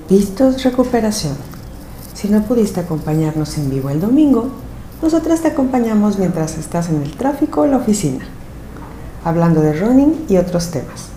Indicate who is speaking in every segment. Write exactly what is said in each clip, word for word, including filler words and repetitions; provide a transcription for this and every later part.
Speaker 1: Pistos Recuperación. Si no pudiste acompañarnos en vivo el domingo, nosotras te acompañamos mientras estás en el tráfico o la oficina, hablando de running y otros temas.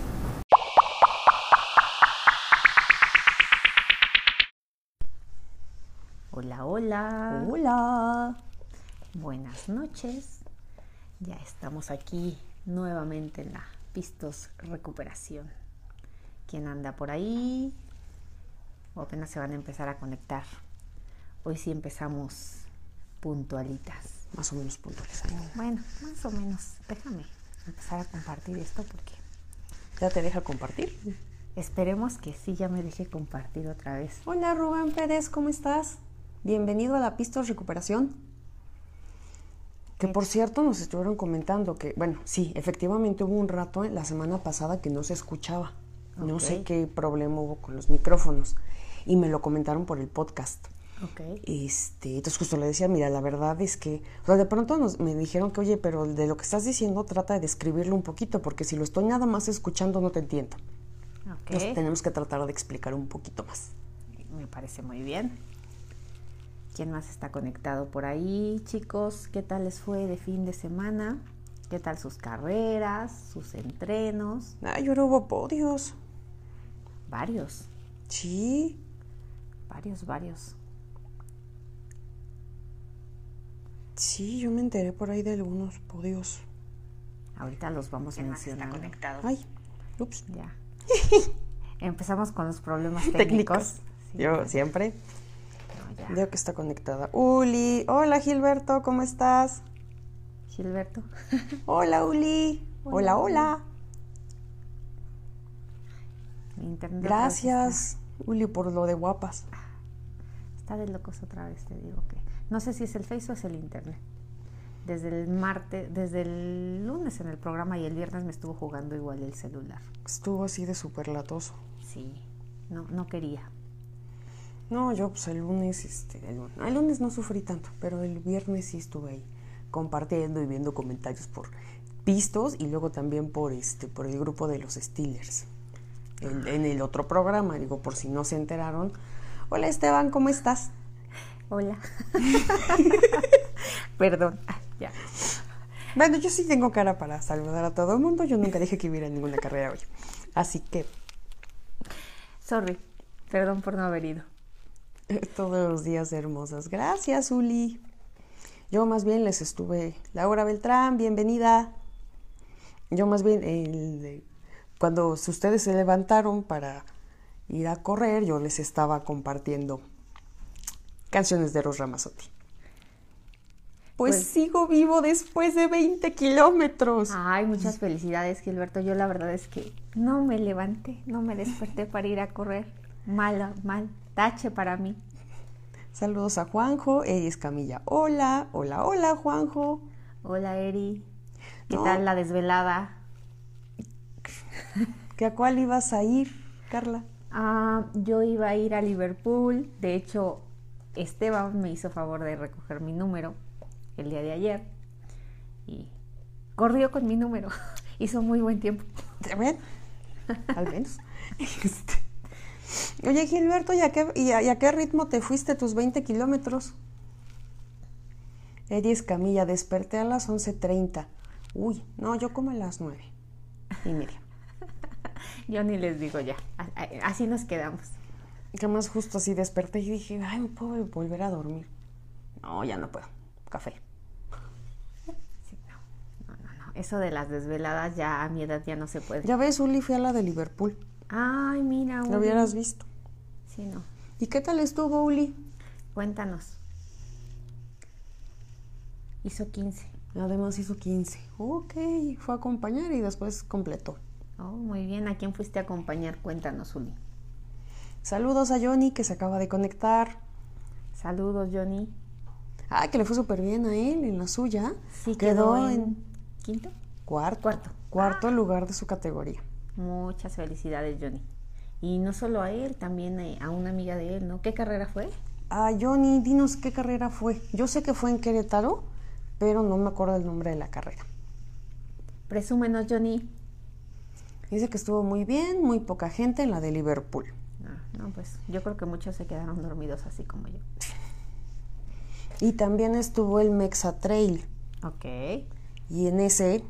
Speaker 2: Hola, hola.
Speaker 3: Hola.
Speaker 2: Buenas noches. Ya estamos aquí nuevamente en la Pistos Recuperación. ¿Quién anda por ahí? O apenas se van a empezar a conectar. Hoy sí empezamos puntualitas.
Speaker 3: Más o menos puntuales.
Speaker 2: Bueno, más o menos. Déjame empezar a compartir esto porque...
Speaker 3: ¿Ya te deja compartir?
Speaker 2: Esperemos que sí, ya me deje compartir otra vez.
Speaker 3: Hola Rubén Pérez, ¿cómo estás? Bienvenido a la Pistos Recuperación. Que por cierto nos estuvieron comentando que, bueno, sí, efectivamente hubo un rato la semana pasada que no se escuchaba. Okay. No sé qué problema hubo con los micrófonos. Y me lo comentaron por el podcast.
Speaker 2: Okay.
Speaker 3: Este, entonces justo le decía, mira, la verdad es que, o sea, de pronto nos, me dijeron que, oye, pero de lo que estás diciendo trata de describirlo un poquito, porque si lo estoy nada más escuchando no te entiendo.
Speaker 2: Okay.
Speaker 3: Entonces tenemos que tratar de explicar un poquito más.
Speaker 2: Me parece muy bien. ¿Quién más está conectado por ahí, chicos? ¿Qué tal les fue de fin de semana? ¿Qué tal sus carreras, sus entrenos?
Speaker 3: Ay, ahora hubo podios.
Speaker 2: Varios.
Speaker 3: Sí.
Speaker 2: Varios, varios.
Speaker 3: Sí, yo me enteré por ahí de algunos podios.
Speaker 2: Ahorita los vamos mencionando.
Speaker 3: Ay, ups.
Speaker 2: Ya. Empezamos con los problemas técnicos.
Speaker 3: Técnicos.
Speaker 2: Sí,
Speaker 3: yo
Speaker 2: pues.
Speaker 3: siempre.
Speaker 2: No, ya.
Speaker 3: Veo que está conectada. Uli, hola Gilberto, ¿cómo estás?
Speaker 2: Gilberto.
Speaker 3: Hola Uli. Hola, hola. hola.
Speaker 2: Mi internet
Speaker 3: Gracias, Uli, por lo de guapas.
Speaker 2: Está de locos otra vez, te digo que. No sé si es el Face o es el internet. Desde el martes, desde el lunes en el programa y el viernes me estuvo jugando igual el celular.
Speaker 3: Estuvo así de súper latoso.
Speaker 2: Sí, no, no quería.
Speaker 3: No, yo pues el lunes, este, el, el lunes no sufrí tanto, pero el viernes sí estuve ahí compartiendo y viendo comentarios por Pistos y luego también por este, por el grupo de los Steelers. En, en el otro programa, digo, por si no se enteraron. Hola Esteban, ¿cómo estás?
Speaker 2: Hola. Perdón. Ah, ya.
Speaker 3: Bueno, yo sí tengo cara para saludar a todo el mundo. Yo nunca dije que hubiera ninguna carrera hoy. Así que...
Speaker 2: Sorry. Perdón por no haber ido.
Speaker 3: Todos los días hermosas. Gracias, Uli. Yo más bien les estuve... Laura Beltrán, bienvenida. Yo más bien... El, cuando ustedes se levantaron para ir a correr, yo les estaba compartiendo canciones de Eros Ramazzotti. Pues, pues sigo vivo después de veinte kilómetros.
Speaker 2: Ay, muchas felicidades, Gilberto. Yo la verdad es que no me levanté, no me desperté para ir a correr. Mal, mal, tache para mí.
Speaker 3: Saludos a Juanjo, Eri Escamilla. Hola, hola, hola, Juanjo.
Speaker 2: Hola, Eri. ¿Qué
Speaker 3: no.
Speaker 2: tal la desvelada?
Speaker 3: ¿Que a cuál ibas a ir, Carla?
Speaker 2: Ah, yo iba a ir a Liverpool. De hecho, Esteban me hizo favor de recoger mi número el día de ayer y corrió con mi número. Hizo muy buen tiempo.
Speaker 3: ¿Ven? Al menos. Este. Oye, Gilberto, ¿y a, qué, y, a, ¿y a qué ritmo te fuiste tus veinte kilómetros? Eri Escamilla, desperté a las once treinta. Uy, no, yo como a las nueve y media.
Speaker 2: Yo ni les digo ya, así nos quedamos.
Speaker 3: Que más justo así desperté y dije, ay, ¿me puedo volver a dormir? No, ya no puedo, café.
Speaker 2: Sí, no, no, no, no, eso de las desveladas ya a mi edad ya no se puede.
Speaker 3: Ya ves, Uli, fui a la de Liverpool.
Speaker 2: Ay, mira, Uli.
Speaker 3: Lo hubieras visto.
Speaker 2: Sí, no.
Speaker 3: ¿Y qué tal estuvo, Uli?
Speaker 2: Cuéntanos. Hizo quince.
Speaker 3: Además hizo quince. Ok, fue a acompañar y después completó.
Speaker 2: Oh, muy bien. ¿A quién fuiste a acompañar? Cuéntanos, Uli.
Speaker 3: Saludos a Johnny, que se acaba de conectar.
Speaker 2: Saludos, Johnny.
Speaker 3: Ah, que le fue súper bien a él en la suya.
Speaker 2: Sí, quedó,
Speaker 3: quedó
Speaker 2: en...
Speaker 3: en...
Speaker 2: ¿Quinto?
Speaker 3: Cuarto.
Speaker 2: Cuarto.
Speaker 3: Cuarto ah. lugar de su categoría.
Speaker 2: Muchas felicidades, Johnny. Y no solo a él, también a una amiga de él, ¿no? ¿Qué carrera fue?
Speaker 3: Ah, Johnny, dinos qué carrera fue. Yo sé que fue en Querétaro, pero no me acuerdo el nombre de la carrera.
Speaker 2: Presúmenos, Johnny.
Speaker 3: Dice que estuvo muy bien, muy poca gente en la de Liverpool.
Speaker 2: Ah, no, pues yo creo que muchos se quedaron dormidos así como yo.
Speaker 3: Y también estuvo el Mexa Trail.
Speaker 2: Ok.
Speaker 3: Y en ese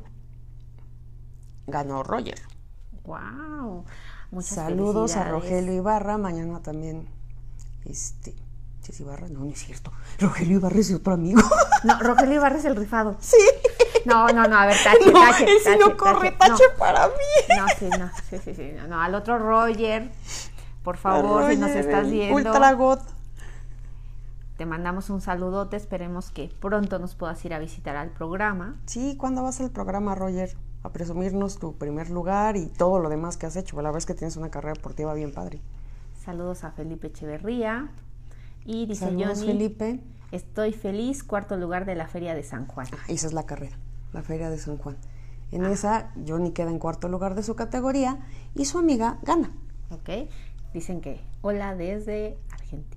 Speaker 3: ganó Roger.
Speaker 2: Wow. Muchas
Speaker 3: Saludos a
Speaker 2: felicidades.
Speaker 3: Rogelio Ibarra. Mañana también, este, ¿sí es Ibarra? No, no es cierto. Rogelio Ibarra es otro amigo.
Speaker 2: No, Rogelio Ibarra es el rifado.
Speaker 3: Sí.
Speaker 2: No, no, no, a ver, tache,
Speaker 3: No,
Speaker 2: tache,
Speaker 3: él sí
Speaker 2: tache,
Speaker 3: no corre,
Speaker 2: tache,
Speaker 3: tache
Speaker 2: no.
Speaker 3: para mí.
Speaker 2: No, sí, no, sí, sí, sí, no, no, al otro Roger, por favor,
Speaker 3: Roger,
Speaker 2: si nos estás
Speaker 3: el
Speaker 2: viendo,
Speaker 3: Ultra God.
Speaker 2: te mandamos un saludote, esperemos que pronto nos puedas ir a visitar al programa.
Speaker 3: Sí, ¿cuándo vas al programa, Roger? A presumirnos tu primer lugar y todo lo demás que has hecho. La verdad es que tienes una carrera deportiva bien padre.
Speaker 2: Saludos a Felipe Echeverría y dice
Speaker 3: Saludos,
Speaker 2: Johnny,
Speaker 3: Felipe.
Speaker 2: estoy feliz, cuarto lugar de la Feria de San Juan.
Speaker 3: Ah, esa es la carrera, la Feria de San Juan. En
Speaker 2: Ah.
Speaker 3: esa, Johnny queda en cuarto lugar de su categoría y su amiga gana.
Speaker 2: Ok, dicen que hola desde Argentina.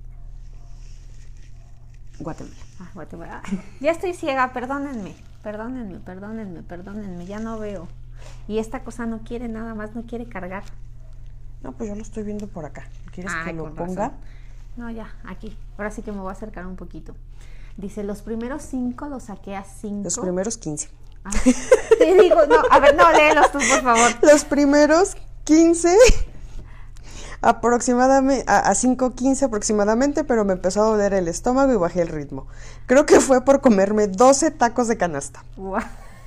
Speaker 3: Guatemala.
Speaker 2: Ah, Guatemala. Ah, ya estoy ciega, perdónenme, perdónenme, perdónenme, perdónenme, ya no veo. Y esta cosa no quiere nada más, no quiere cargar.
Speaker 3: No, pues yo lo estoy viendo por acá. ¿Quieres
Speaker 2: Ay,
Speaker 3: que lo
Speaker 2: con
Speaker 3: ponga?
Speaker 2: razón. No, ya, aquí. Ahora sí que me voy a acercar un poquito. Dice, los primeros cinco los saqué a cinco.
Speaker 3: Los primeros quince.
Speaker 2: Ah, te digo, no, a ver, no, léelos tú, por favor.
Speaker 3: Los primeros quince, aproximadamente, a, a cinco quince aproximadamente, pero me empezó a doler el estómago y bajé el ritmo. Creo que fue por comerme doce tacos de canasta.
Speaker 2: Guau.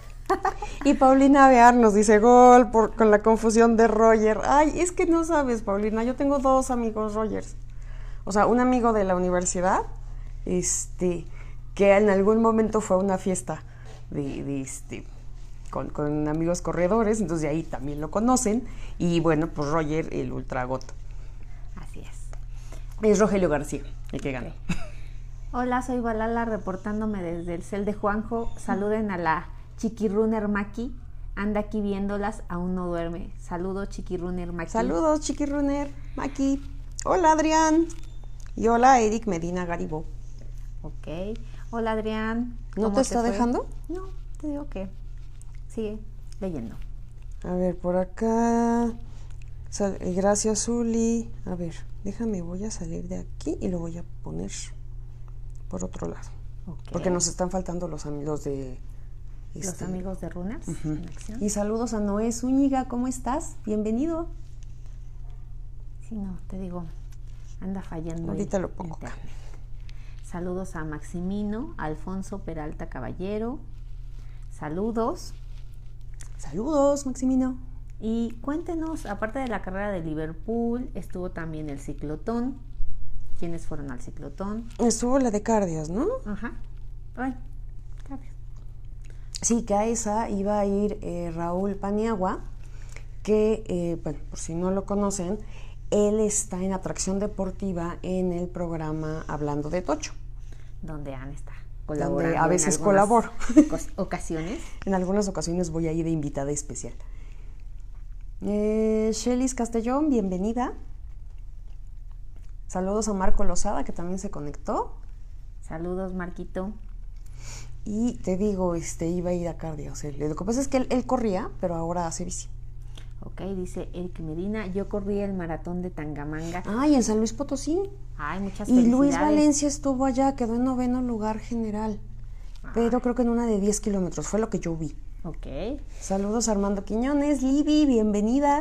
Speaker 3: Y Paulina Bear nos dice gol por, con la confusión de Roger. Ay, es que no sabes, Paulina, yo tengo dos amigos Rogers. O sea, un amigo de la universidad, este, que en algún momento fue a una fiesta de, de este, con, con amigos corredores, entonces de ahí también lo conocen. Y bueno, pues Roger, el ultragoto.
Speaker 2: Así es.
Speaker 3: Es Rogelio García, el que gana.
Speaker 2: Ok. Hola, soy Balala reportándome desde el cel de Juanjo. Saluden a la Chiquirunner Maki. Anda aquí viéndolas, aún no duerme. Saludos, Chiquirunner Maki.
Speaker 3: Saludos, Chiquirunner, Maki. Hola, Adrián. Y hola, Eric Medina Garibó.
Speaker 2: Ok. Hola, Adrián.
Speaker 3: ¿No
Speaker 2: ¿Cómo
Speaker 3: te está
Speaker 2: fue?
Speaker 3: dejando?
Speaker 2: No, te digo que sigue leyendo.
Speaker 3: A ver, por acá. Sal, eh, gracias, Uli. A ver, déjame, voy a salir de aquí y lo voy a poner por otro lado.
Speaker 2: Okay.
Speaker 3: Porque nos están faltando los amigos de...
Speaker 2: Los
Speaker 3: este,
Speaker 2: amigos de Runners
Speaker 3: uh-huh.
Speaker 2: en acción.
Speaker 3: Y saludos a Noé Zúñiga, ¿cómo estás? Bienvenido.
Speaker 2: Sí, no, te digo, anda fallando.
Speaker 3: Ahorita
Speaker 2: el
Speaker 3: lo pongo acá.
Speaker 2: internet. Saludos a Maximino, Alfonso Peralta Caballero. Saludos.
Speaker 3: Saludos, Maximino.
Speaker 2: Y cuéntenos, aparte de la carrera de Liverpool, estuvo también el ciclotón. ¿Quiénes fueron al ciclotón?
Speaker 3: Estuvo la de Cardias, ¿no?
Speaker 2: Ajá. Ay, gracias.
Speaker 3: Sí, que a esa iba a ir eh, Raúl Paniagua, que, eh, bueno, por si no lo conocen, él está en Atracción Deportiva en el programa Hablando de Tocho.
Speaker 2: Donde Ana está colaborando.
Speaker 3: Donde a veces
Speaker 2: en
Speaker 3: colaboro.
Speaker 2: Ocasiones.
Speaker 3: En algunas ocasiones voy a ir de invitada especial. Eh, Shelis Castellón, bienvenida. Saludos a Marco Lozada, que también se conectó.
Speaker 2: Saludos, Marquito.
Speaker 3: Y te digo, este, iba a ir a Cardia. O sea, lo que pasa es que él, él corría, pero ahora hace bici.
Speaker 2: Ok, dice Eric Medina, yo corrí el maratón de Tangamanga.
Speaker 3: Ay, en San Luis Potosí.
Speaker 2: Ay, muchas
Speaker 3: Y
Speaker 2: felicidades.
Speaker 3: Luis Valencia estuvo allá, quedó en noveno lugar general. Ay. Pero creo que en una de diez kilómetros, fue lo que yo vi.
Speaker 2: Ok.
Speaker 3: Saludos a Armando Quiñones. Libby, bienvenida.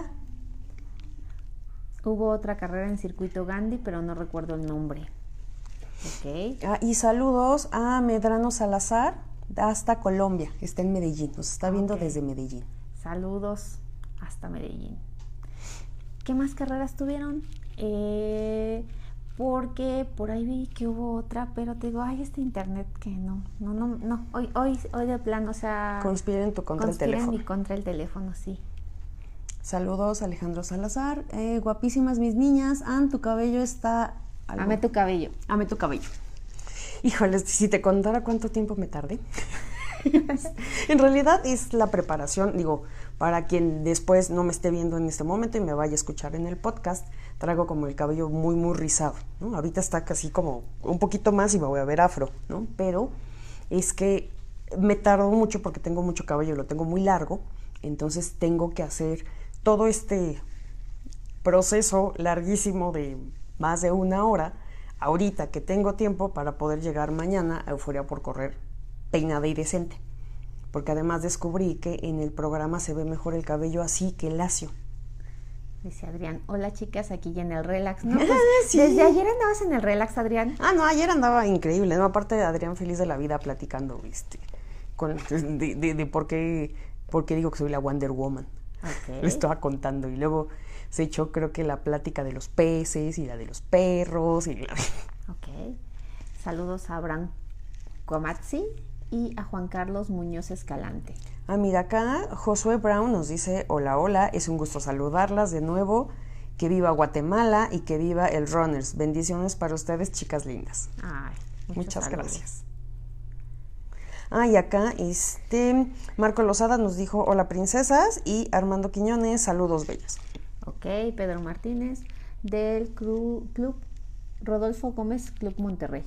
Speaker 2: Hubo otra carrera en Circuito Gandhi, pero no recuerdo el nombre. Ok.
Speaker 3: Ah, y saludos a Medrano Salazar, hasta Colombia. Está en Medellín, nos está viendo okay. Desde Medellín.
Speaker 2: Saludos hasta Medellín. ¿Qué más carreras tuvieron? Eh, porque por ahí vi que hubo otra, pero te digo, ay, este internet que no, no, no, no. Hoy, hoy, hoy de plano, o sea...
Speaker 3: Conspiren tu contra el teléfono.
Speaker 2: Conspiren y contra el teléfono, sí.
Speaker 3: Saludos, Alejandro Salazar. Eh, guapísimas mis niñas. Ann, tu cabello está...
Speaker 2: Algo. Ame tu cabello.
Speaker 3: Ame tu cabello. Híjoles, si te contara cuánto tiempo me tardé. En realidad es la preparación, digo, para quien después no me esté viendo en este momento y me vaya a escuchar en el podcast, traigo como el cabello muy, muy rizado, ¿no? Ahorita está casi como un poquito más y me voy a ver afro, ¿no? Pero es que me tardó mucho porque tengo mucho cabello, lo tengo muy largo, entonces tengo que hacer todo este proceso larguísimo de más de una hora, ahorita que tengo tiempo para poder llegar mañana a Euforia por Correr peinada y decente. Porque además descubrí que en el programa se ve mejor el cabello así que lacio.
Speaker 2: Dice Adrián, hola chicas, aquí ya en el relax. No, pues,
Speaker 3: Sí.
Speaker 2: desde ayer andabas en el relax, Adrián.
Speaker 3: Ah, no, ayer andaba increíble, ¿no? Aparte de Adrián feliz de la vida platicando, ¿viste? Con, de, de, de por qué, por qué digo que soy la Wonder Woman.
Speaker 2: Okay.
Speaker 3: Le estaba contando y luego se echó creo que la plática de los peces y la de los perros y la...
Speaker 2: Ok. Saludos a Abraham Comatzi y a Juan Carlos Muñoz Escalante.
Speaker 3: Ah, mira, acá Josué Brown nos dice, hola, hola, es un gusto saludarlas de nuevo, que viva Guatemala y que viva el Runners. Bendiciones para ustedes, chicas lindas.
Speaker 2: Ay,
Speaker 3: Muchas
Speaker 2: saludos.
Speaker 3: gracias. Ah, y acá este Marco Lozada nos dijo, hola princesas, y Armando Quiñones, saludos bellas.
Speaker 2: Ok, Pedro Martínez del Cru- Club Rodolfo Gómez, Club Monterrey.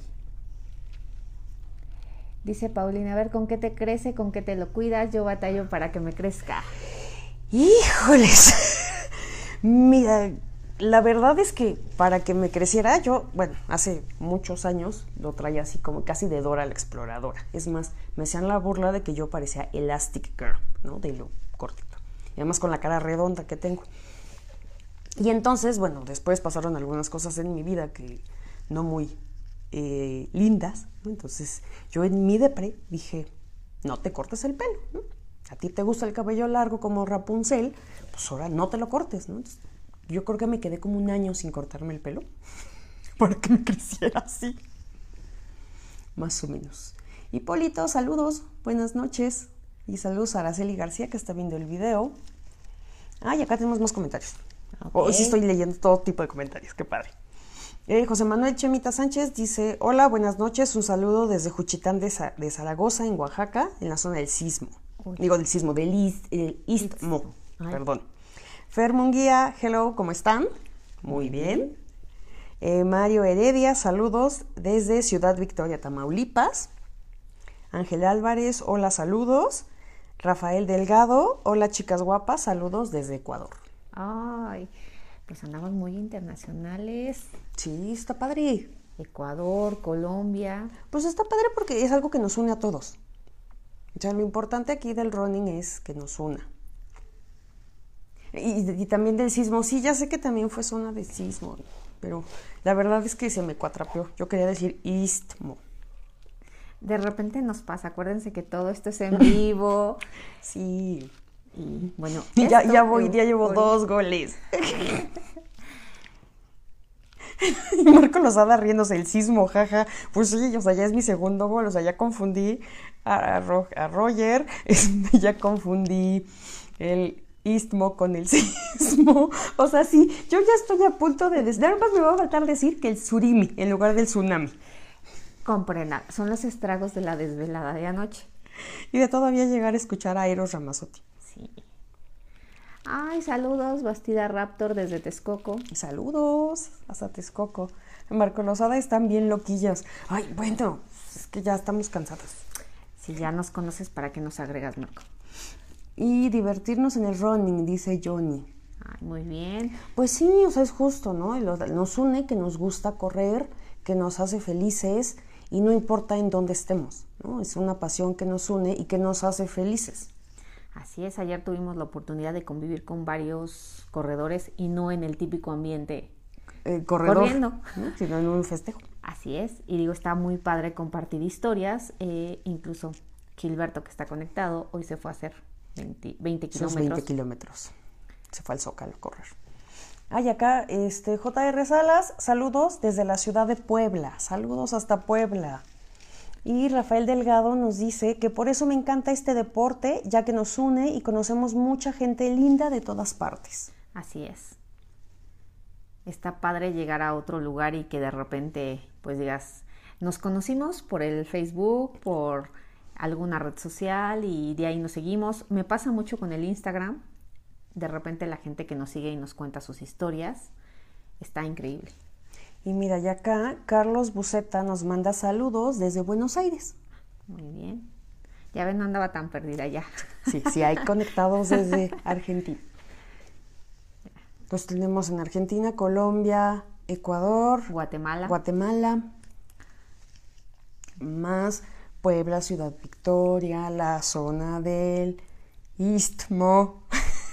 Speaker 2: Dice Paulina, a ver, ¿con qué te crece? ¿Con qué te lo cuidas? Yo batallo para que me crezca.
Speaker 3: ¡Híjoles! Mira, la verdad es que para que me creciera, yo, bueno, hace muchos años lo traía así como casi de Dora la Exploradora. Es más, me hacían la burla de que yo parecía Elastic Girl, ¿no? De lo cortito. Y además con la cara redonda que tengo. Y entonces, bueno, después pasaron algunas cosas en mi vida que no muy eh, lindas, ¿no? Entonces yo en mi depre dije, no te cortes el pelo, ¿no? A ti te gusta el cabello largo como Rapunzel, pues ahora no te lo cortes, ¿no? Entonces, yo creo que me quedé como un año sin cortarme el pelo para que me creciera así. Más o menos. Hipólito, saludos, buenas noches. Y saludos a Araceli García que está viendo el video. Ah, y acá tenemos más comentarios.
Speaker 2: Okay.
Speaker 3: Hoy sí estoy leyendo todo tipo de comentarios, qué padre. Eh, José Manuel Chemita Sánchez dice, hola, buenas noches, un saludo desde Juchitán de, Sa- de Zaragoza, en Oaxaca, en la zona del Sismo.
Speaker 2: Uy.
Speaker 3: Digo, del Sismo, del is- el Istmo,
Speaker 2: Ay.
Speaker 3: perdón. Fer Munguía, hello, ¿cómo están? Muy bien. Eh, Mario Heredia, saludos desde Ciudad Victoria, Tamaulipas. Ángel Álvarez, hola, saludos. Rafael Delgado, hola chicas guapas, saludos desde Ecuador.
Speaker 2: Ay, pues andamos muy internacionales.
Speaker 3: Sí, está padre.
Speaker 2: Ecuador, Colombia.
Speaker 3: Pues está padre porque es algo que nos une a todos. O sea, lo importante aquí del running es que nos una. Y, y también del sismo. Sí, ya sé que también fue zona de sismo, pero la verdad es que se me cuatrapeó. Yo quería decir istmo.
Speaker 2: De repente nos pasa, acuérdense que todo esto es en vivo.
Speaker 3: Sí.
Speaker 2: Y bueno,
Speaker 3: Y ya,
Speaker 2: esto
Speaker 3: ya voy,
Speaker 2: eu-
Speaker 3: ya llevo
Speaker 2: por-
Speaker 3: dos goles. Y Marco Lozada riéndose, el sismo, jaja. Pues sí, o sea, ya es mi segundo gol. O sea, ya confundí a, a, Ro- a Roger, este, ya confundí el istmo con el sismo. O sea, sí, yo ya estoy a punto de... Nada más me va a faltar decir que el surimi en lugar del tsunami.
Speaker 2: Comprenda, son los estragos de la desvelada de anoche.
Speaker 3: Y de todavía llegar a escuchar a Eros Ramazzotti.
Speaker 2: Sí. Ay, saludos, Bastida Raptor desde Texcoco.
Speaker 3: Saludos hasta Texcoco. Marco Lozada están bien loquillas. Ay, bueno, es que ya estamos cansadas.
Speaker 2: Si ya nos conoces, ¿para qué nos agregas, Marco?
Speaker 3: Y divertirnos en el running, dice Johnny.
Speaker 2: Ay, muy bien.
Speaker 3: Pues sí, o sea, es justo, ¿no? Lo- Nos une que nos gusta correr, que nos hace felices y no importa en dónde estemos, ¿no? Es una pasión que nos une y que nos hace felices.
Speaker 2: Así es, ayer tuvimos la oportunidad de convivir con varios corredores y no en el típico ambiente.
Speaker 3: Eh, corredor,
Speaker 2: Corriendo.
Speaker 3: ¿no? Sino en un festejo.
Speaker 2: Así es, y digo, está muy padre compartir historias. Eh, incluso Gilberto, que está conectado, hoy se fue a hacer veinte, veinte
Speaker 3: Esos
Speaker 2: kilómetros.
Speaker 3: veinte kilómetros. Se fue al Zócalo a correr. Ay, acá, este, J R Salas, saludos desde la ciudad de Puebla. Saludos hasta Puebla. Y Rafael Delgado nos dice que por eso me encanta este deporte, ya que nos une y conocemos mucha gente linda de todas partes.
Speaker 2: Así es. Está padre llegar a otro lugar y que de repente, pues digas, nos conocimos por el Facebook, por alguna red social y de ahí nos seguimos. Me pasa mucho con el Instagram. De repente la gente que nos sigue y nos cuenta sus historias, está increíble.
Speaker 3: Y mira, y acá Carlos Buceta nos manda saludos desde Buenos Aires.
Speaker 2: Muy bien. Ya ven, no andaba tan perdida ya.
Speaker 3: Sí, sí, hay conectados desde Argentina. Los tenemos en Argentina, Colombia, Ecuador,
Speaker 2: Guatemala.
Speaker 3: Guatemala, más Puebla, Ciudad Victoria, la zona del Istmo.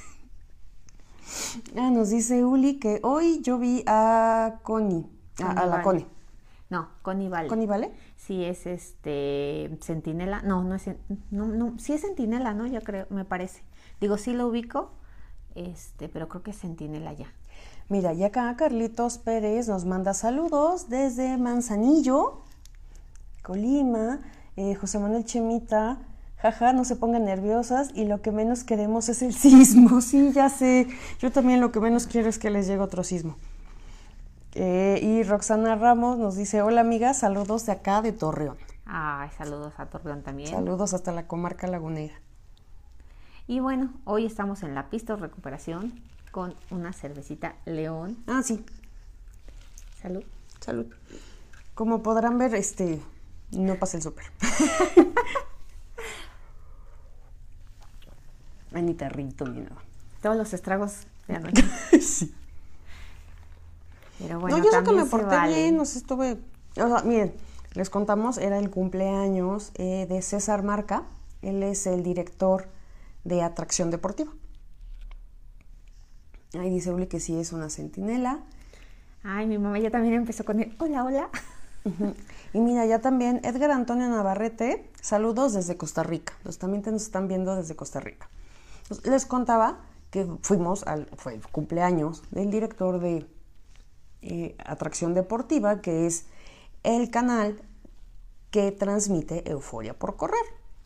Speaker 3: Ah, nos dice Uli que hoy yo vi a Connie, a, a la Connie.
Speaker 2: No, Connie Vale.
Speaker 3: ¿Connie Vale?
Speaker 2: Sí, es este Centinela. No, no es, no, no, sí es Centinela, ¿no? Yo creo, me parece. Digo, sí lo ubico, este, pero creo que es Centinela ya.
Speaker 3: Mira, y acá Carlitos Pérez nos manda saludos desde Manzanillo, Colima. eh, José Manuel Chemita, jaja, no se pongan nerviosas y lo que menos queremos es el sismo. Sí, ya sé, yo también lo que menos quiero es que les llegue otro sismo. Eh, y Roxana Ramos nos dice, hola amigas, saludos de acá de Torreón.
Speaker 2: Ay, saludos a Torreón también.
Speaker 3: Saludos hasta la comarca lagunera.
Speaker 2: Y bueno, hoy estamos en la Pistos Recuperación con una cervecita León.
Speaker 3: Ah, sí.
Speaker 2: Salud.
Speaker 3: Salud. Como podrán ver, este, no pasa el súper. Ay, ni tarrito ni nada.
Speaker 2: Todos los estragos de anoche.
Speaker 3: Sí.
Speaker 2: Pero bueno,
Speaker 3: no, yo sé que me
Speaker 2: se
Speaker 3: porté
Speaker 2: vale.
Speaker 3: bien, no sé, estuve... O sea, miren, les contamos, era el cumpleaños eh, de César Marca. Él es el director de Atracción Deportiva. Ahí dice Uli que sí es una centinela.
Speaker 2: Ay, mi mamá ya también empezó con el hola, hola.
Speaker 3: Uh-huh. Y mira, ya también Edgar Antonio Navarrete, saludos desde Costa Rica. Los también nos están viendo desde Costa Rica. Pues, les contaba que fuimos al fue el cumpleaños del director de eh, Atracción Deportiva, que es el canal que transmite Euforia por Correr.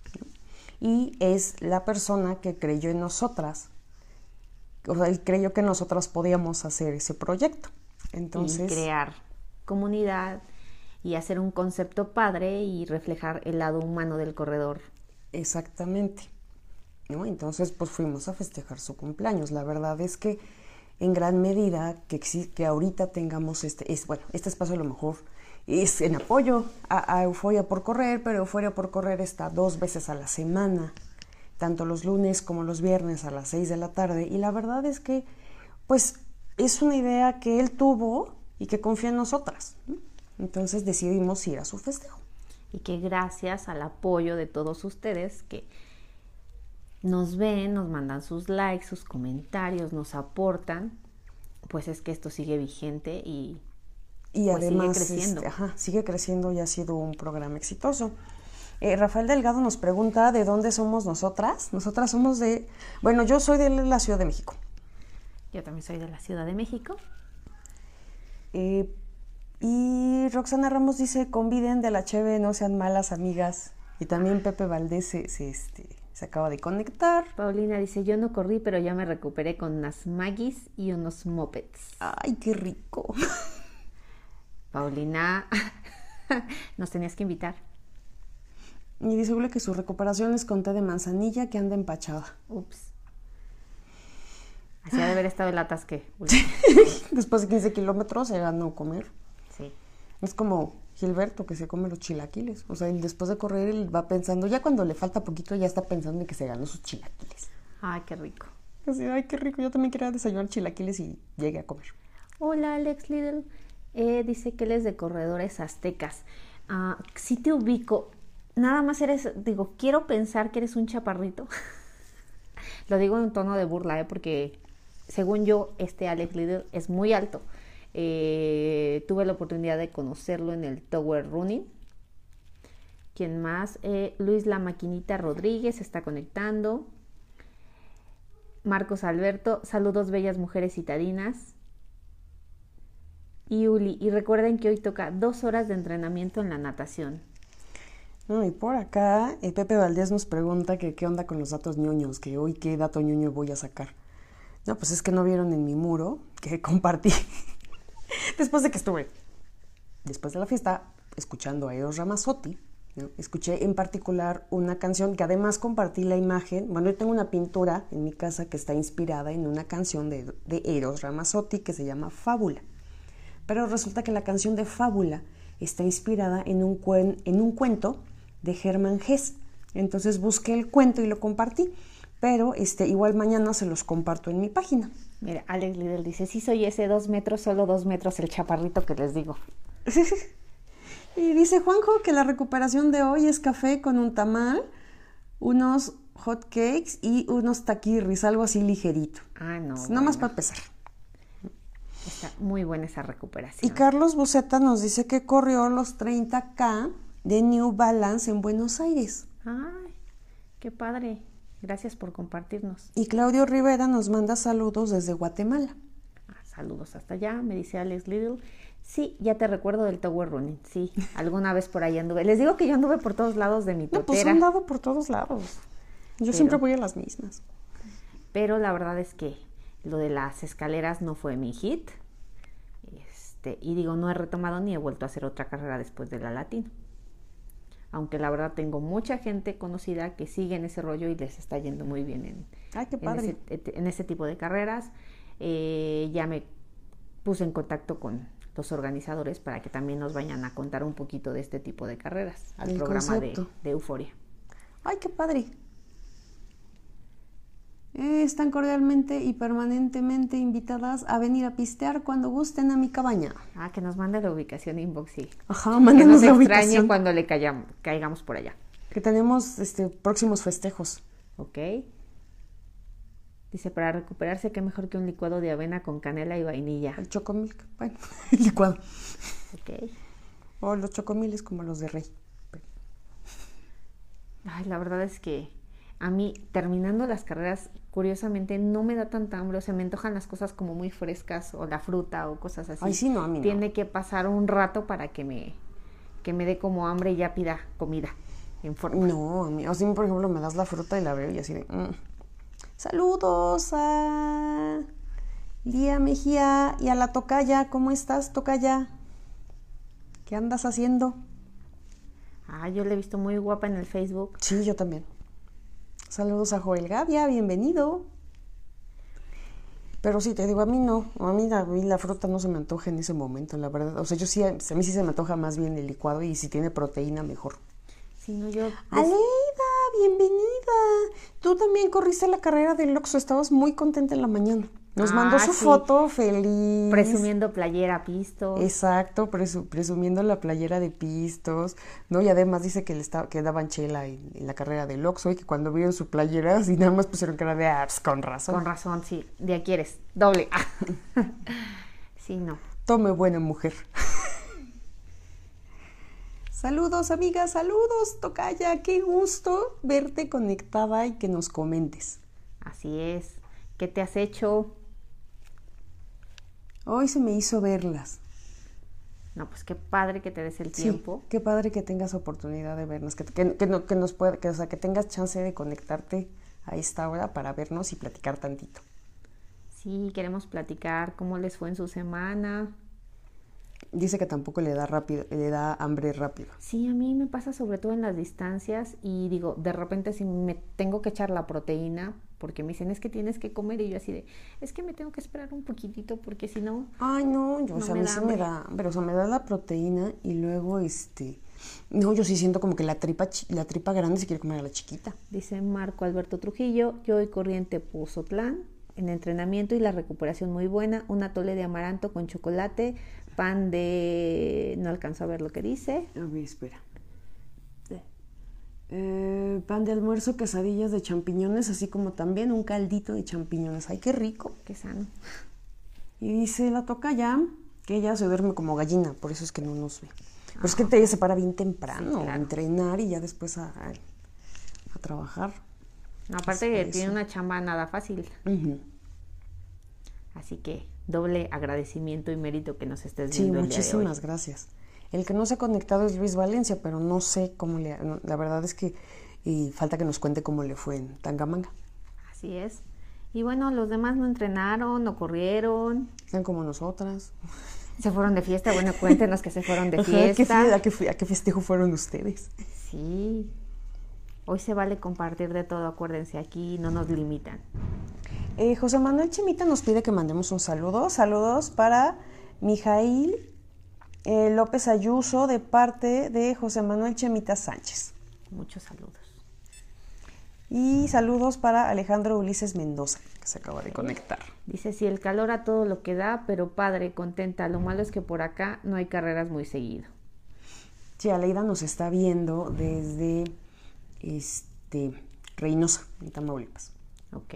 Speaker 3: Y es la persona que creyó en nosotras. O sea, él creyó que nosotras podíamos hacer ese proyecto. Entonces,
Speaker 2: y crear comunidad y hacer un concepto padre y reflejar el lado humano del corredor.
Speaker 3: Exactamente, ¿no? Entonces, pues fuimos a festejar su cumpleaños. La verdad es que en gran medida que, que ahorita tengamos este, es, bueno, este espacio a lo mejor es en apoyo a, a Euforia por Correr, pero Euforia por Correr está dos veces a la semana, tanto los lunes como los viernes a las seis de la tarde. Y la verdad es que, pues, es una idea que él tuvo y que confía en nosotras, ¿no? Entonces decidimos ir a su festejo.
Speaker 2: Y que gracias al apoyo de todos ustedes que nos ven, nos mandan sus likes, sus comentarios, nos aportan, pues es que esto sigue vigente y,
Speaker 3: y
Speaker 2: pues
Speaker 3: además
Speaker 2: sigue creciendo.
Speaker 3: Este, ajá, sigue creciendo y ha sido un programa exitoso. Eh, Rafael Delgado nos pregunta de dónde somos nosotras. Nosotras somos de, bueno, yo soy de la Ciudad de México.
Speaker 2: Yo también soy de la Ciudad de México.
Speaker 3: Eh, y Roxana Ramos dice, conviden de la cheve, no sean malas amigas. Y también Pepe Valdés se, se, este, se acaba de conectar.
Speaker 2: Paulina dice, yo no corrí, pero ya me recuperé con unas Maggies y unos mopeds.
Speaker 3: ¡Ay, qué rico!
Speaker 2: Paulina, nos tenías que invitar.
Speaker 3: Y dice Ule que su recuperación es con té de manzanilla que anda empachada.
Speaker 2: Ups. Así ha de haber estado el atasque.
Speaker 3: Después de quince kilómetros se ganó comer.
Speaker 2: Sí.
Speaker 3: Es como Gilberto que se come los chilaquiles. O sea, él después de correr él va pensando, ya cuando le falta poquito ya está pensando en que se ganó sus chilaquiles.
Speaker 2: Ay, qué rico.
Speaker 3: Así, ay, qué rico. Yo también quería desayunar chilaquiles y llegué a comer.
Speaker 2: Hola, Alex Lidl. Eh, dice que él es de Corredores Aztecas. Uh, sí te ubico. Nada más eres, digo, quiero pensar que eres un chaparrito. Lo digo en tono de burla, ¿eh? Porque según yo, este Alex Lidl es muy alto. Eh, tuve la oportunidad de conocerlo en el Tower Running. ¿Quién más? Eh, Luis La Maquinita Rodríguez se está conectando. Marcos Alberto, saludos bellas mujeres citadinas. Y Uli, y recuerden que hoy toca dos horas de entrenamiento en la natación.
Speaker 3: No, y por acá, eh, Pepe Valdés nos pregunta que qué onda con los datos ñoños, que hoy qué dato ñoño voy a sacar. No, pues es que no vieron en mi muro que compartí después de que estuve, después de la fiesta, escuchando a Eros Ramazzotti, ¿no? Escuché en particular una canción que además compartí la imagen. Bueno, yo tengo una pintura en mi casa que está inspirada en una canción de, de Eros Ramazzotti que se llama Fábula. Pero resulta que la canción de Fábula está inspirada en un, cuen, en un cuento de Hermann Hesse. Entonces busqué el cuento y lo compartí. Pero este, igual mañana se los comparto en mi página.
Speaker 2: Mira, Alex Lidl dice, sí soy ese dos metros, solo dos metros, el chaparrito que les digo.
Speaker 3: Y dice Juanjo que la recuperación de hoy es café con un tamal, unos hot cakes y unos taquirris, algo así ligerito.
Speaker 2: Ah, no.
Speaker 3: Nada
Speaker 2: bueno.
Speaker 3: más para empezar.
Speaker 2: Está muy buena esa recuperación.
Speaker 3: Y Carlos Buceta nos dice que corrió los treinta K de New Balance en Buenos Aires.
Speaker 2: Ay, qué padre. Gracias por compartirnos.
Speaker 3: Y Claudio Rivera nos manda saludos desde Guatemala.
Speaker 2: Ah, saludos hasta allá, me dice Alex Lidl. Sí, ya te recuerdo del Tower Running. Sí, alguna vez por ahí anduve. Les digo que yo anduve por todos lados de mi totera.
Speaker 3: No, pues han dado por todos lados. Yo
Speaker 2: Pero,
Speaker 3: siempre voy a las mismas.
Speaker 2: Pero la verdad es que lo de las escaleras no fue mi hit. Este, y digo, no he retomado ni he vuelto a hacer otra carrera después de la Latino. Aunque la verdad tengo mucha gente conocida que sigue en ese rollo y les está yendo muy bien en,
Speaker 3: Ay, qué
Speaker 2: en,
Speaker 3: padre.
Speaker 2: ese, en ese tipo de carreras. Eh, ya me puse en contacto con los organizadores para que también nos vayan a contar un poquito de este tipo de carreras al
Speaker 3: El
Speaker 2: programa de,
Speaker 3: concepto.
Speaker 2: de Euforia.
Speaker 3: Ay, qué padre. Eh, están cordialmente y permanentemente invitadas a venir a pistear cuando gusten a mi cabaña.
Speaker 2: Ah, que nos mande la ubicación inbox y
Speaker 3: Ajá,
Speaker 2: que
Speaker 3: mándanos
Speaker 2: nos
Speaker 3: la
Speaker 2: extrañe
Speaker 3: ubicación.
Speaker 2: cuando le callamos, caigamos por allá.
Speaker 3: Que tenemos este, próximos festejos.
Speaker 2: Ok. Dice, para recuperarse, qué mejor que un licuado de avena con canela y vainilla.
Speaker 3: El chocomilk, bueno, el licuado.
Speaker 2: Ok.
Speaker 3: O los chocomiles como los de Rey.
Speaker 2: Ay, la verdad es que a mí, terminando las carreras, curiosamente no me da tanta hambre, o sea, me antojan las cosas como muy frescas, o la fruta, o cosas así.
Speaker 3: Ay, sí, no, a mí no.
Speaker 2: Tiene que pasar un rato para que me, que me dé como hambre y ya pida comida en forma.
Speaker 3: No, a mí, o sea, por ejemplo, me das la fruta y la veo y así de... mm. Saludos a Lía Mejía y a la tocaya. ¿Cómo estás, tocaya? ¿Qué andas haciendo?
Speaker 2: Ah, yo la he visto muy guapa en el Facebook.
Speaker 3: Sí, yo también. Saludos a Joel Gavia, bienvenido. Pero sí, te digo, a mí no, a mí, a mí la fruta no se me antoja en ese momento, la verdad. O sea, yo sí, a mí sí se me antoja más bien el licuado y si tiene proteína, mejor.
Speaker 2: Sí, no, yo...
Speaker 3: Aleida, bienvenida. Tú también corriste la carrera del Oxxo, estabas muy contenta en la mañana. Nos
Speaker 2: Ah,
Speaker 3: mandó su
Speaker 2: sí.
Speaker 3: foto feliz.
Speaker 2: Presumiendo playera, pisto.
Speaker 3: Exacto, presu- presumiendo la playera de Pistos, ¿no? Y además dice que le estaba, que daban chela en, en la carrera del Oxxo y que cuando vieron su playera así nada más pusieron cara de apps, con razón.
Speaker 2: Con razón, sí. De aquí eres. Doble. Sí, no.
Speaker 3: Tome, buena mujer. Saludos, amigas, saludos, tocaya. Qué gusto verte conectada y que nos comentes.
Speaker 2: Así es. ¿Qué te has hecho?
Speaker 3: Hoy se me hizo verlas.
Speaker 2: No, pues qué padre que te des el
Speaker 3: Sí,
Speaker 2: tiempo.
Speaker 3: qué padre que tengas oportunidad de vernos, que, que, que, no- que nos pueda, que, o sea, que tengas chance de conectarte a esta hora para vernos y platicar tantito.
Speaker 2: Sí, queremos platicar cómo les fue en su semana.
Speaker 3: Dice que tampoco le da rápido, le da hambre rápido.
Speaker 2: Sí, a mí me pasa sobre todo en las distancias y digo, de repente si me tengo que echar la proteína, porque me dicen, es que tienes que comer y yo así de, es que me tengo que esperar un poquitito porque si no...
Speaker 3: Ay, no, yo,
Speaker 2: No
Speaker 3: o sea, a
Speaker 2: me
Speaker 3: mí
Speaker 2: da
Speaker 3: sí me
Speaker 2: hambre.
Speaker 3: da, pero o sea, me da la proteína y luego, este, no, yo sí siento como que la tripa, chi- la tripa grande se quiere comer a la chiquita.
Speaker 2: Dice Marco Alberto Trujillo, yo hoy corriente Pozotlán, en entrenamiento y la recuperación muy buena, un atole de amaranto con chocolate, pan de... no alcanzo a ver lo que dice.
Speaker 3: A ver, espera. Eh, pan de almuerzo, quesadillas de champiñones, así como también un caldito de champiñones. Ay, qué rico.
Speaker 2: Qué sano.
Speaker 3: Y dice la tocaya que ella se duerme como gallina, por eso es que no nos ve. Pero es que ella se para bien temprano
Speaker 2: Sí, claro.
Speaker 3: a entrenar y ya después a, a, a trabajar.
Speaker 2: No, aparte
Speaker 3: Es
Speaker 2: que
Speaker 3: por
Speaker 2: tiene
Speaker 3: eso.
Speaker 2: una chamba nada fácil.
Speaker 3: Ujú.
Speaker 2: Así que doble agradecimiento y mérito que nos estés
Speaker 3: Sí,
Speaker 2: viendo el día de hoy.
Speaker 3: muchísimas gracias. El que no se ha conectado es Luis Valencia, pero no sé cómo le... no, la verdad es que y falta que nos cuente cómo le fue en Tangamanga.
Speaker 2: Así es. Y bueno, los demás no entrenaron, no corrieron,
Speaker 3: Sean como nosotras.
Speaker 2: se fueron de fiesta. Bueno, cuéntenos que se fueron de
Speaker 3: Ajá, ¿qué
Speaker 2: fiesta.
Speaker 3: fie- ¿a, qué, fie- ¿A qué festejo fueron ustedes?
Speaker 2: Sí. Hoy se vale compartir de todo, acuérdense, aquí no nos limitan.
Speaker 3: Eh, José Manuel Chemita nos pide que mandemos un saludo. Saludos para Mijail eh, López Ayuso de parte de José Manuel Chemita Sánchez.
Speaker 2: Muchos saludos.
Speaker 3: Y saludos para Alejandro Ulises Mendoza, que se acaba de conectar.
Speaker 2: Dice, si el calor a todo lo que da, pero padre, contenta. Lo malo es que por acá no hay carreras muy seguido.
Speaker 3: Sí, Aleida nos está viendo desde este, Reynosa, en Tamaulipas.
Speaker 2: Ok.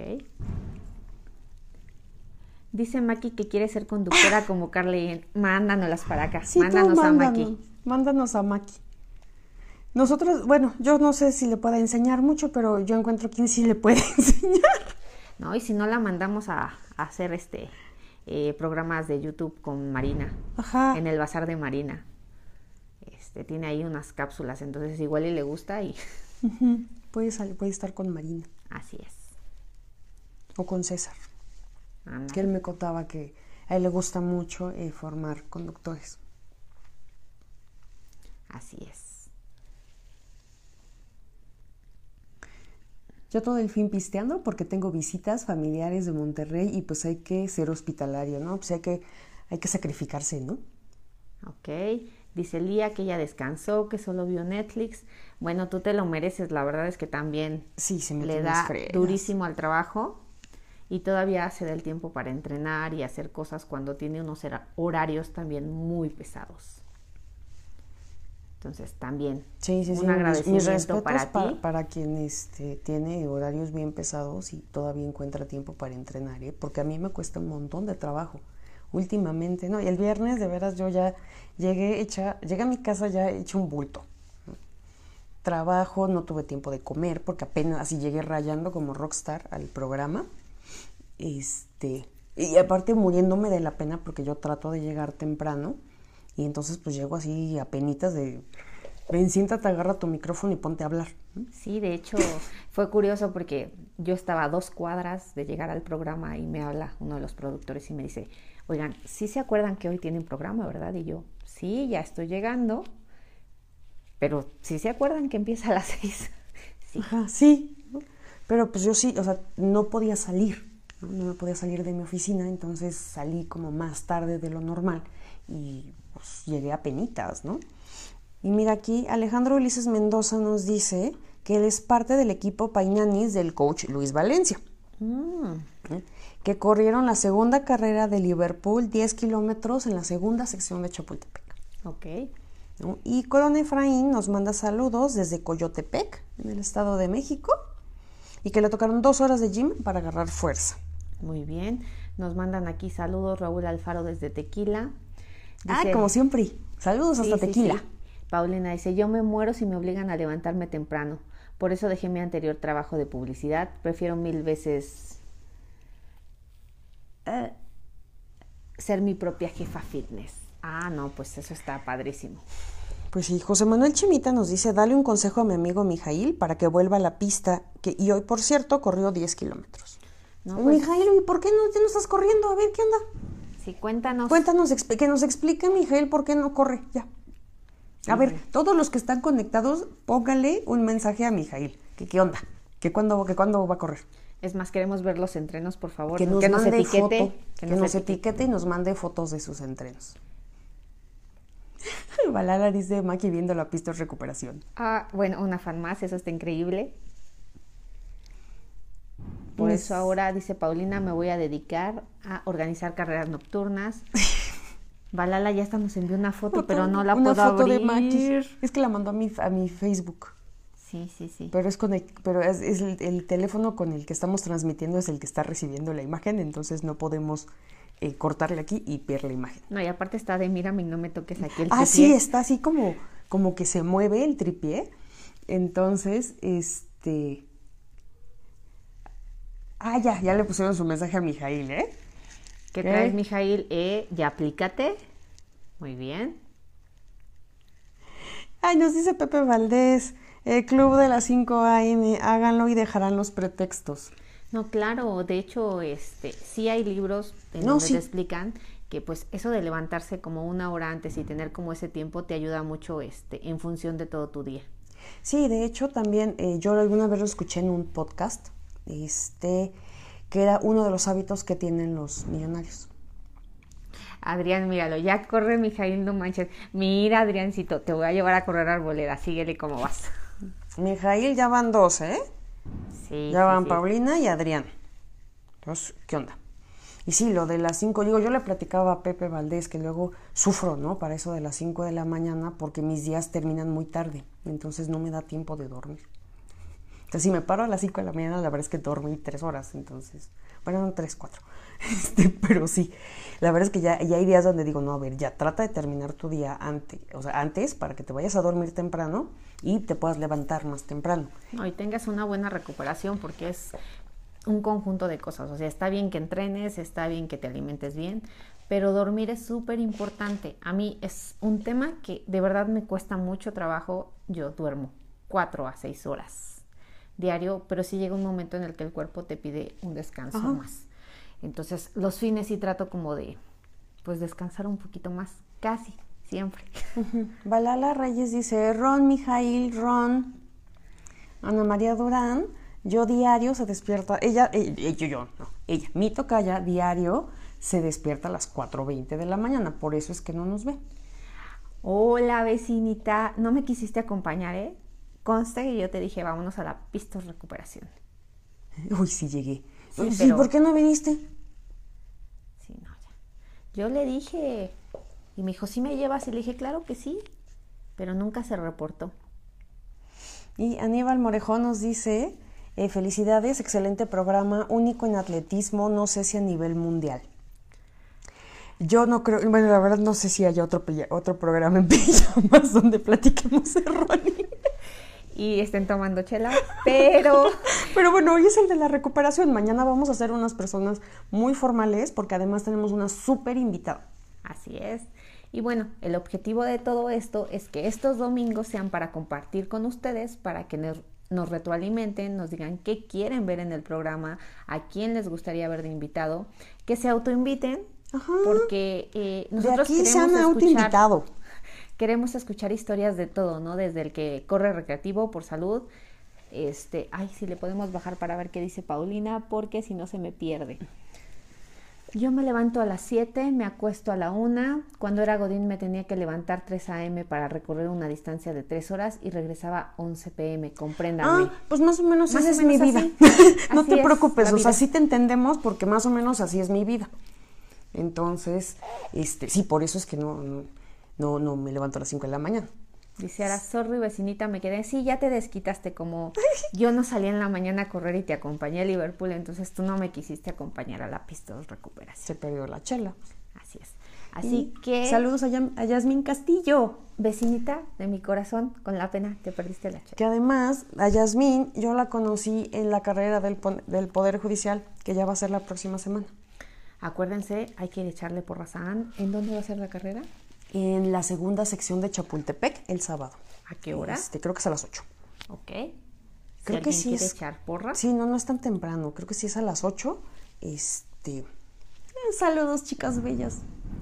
Speaker 2: Dice Maki que quiere ser conductora como Carly. Mándanoslas para acá.
Speaker 3: Sí,
Speaker 2: mándanos
Speaker 3: tú,
Speaker 2: a
Speaker 3: mándanos,
Speaker 2: Maki.
Speaker 3: Mándanos a Maki. Nosotros, bueno, yo no sé si le pueda enseñar mucho, pero yo encuentro quien sí le puede enseñar.
Speaker 2: No, y si no la mandamos a, a hacer este eh, programas de YouTube con Marina.
Speaker 3: Ajá.
Speaker 2: En el bazar de Marina. Este, tiene ahí unas cápsulas, entonces igual y le gusta y...
Speaker 3: Uh-huh. Puede, salir, puede estar con Marina.
Speaker 2: Así es.
Speaker 3: O con César.
Speaker 2: Anda.
Speaker 3: Que él me contaba que a él le gusta mucho eh, formar conductores.
Speaker 2: Así es.
Speaker 3: Yo todo el fin pisteando porque tengo visitas familiares de Monterrey y pues hay que ser hospitalario, ¿no? Pues hay que, hay que sacrificarse, ¿no?
Speaker 2: Ok. Dice Lía que ella descansó, que solo vio Netflix. Bueno, tú te lo mereces, la verdad es que también
Speaker 3: sí, se
Speaker 2: le da durísimo al trabajo y todavía se da el tiempo para entrenar y hacer cosas cuando tiene unos horarios también muy pesados. Entonces también
Speaker 3: sí, sí,
Speaker 2: un
Speaker 3: sí,
Speaker 2: agradecimiento
Speaker 3: mis respetos
Speaker 2: para,
Speaker 3: para
Speaker 2: ti.
Speaker 3: Para quien este, tiene horarios bien pesados y todavía encuentra tiempo para entrenar, ¿eh? Porque a mí me cuesta un montón de trabajo. Últimamente, ¿no? Y el viernes, de veras, yo ya llegué hecha, llegué a mi casa ya hecho un bulto, ¿no? Trabajo, no tuve tiempo de comer, porque apenas así llegué rayando como rockstar al programa. Este, y aparte muriéndome de la pena, porque yo trato de llegar temprano, y entonces pues llego así a penitas de, ven, siéntate, agarra tu micrófono y ponte a hablar.
Speaker 2: Sí, de hecho, fue curioso porque yo estaba a dos cuadras de llegar al programa y me habla uno de los productores y me dice, oigan, ¿sí se acuerdan que hoy tienen programa, verdad? Y yo, sí, ya estoy llegando, pero ¿sí se acuerdan que empieza a las seis? Sí.
Speaker 3: Ajá, sí, pero pues yo sí, o sea, no podía salir, ¿no? No me podía salir de mi oficina, entonces salí como más tarde de lo normal y pues llegué a penitas, ¿no? Y mira aquí, Alejandro Ulises Mendoza nos dice que él es parte del equipo Painanis del coach Luis Valencia.
Speaker 2: Mm.
Speaker 3: ¿Eh? Que corrieron la segunda carrera de Liverpool, diez kilómetros en la segunda sección de Chapultepec.
Speaker 2: Ok.
Speaker 3: ¿No? Y Colón Efraín nos manda saludos desde Coyotepec, en el Estado de México, y que le tocaron dos horas de gym para agarrar fuerza.
Speaker 2: Muy bien. Nos mandan aquí saludos Raúl Alfaro desde Tequila. Dice,
Speaker 3: ah, como siempre. Saludos hasta
Speaker 2: sí, sí,
Speaker 3: Tequila.
Speaker 2: Sí. Paulina dice, yo me muero si me obligan a levantarme temprano. Por eso dejé mi anterior trabajo de publicidad. Prefiero mil veces uh, ser mi propia jefa fitness. Ah, no, pues eso está padrísimo.
Speaker 3: Pues sí, José Manuel Chimita nos dice, dale un consejo a mi amigo Mijail para que vuelva a la pista, que, y hoy, por cierto, corrió diez kilómetros.
Speaker 2: No, pues,
Speaker 3: Mijail, ¿por qué no, no estás corriendo? A ver, ¿qué onda?
Speaker 2: Sí, cuéntanos.
Speaker 3: Cuéntanos, que nos explique, Mijail, por qué no corre, ya. A sí, ver, sí. Todos los que están conectados, póngale un mensaje a Mijail. ¿Qué, qué onda? ¿Qué cuándo, que cuándo va a correr?
Speaker 2: Es más, queremos ver los entrenos, por favor.
Speaker 3: Que nos,
Speaker 2: que nos
Speaker 3: mande
Speaker 2: etiquete.
Speaker 3: Foto,
Speaker 2: que,
Speaker 3: que
Speaker 2: nos,
Speaker 3: nos
Speaker 2: etiquete.
Speaker 3: etiquete y nos mande fotos de sus entrenos. Balala dice, Maki viendo la pista de recuperación.
Speaker 2: Ah, bueno, una fan más, eso está increíble. Por es... eso ahora, dice Paulina, me voy a dedicar a organizar carreras nocturnas. Balala ya hasta nos envió una foto, foto pero no la
Speaker 3: una
Speaker 2: puedo
Speaker 3: foto
Speaker 2: abrir.
Speaker 3: De Maki. Es que la mandó a mi, a mi Facebook.
Speaker 2: Sí, sí, sí.
Speaker 3: Pero es con el, pero es, es el, el teléfono con el que estamos transmitiendo es el que está recibiendo la imagen, entonces no podemos eh, cortarle aquí y ver la imagen.
Speaker 2: No, y aparte está de mírame y no me toques aquí el
Speaker 3: ah,
Speaker 2: tripié.
Speaker 3: Ah, sí, está así como, como que se mueve el tripié. Entonces, este... Ah, ya, ya le pusieron su mensaje a Mijail, ¿eh?
Speaker 2: ¿Qué ¿Eh? traes, Mijail? Eh, ya aplícate. Muy bien.
Speaker 3: Ay, nos dice Pepe Valdés, el club de las cinco a eme, háganlo y dejarán los pretextos.
Speaker 2: No, claro, de hecho, este, sí hay libros en
Speaker 3: no,
Speaker 2: donde
Speaker 3: sí.
Speaker 2: te explican que pues eso de levantarse como una hora antes y tener como ese tiempo te ayuda mucho este, en función de todo tu día.
Speaker 3: Sí, de hecho también eh, yo alguna vez lo escuché en un podcast, este, que era uno de los hábitos que tienen los millonarios.
Speaker 2: Adrián, míralo, ya corre Mijail, no manches. Mira, Adriancito, te voy a llevar a correr Arboleda, síguele cómo vas.
Speaker 3: Mijail, ya van dos, ¿eh?
Speaker 2: Sí,
Speaker 3: ya
Speaker 2: sí,
Speaker 3: van
Speaker 2: sí.
Speaker 3: Paulina y Adrián. Entonces, ¿qué onda? Y sí, lo de las cinco, digo, yo le platicaba a Pepe Valdés que luego sufro, ¿no? Para eso de las cinco de la mañana, porque mis días terminan muy tarde, entonces no me da tiempo de dormir. Entonces, si me paro a las cinco de la mañana, la verdad es que dormí tres horas, entonces, bueno, no tres, cuatro, este, pero sí, la verdad es que ya, ya hay días donde digo, no, a ver, ya trata de terminar tu día antes, o sea, antes para que te vayas a dormir temprano y te puedas levantar más temprano.
Speaker 2: No, y tengas una buena recuperación, porque es un conjunto de cosas. O sea, está bien que entrenes, está bien que te alimentes bien, pero dormir es súper importante. A mí es un tema que de verdad me cuesta mucho trabajo. Yo duermo cuatro a seis horas diario, pero sí llega un momento en el que el cuerpo te pide un descanso
Speaker 3: Ajá.
Speaker 2: más. Entonces, los fines sí trato como de, pues, descansar un poquito más, casi, siempre.
Speaker 3: Uh-huh. Balala Reyes dice, Ron, Mijail, Ron, Ana María Durán, yo diario se despierta, ella, ella yo, yo, no, ella, mi tocaya diario se despierta a las cuatro veinte de la mañana, por eso es que no nos ve.
Speaker 2: Hola, vecinita, no me quisiste acompañar, ¿eh? Consta que yo te dije, vámonos a la Pistos Recuperación.
Speaker 3: Uy, sí llegué.
Speaker 2: Sí,
Speaker 3: Sí,
Speaker 2: pero...
Speaker 3: ¿por qué no viniste?
Speaker 2: Sí, no, ya. Yo le dije, y me dijo, ¿sí me llevas? Y le dije, claro que sí, pero nunca se reportó.
Speaker 3: Y Aníbal Morejón nos dice, eh, felicidades, excelente programa, único en atletismo, no sé si a nivel mundial. Yo no creo, bueno, la verdad no sé si haya otro, otro programa en pijamas donde platiquemos de running.
Speaker 2: Y estén tomando chela, pero...
Speaker 3: Pero bueno, hoy es el de la recuperación. Mañana vamos a ser unas personas muy formales porque además tenemos una súper invitada.
Speaker 2: Así es. Y bueno, el objetivo de todo esto es que estos domingos sean para compartir con ustedes, para que nos, nos retroalimenten, nos digan qué quieren ver en el programa, a quién les gustaría ver de invitado, que se autoinviten,
Speaker 3: Ajá.
Speaker 2: porque eh, nosotros
Speaker 3: de aquí
Speaker 2: queremos
Speaker 3: se han
Speaker 2: escuchar...
Speaker 3: autoinvitado.
Speaker 2: Queremos escuchar historias de todo, ¿no? Desde el que corre recreativo por salud. Este, ay, si le podemos bajar para ver qué dice Paulina, porque si no se me pierde. Yo me levanto a las siete, me acuesto a la una. Cuando era godín me tenía que levantar tres a eme para recorrer una distancia de tres horas y regresaba once pe eme, compréndame.
Speaker 3: Ah, pues más o menos
Speaker 2: Más
Speaker 3: esa
Speaker 2: o
Speaker 3: es
Speaker 2: menos
Speaker 3: mi vida.
Speaker 2: así.
Speaker 3: No
Speaker 2: Así
Speaker 3: te
Speaker 2: es
Speaker 3: preocupes,
Speaker 2: la
Speaker 3: o sea,
Speaker 2: vida.
Speaker 3: sí te entendemos porque más o menos así es mi vida. Entonces, este, sí, por eso es que no, no, no, no me levanto a las cinco de la mañana.
Speaker 2: Dice Ara, sorry vecinita, me quedé, sí, ya te desquitaste, como yo no salí en la mañana a correr y te acompañé a Liverpool, entonces tú no me quisiste acompañar a la Pistos Recuperación.
Speaker 3: Se perdió la chela.
Speaker 2: Así es. Así
Speaker 3: Y
Speaker 2: que...
Speaker 3: saludos a, Yam- a Yasmín Castillo.
Speaker 2: Vecinita de mi corazón, con la pena te perdiste la chela.
Speaker 3: Que además, a Yasmín yo la conocí en la carrera del, pon- del Poder Judicial, que ya va a ser la próxima semana.
Speaker 2: Acuérdense, hay que echarle porras a Ann. ¿En dónde va a ser la carrera?
Speaker 3: En la segunda sección de Chapultepec, el sábado.
Speaker 2: ¿A qué hora?
Speaker 3: Este, creo que es a las ocho.
Speaker 2: Ok. Si
Speaker 3: Creo que
Speaker 2: alguien
Speaker 3: sí
Speaker 2: quiere
Speaker 3: es-
Speaker 2: echar porras.
Speaker 3: Sí, no, no es tan temprano. Creo que sí es a las ocho. Este... eh, saludos, chicas bellas.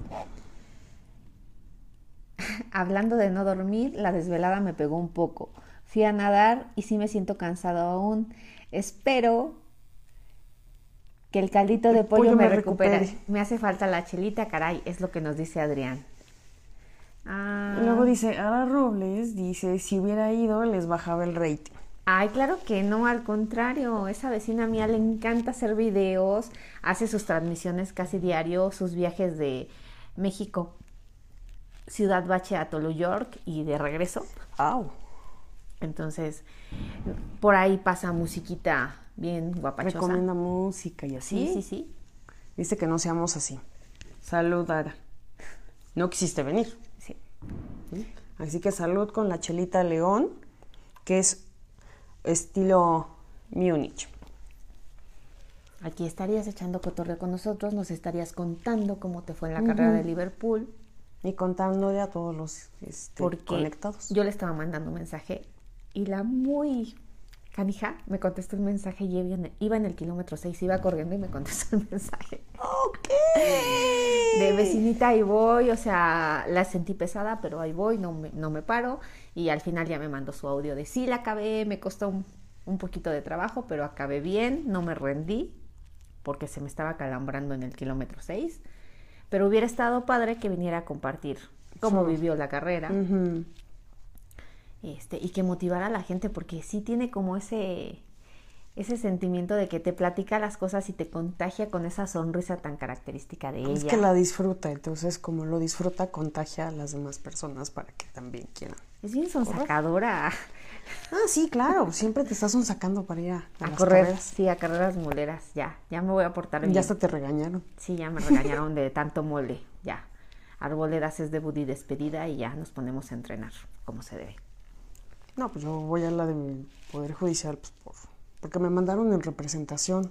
Speaker 2: Hablando de no dormir, la desvelada me pegó un poco. Fui a nadar y sí me siento cansado aún. Espero que el caldito de
Speaker 3: El
Speaker 2: pollo,
Speaker 3: pollo
Speaker 2: me,
Speaker 3: me
Speaker 2: recupere.
Speaker 3: recupere.
Speaker 2: Me hace falta la chelita, caray, es lo que nos dice Adrián. Ah,
Speaker 3: Y luego dice, Ara Robles, dice, si hubiera ido, les bajaba el rating.
Speaker 2: Ay, claro que no, al contrario, esa vecina mía le encanta hacer videos, hace sus transmisiones casi diario, sus viajes de México, Ciudad Bache a Tolu York y de regreso.
Speaker 3: ¡Au!
Speaker 2: Entonces, por ahí pasa musiquita bien guapachosa.
Speaker 3: Recomienda música y así.
Speaker 2: Sí, sí, sí.
Speaker 3: Dice que no seamos así. Salud, Ara. No quisiste venir.
Speaker 2: sí.
Speaker 3: ¿Sí? Así que salud con la chelita León, que es estilo Múnich.
Speaker 2: Aquí estarías echando cotorreo con nosotros, nos estarías contando cómo te fue en la
Speaker 3: Ujú.
Speaker 2: carrera de Liverpool.
Speaker 3: Y contándole a todos los este,
Speaker 2: Porque
Speaker 3: conectados.
Speaker 2: yo le estaba mandando un mensaje y la muy canija me contestó el mensaje y iba en el, iba en el kilómetro seis, iba corriendo y me contestó el mensaje.
Speaker 3: ¡Ok!
Speaker 2: De vecinita, ahí voy, o sea, la sentí pesada, pero ahí voy, no me, no me paro. Y al final ya me mandó su audio de sí, la acabé, me costó un, un poquito de trabajo, pero acabé bien, no me rendí, porque se me estaba calambrando en el kilómetro seis. Pero hubiera estado padre que viniera a compartir cómo
Speaker 3: Sí.
Speaker 2: vivió la carrera.
Speaker 3: Ujú.
Speaker 2: Este, y que motivara a la gente, porque sí tiene como ese ese sentimiento de que te platica las cosas y te contagia con esa sonrisa tan característica de ella.
Speaker 3: Es que la disfruta, entonces como lo disfruta, contagia a las demás personas para que también quieran.
Speaker 2: Es bien sonsacadora.
Speaker 3: Ah, sí, claro, siempre te estás sonsacando para ir a, a,
Speaker 2: A
Speaker 3: las
Speaker 2: correr,
Speaker 3: carreras.
Speaker 2: sí, a carreras moleras, ya, ya me voy a portar bien.
Speaker 3: Ya hasta te regañaron.
Speaker 2: Sí, ya me regañaron de tanto mole, ya. Arboledas es debut y despedida y ya nos ponemos a entrenar como se debe.
Speaker 3: No, pues yo voy a la de mi Poder Judicial, pues por, porque me mandaron en representación.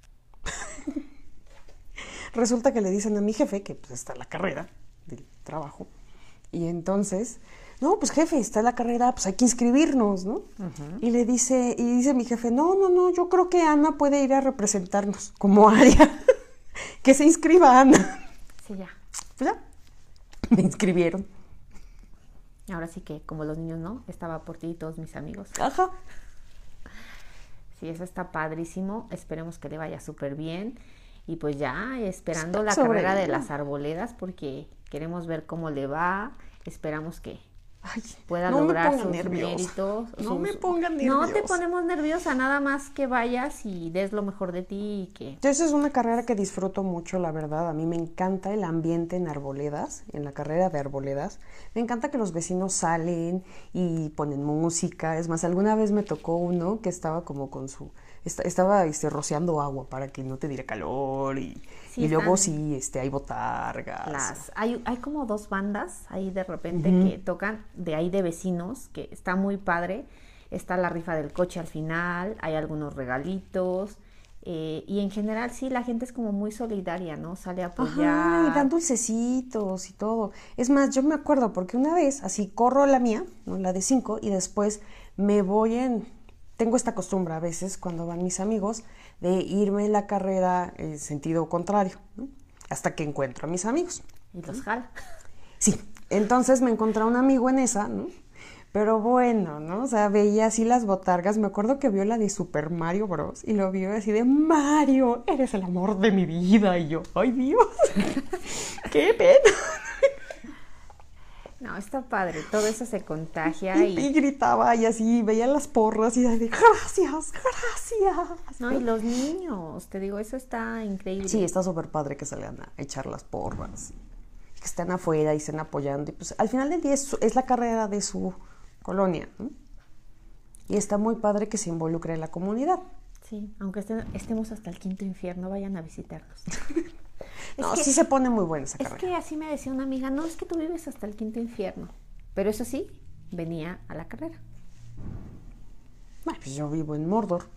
Speaker 3: Resulta que le dicen a mi jefe que pues está la carrera del trabajo. Y entonces, no, pues jefe, está la carrera, pues hay que inscribirnos, ¿no? Uh-huh. Y le dice, y dice mi jefe, no, no, no, yo creo que Ana puede ir a representarnos como área. Que se inscriba Ana.
Speaker 2: Sí, ya.
Speaker 3: Pues ya, me inscribieron.
Speaker 2: Ahora sí que, como los niños, ¿no? Estaba por ti y todos mis amigos.
Speaker 3: Ajá.
Speaker 2: Sí, eso está padrísimo. Esperemos que le vaya súper bien. Y pues ya, esperando la
Speaker 3: Sobre
Speaker 2: carrera de
Speaker 3: ella.
Speaker 2: las arboledas, porque queremos ver cómo le va. Esperamos que
Speaker 3: Ay,
Speaker 2: pueda
Speaker 3: no
Speaker 2: lograr
Speaker 3: me
Speaker 2: sus
Speaker 3: pongan nerviosa.
Speaker 2: méritos.
Speaker 3: No
Speaker 2: sus...
Speaker 3: me pongan nerviosa.
Speaker 2: No te ponemos nerviosa, nada más que vayas y des lo mejor de ti y que...
Speaker 3: Esa es una carrera que disfruto mucho, la verdad. A mí me encanta el ambiente en Arboledas, en la carrera de Arboledas. Me encanta que los vecinos salen y ponen música. Es más, alguna vez me tocó uno que estaba como con su... Estaba este, rociando agua para que no te diera calor y,
Speaker 2: Sí,
Speaker 3: y luego
Speaker 2: están
Speaker 3: sí, este, hay botargas.
Speaker 2: las hay, hay como dos bandas ahí de repente
Speaker 3: Ujú.
Speaker 2: que tocan de ahí de vecinos, que está muy padre. Está la rifa del coche al final, hay algunos regalitos. Eh, y en general sí, la gente es como muy solidaria, ¿no? Sale a apoyar.
Speaker 3: Ajá, y dan dulcecitos y todo. Es más, yo me acuerdo porque una vez así corro la mía, ¿no? La de cinco, y después me voy en... Tengo esta costumbre a veces cuando van mis amigos de irme en la carrera en sentido contrario, ¿no? Hasta que encuentro a mis amigos.
Speaker 2: Y los jala.
Speaker 3: Sí, entonces me encontré a un amigo en esa, ¿no? Pero bueno, ¿no? O sea, veía así las botargas. Me acuerdo que vio la de Super Mario Bros. Y lo vio así de, Mario, eres el amor de mi vida. Y yo, ay Dios, qué pena.
Speaker 2: No, está padre, todo eso se contagia
Speaker 3: Y,
Speaker 2: y...
Speaker 3: y gritaba y así, veía las porras y de, gracias, gracias.
Speaker 2: No, y los niños, te digo, eso está increíble.
Speaker 3: Sí, está súper padre que salgan a echar las porras, que estén afuera y estén apoyando. Y pues al final del día es, su- es la carrera de su colonia, ¿no? Y está muy padre que se involucre en la comunidad.
Speaker 2: Sí, aunque estén- estemos hasta el quinto infierno, vayan a visitarnos.
Speaker 3: No,
Speaker 2: que-
Speaker 3: sí se pone muy buena esa
Speaker 2: Es
Speaker 3: carrera.
Speaker 2: que así me decía una amiga, no, es que tú vives hasta el quinto infierno. Pero eso sí, venía a la carrera.
Speaker 3: Bueno, pues yo vivo en Mordor.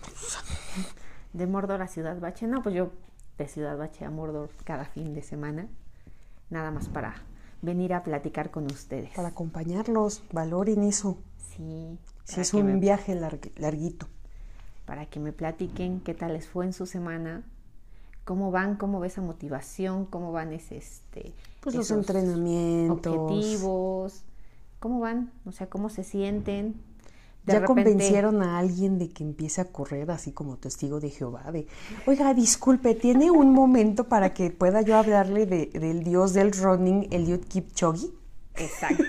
Speaker 2: De Mordor a Ciudad Bache, no, pues yo de Ciudad Bache a Mordor cada fin de semana, nada más para venir a platicar con ustedes.
Speaker 3: Para acompañarlos, valoren eso.
Speaker 2: Sí,
Speaker 3: Si
Speaker 2: para
Speaker 3: es
Speaker 2: que
Speaker 3: un
Speaker 2: me-
Speaker 3: viaje larg- larguito.
Speaker 2: para que me platiquen qué tal les fue en su semana, cómo van, cómo va esa motivación, cómo van ese, este,
Speaker 3: Pues los
Speaker 2: esos
Speaker 3: entrenamientos.
Speaker 2: objetivos, cómo van, o sea, cómo se sienten. De
Speaker 3: ¿Ya
Speaker 2: repente-
Speaker 3: convencieron a alguien de que empiece a correr así como testigo de Jehová? De, oiga, disculpe, ¿tiene un momento para que pueda yo hablarle de, del dios del running, Eliud Kipchoge?
Speaker 2: Exacto.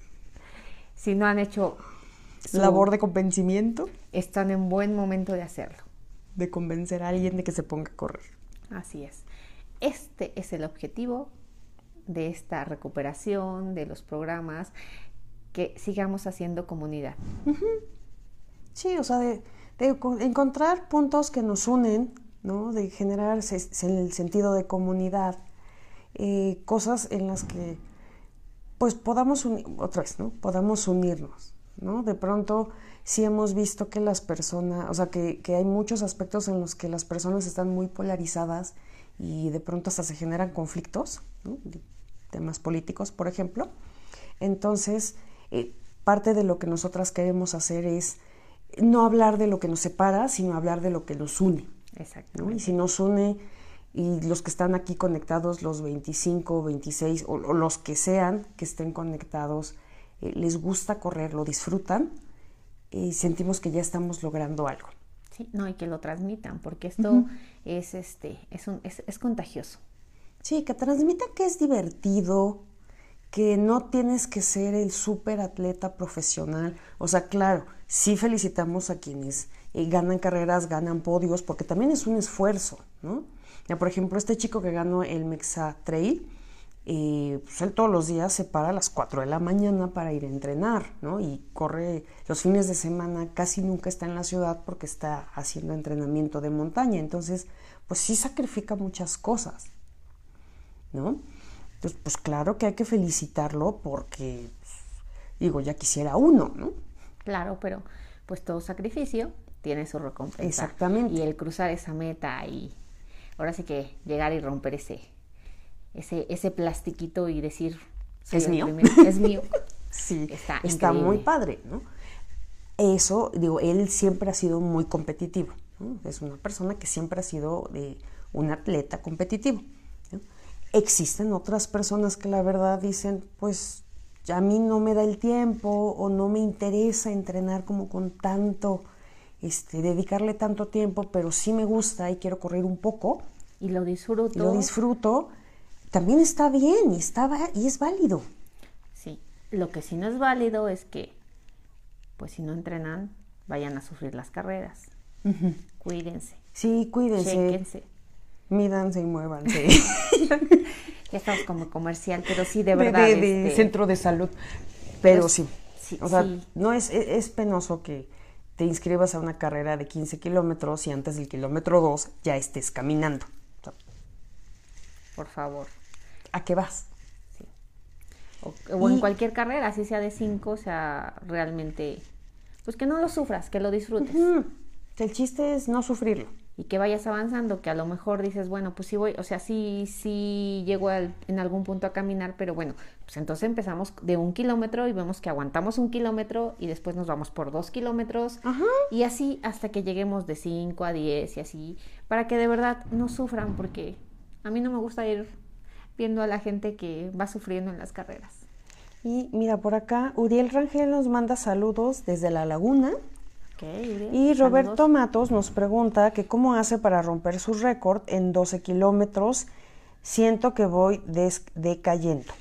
Speaker 2: Si no han hecho su-
Speaker 3: Labor de convencimiento,
Speaker 2: están en buen momento de hacerlo.
Speaker 3: de convencer a alguien de que se ponga a correr.
Speaker 2: Así es. Este es el objetivo de esta recuperación, de los programas, que sigamos haciendo comunidad.
Speaker 3: Sí, o sea, de, de co- encontrar puntos que nos unen, ¿no? De generar se- se- el sentido de comunidad, eh, cosas en las que pues podamos unir, otra vez, ¿no? Podamos unirnos, ¿no? De pronto sí hemos visto que las personas, o sea, que, que hay muchos aspectos en los que las personas están muy polarizadas y de pronto hasta se generan conflictos, ¿no? De temas políticos, por ejemplo. Entonces, eh, parte de lo que nosotras queremos hacer es no hablar de lo que nos separa, sino hablar de lo que nos une,
Speaker 2: Exacto.
Speaker 3: ¿no? Y si nos une, y los que están aquí conectados, los veinticinco, veintiséis, o, o los que sean que estén conectados, eh, les gusta correr, lo disfrutan, y sentimos que ya estamos logrando algo.
Speaker 2: Sí, no, y que lo transmitan, porque esto
Speaker 3: Ujú.
Speaker 2: es, este, es, un, es, es contagioso.
Speaker 3: Sí, que transmita que es divertido, que no tienes que ser el súper atleta profesional. O sea, claro, sí felicitamos a quienes eh, ganan carreras, ganan podios, porque también es un esfuerzo, ¿no? Ya, por ejemplo, este chico que ganó el Mexa Trail, eh, pues él todos los días se para a las cuatro de la mañana para ir a entrenar, ¿no? Y corre los fines de semana, casi nunca está en la ciudad porque está haciendo entrenamiento de montaña. Entonces, pues sí sacrifica muchas cosas, ¿no? Entonces, pues claro que hay que felicitarlo porque, pues, digo, ya quisiera uno, ¿no?
Speaker 2: Claro, pero pues todo sacrificio tiene su recompensa.
Speaker 3: Exactamente.
Speaker 2: Y el cruzar esa meta y ahora sí que llegar y romper ese, ese, ese plastiquito y decir,
Speaker 3: ¿Es mío?
Speaker 2: Primero, es mío.
Speaker 3: Sí,
Speaker 2: está,
Speaker 3: está muy padre, ¿no? Eso, digo, él siempre ha sido muy competitivo, ¿no? Es una persona que siempre ha sido de un atleta competitivo, ¿no? Existen otras personas que la verdad dicen, pues, a mí no me da el tiempo o no me interesa entrenar como con tanto, este, dedicarle tanto tiempo, pero sí me gusta y quiero correr un poco.
Speaker 2: Y lo disfruto.
Speaker 3: Y lo disfruto. También está bien y, está, y es válido.
Speaker 2: Sí, lo que sí no es válido es que, pues si no entrenan, vayan a sufrir las carreras. Uh-huh. Cuídense.
Speaker 3: Sí, cuídense.
Speaker 2: Chéquense.
Speaker 3: Mídanse y muévanse.
Speaker 2: Ya estamos como comercial, pero sí, de verdad.
Speaker 3: De, de, de
Speaker 2: este,
Speaker 3: centro de salud. Pero pues, sí.
Speaker 2: sí.
Speaker 3: O sea,
Speaker 2: sí.
Speaker 3: no es, es, es penoso que te inscribas a una carrera de quince kilómetros y antes del kilómetro dos ya estés caminando. O sea,
Speaker 2: por favor.
Speaker 3: ¿A qué vas?
Speaker 2: Sí. O, o y, en cualquier carrera, así sea de cinco, o sea, realmente, pues que no lo sufras, que lo disfrutes.
Speaker 3: Uh-huh. El chiste es no sufrirlo.
Speaker 2: Y que vayas avanzando, que a lo mejor dices, bueno, pues sí voy, o sea, sí, sí llego al, en algún punto a caminar, pero bueno, pues entonces empezamos de un kilómetro y vemos que aguantamos un kilómetro y después nos vamos por dos kilómetros.
Speaker 3: Ajá.
Speaker 2: Y así hasta que lleguemos de cinco a diez y así, para que de verdad no sufran, porque a mí no me gusta ir viendo a la gente que va sufriendo en las carreras.
Speaker 3: Y mira, por acá, Uriel Rangel nos manda saludos desde La Laguna.
Speaker 2: Okay, Uriel,
Speaker 3: y Roberto
Speaker 2: saludos.
Speaker 3: Matos nos pregunta que cómo hace para romper su récord en doce kilómetros. Siento que voy des- decayendo.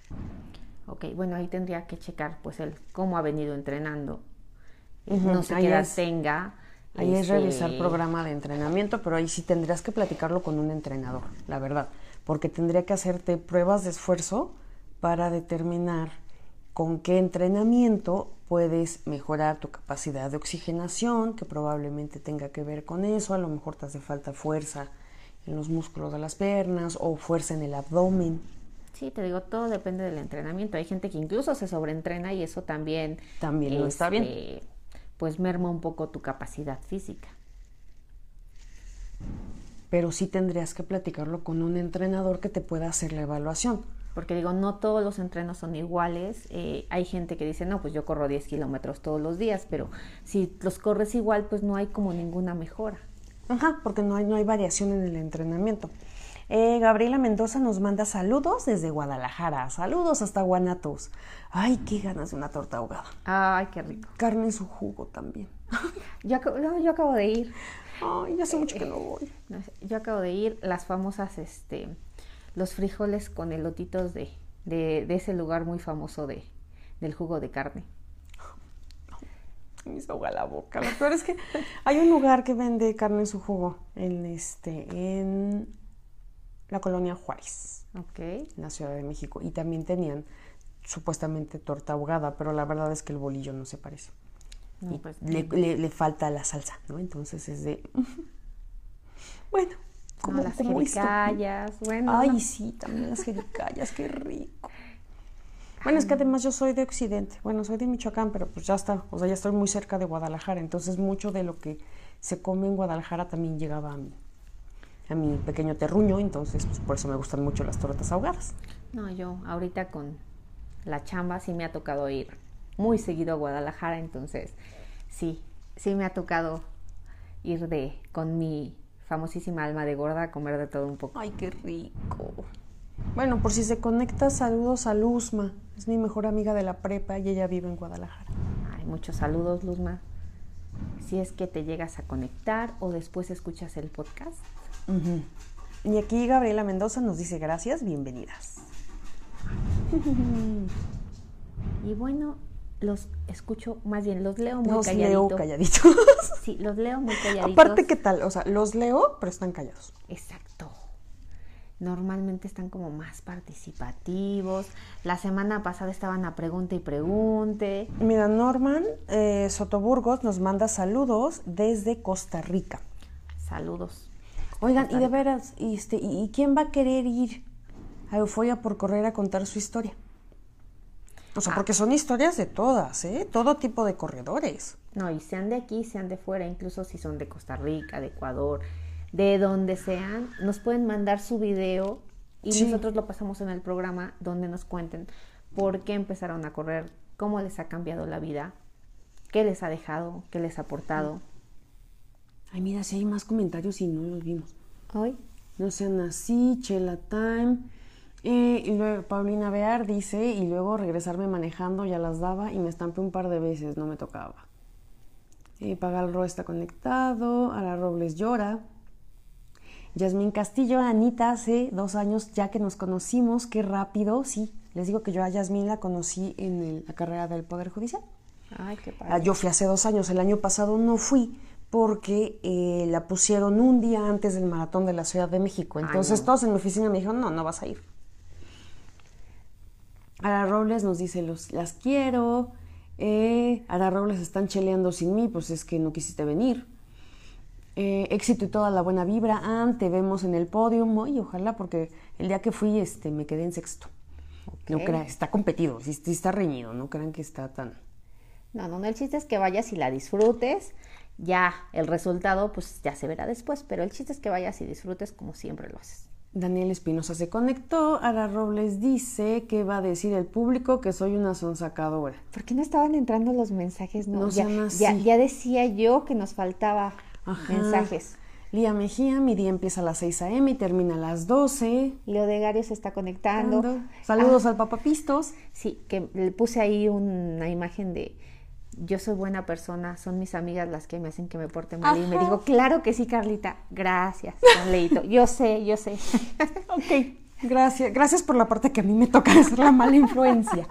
Speaker 2: Ok, bueno, ahí tendría que checar pues el cómo ha venido entrenando. Uh-huh. No sé
Speaker 3: ahí
Speaker 2: qué edad
Speaker 3: es,
Speaker 2: tenga.
Speaker 3: Ahí este... es revisar programa de entrenamiento, pero ahí sí tendrías que platicarlo con un entrenador, la verdad. Porque tendría que hacerte pruebas de esfuerzo para determinar con qué entrenamiento puedes mejorar tu capacidad de oxigenación, que probablemente tenga que ver con eso. A lo mejor te hace falta fuerza en los músculos de las piernas o fuerza en el abdomen.
Speaker 2: Sí, te digo, todo depende del entrenamiento. Hay gente que incluso se sobreentrena y eso también...
Speaker 3: También no
Speaker 2: este,
Speaker 3: está bien.
Speaker 2: Pues merma un poco tu capacidad física.
Speaker 3: Pero sí tendrías que platicarlo con un entrenador que te pueda hacer la evaluación.
Speaker 2: Porque digo, no todos los entrenos son iguales. Eh, hay gente que dice, no, pues yo corro diez kilómetros todos los días, pero si los corres igual, pues no hay como ninguna mejora.
Speaker 3: Ajá, porque no hay, no hay variación en el entrenamiento. Eh, Gabriela Mendoza nos manda saludos desde Guadalajara. Saludos hasta Guanatos. Ay, qué ganas de una torta ahogada.
Speaker 2: Ay, qué rico.
Speaker 3: Carne en su jugo también.
Speaker 2: Yo, no, yo acabo de ir.
Speaker 3: Ay, ya hace mucho que no voy.
Speaker 2: Yo acabo de ir, las famosas, este... los frijoles con elotitos de, de, de ese lugar muy famoso de, del jugo de carne.
Speaker 3: Me hizo agua la boca. Lo peor es que hay un lugar que vende carne en su jugo en, este, en la colonia Juárez,
Speaker 2: okay,
Speaker 3: en la Ciudad de México. Y también tenían supuestamente torta ahogada, pero la verdad es que el bolillo no se parece.
Speaker 2: No,
Speaker 3: y
Speaker 2: pues,
Speaker 3: le,
Speaker 2: no.
Speaker 3: le, le falta la salsa, ¿no? Entonces es de... bueno...
Speaker 2: Como, no, las jericayas, esto. Bueno.
Speaker 3: Ay,
Speaker 2: no.
Speaker 3: sí, también las jericayas, qué rico. Bueno, es que además yo soy de Occidente, bueno, soy de Michoacán, pero pues ya está, o sea, ya estoy muy cerca de Guadalajara, entonces mucho de lo que se come en Guadalajara también llegaba a mi, a mi pequeño terruño, entonces pues por eso me gustan mucho las tortas ahogadas.
Speaker 2: No, yo ahorita con la chamba sí me ha tocado ir muy seguido a Guadalajara, entonces sí, sí me ha tocado ir de con mi famosísima alma de gorda a comer de todo un poco.
Speaker 3: Ay, qué rico. Bueno, por si se conecta, saludos a Luzma. Es mi mejor amiga de la prepa y ella vive en Guadalajara.
Speaker 2: Ay, muchos saludos, Luzma. Si es que te llegas a conectar o después escuchas el podcast.
Speaker 3: Uh-huh. Y aquí Gabriela Mendoza nos dice gracias, bienvenidas.
Speaker 2: Y bueno, los escucho, más bien los leo muy
Speaker 3: los
Speaker 2: calladitos.
Speaker 3: leo calladitos.
Speaker 2: Sí, los leo muy calladitos.
Speaker 3: Aparte, ¿qué tal? O sea, los leo, pero están callados.
Speaker 2: Exacto. Normalmente están como más participativos. La semana pasada estaban a pregunta y pregunte.
Speaker 3: Mira, Norman eh, Sotoburgos nos manda saludos desde Costa Rica.
Speaker 2: Saludos.
Speaker 3: Oigan,
Speaker 2: Costa
Speaker 3: y de
Speaker 2: Rica.
Speaker 3: veras, y, este, y, ¿y quién va a querer ir a Euforia por correr a contar su historia? O sea,
Speaker 2: Ah.
Speaker 3: porque son historias de todas, ¿eh? Todo tipo de corredores.
Speaker 2: No, y sean de aquí, sean de fuera, incluso si son de Costa Rica, de Ecuador, de donde sean, nos pueden mandar su video y
Speaker 3: Sí.
Speaker 2: nosotros lo pasamos en el programa donde nos cuenten por qué empezaron a correr, cómo les ha cambiado la vida, qué les ha dejado, qué les ha aportado.
Speaker 3: Ay, mira, si hay más comentarios y no los vimos.
Speaker 2: Hoy,
Speaker 3: No sean así, Chela Time. Eh, y luego Paulina Bear dice, y luego regresarme manejando, ya las daba y me estampé un par de veces, no me tocaba. Eh, Pagalro está conectado, Ara Robles llora. Yasmín Castillo, Anita, hace dos años ya que nos conocimos, qué rápido, sí. Les digo que yo a Yasmín la conocí en el- la carrera del Poder Judicial.
Speaker 2: ay, qué padre.
Speaker 3: Ah, yo fui hace dos años, el año pasado no fui porque eh, la pusieron un día antes del maratón de la Ciudad de México. Entonces
Speaker 2: no.
Speaker 3: todos en mi oficina me dijeron, no, no vas a ir. Ara Robles nos dice, los, las quiero. Eh, Ara Robles están cheleando sin mí, pues es que no quisiste venir. Eh, éxito y toda la buena vibra. Ann, te vemos en el podio. Y ojalá, porque el día que fui este, me quedé en sexto.
Speaker 2: Ok.
Speaker 3: No crean, está competido, sí, sí está reñido, no crean que está tan...
Speaker 2: No, no, no, el chiste es que vayas y la disfrutes. Ya el resultado, pues ya se verá después, pero el chiste es que vayas y disfrutes como siempre lo haces.
Speaker 3: Daniel Espinosa se conectó. Ara Robles dice que va a decir el público que soy una sonsacadora.
Speaker 2: ¿Por qué no estaban entrando los mensajes? No,
Speaker 3: No
Speaker 2: ya,
Speaker 3: sean así.
Speaker 2: ya, ya decía yo que nos faltaba
Speaker 3: Ajá.
Speaker 2: mensajes.
Speaker 3: Lía Mejía, mi día empieza a las seis a eme y termina a las doce.
Speaker 2: Leo de Gario se está conectando.
Speaker 3: Ando. Saludos
Speaker 2: Ah,
Speaker 3: al Papapistos.
Speaker 2: sí, que le puse ahí una imagen de yo soy buena persona, son mis amigas las que me hacen que me porte mal. Y me
Speaker 3: Ajá.
Speaker 2: dijo, claro que sí, Carlita, gracias, Leito. Yo sé, yo sé.
Speaker 3: Ok, gracias. Gracias por la parte que a mí me toca de ser la mala influencia.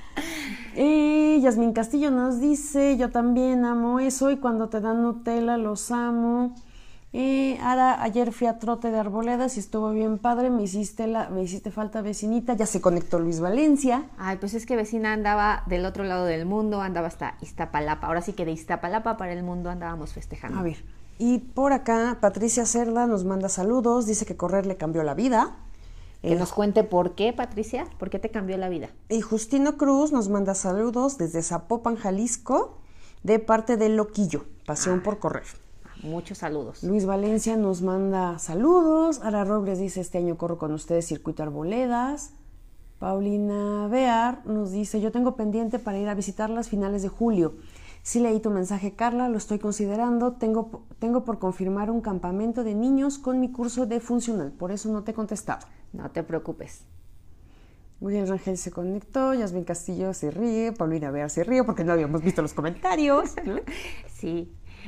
Speaker 3: Eh, Yasmín Castillo nos dice, yo también amo eso y cuando te dan Nutella los amo. Eh, Ara, ayer fui a trote de arboledas y estuvo bien padre, me hiciste, la, me hiciste falta vecinita, ya se conectó Luis Valencia.
Speaker 2: Ay, pues es que vecina andaba del otro lado del mundo, andaba hasta Iztapalapa. Ahora sí que de Iztapalapa para el mundo andábamos festejando.
Speaker 3: A ver, y por acá Patricia Cerda nos manda saludos, dice que correr le cambió la vida.
Speaker 2: Que
Speaker 3: Eh,
Speaker 2: nos cuente por qué, Patricia, por qué te cambió la vida.
Speaker 3: Y Justino Cruz nos manda saludos desde Zapopan, Jalisco, de parte de Loquillo, pasión por correr.
Speaker 2: Muchos saludos.
Speaker 3: Luis Valencia nos manda saludos. Ara Robles dice, este año corro con ustedes Circuito Arboledas. Paulina Bear nos dice, yo tengo pendiente para ir a visitarlas finales de julio. Sí leí tu mensaje, Carla, lo estoy considerando. Tengo, tengo por confirmar un campamento de niños con mi curso de funcional, por eso no te he contestado.
Speaker 2: No te preocupes.
Speaker 3: William Rangel se conectó, Yasmín Castillo se ríe, Paulina Bear se ríe porque no habíamos visto los comentarios. ¿No?
Speaker 2: Sí.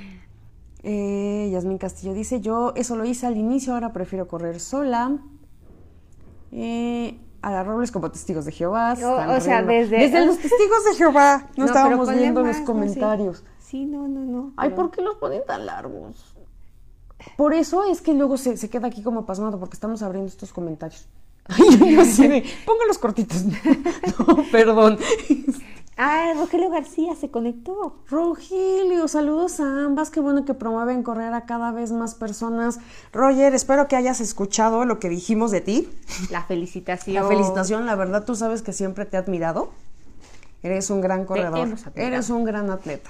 Speaker 3: Eh, Yasmín Castillo dice, yo eso lo hice al inicio, ahora prefiero correr sola. Eh, Ara Robles como testigos de Jehová.
Speaker 2: O-
Speaker 3: están
Speaker 2: o sea,
Speaker 3: riendo.
Speaker 2: desde-
Speaker 3: Desde los testigos de Jehová. No,
Speaker 2: No,
Speaker 3: estábamos
Speaker 2: pero ponle
Speaker 3: viendo
Speaker 2: más,
Speaker 3: los
Speaker 2: no,
Speaker 3: comentarios.
Speaker 2: Sí, sí, no, no, no.
Speaker 3: Ay,
Speaker 2: pero-
Speaker 3: ¿por qué los ponen tan largos? Por eso es que luego se, se queda aquí como pasmado, porque estamos abriendo estos comentarios. Ay, yo así de, póngalos cortitos. No, perdón.
Speaker 2: Ah, Rogelio García se conectó.
Speaker 3: Rogelio, saludos a ambas, qué bueno que promueven correr a cada vez más personas. Roger, espero que hayas escuchado lo que dijimos de ti.
Speaker 2: La felicitación.
Speaker 3: La felicitación, la verdad tú sabes que siempre te he admirado. Eres un gran corredor,
Speaker 2: hemos admirado.
Speaker 3: eres un gran atleta.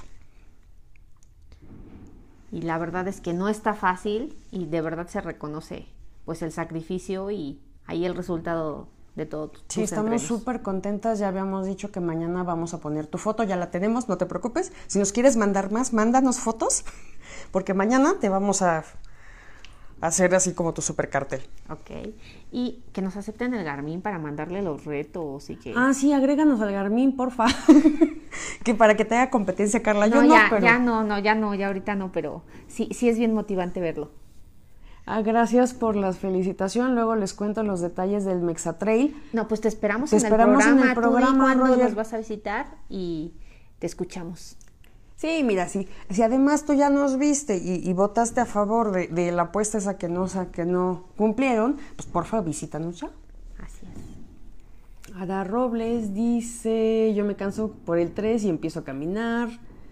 Speaker 2: Y la verdad es que no está fácil y de verdad se reconoce pues el sacrificio y ahí el resultado de todo. tus
Speaker 3: Sí, estamos
Speaker 2: entrenos.
Speaker 3: súper contentas, ya habíamos dicho que mañana vamos a poner tu foto, ya la tenemos, no te preocupes. Si nos quieres mandar más, mándanos fotos, porque mañana te vamos a hacer así como tu super cartel.
Speaker 2: Ok. Y que nos acepten el Garmin para mandarle los retos y que...
Speaker 3: Ah, sí, agréganos al Garmin, porfa. Que para que te haga competencia, Carla. Yo
Speaker 2: no,
Speaker 3: no,
Speaker 2: ya,
Speaker 3: pero...
Speaker 2: ya no, no, ya no, ya ahorita no, pero sí, sí es bien motivante verlo.
Speaker 3: Ah, gracias por la felicitación. Luego les cuento los detalles del Mexatrail.
Speaker 2: No, pues te esperamos,
Speaker 3: Te
Speaker 2: en,
Speaker 3: esperamos
Speaker 2: el
Speaker 3: en el
Speaker 2: programa. Tú di
Speaker 3: programa,
Speaker 2: cuándo
Speaker 3: Roger.
Speaker 2: nos vas a visitar y, te escuchamos.
Speaker 3: Sí, mira, si, si además tú ya nos viste y, y votaste a favor de, de la apuesta esa que no, que no cumplieron, pues por favor visítanos ya.
Speaker 2: Así es.
Speaker 3: Ada Robles dice, yo me canso por el tres y empiezo a caminar.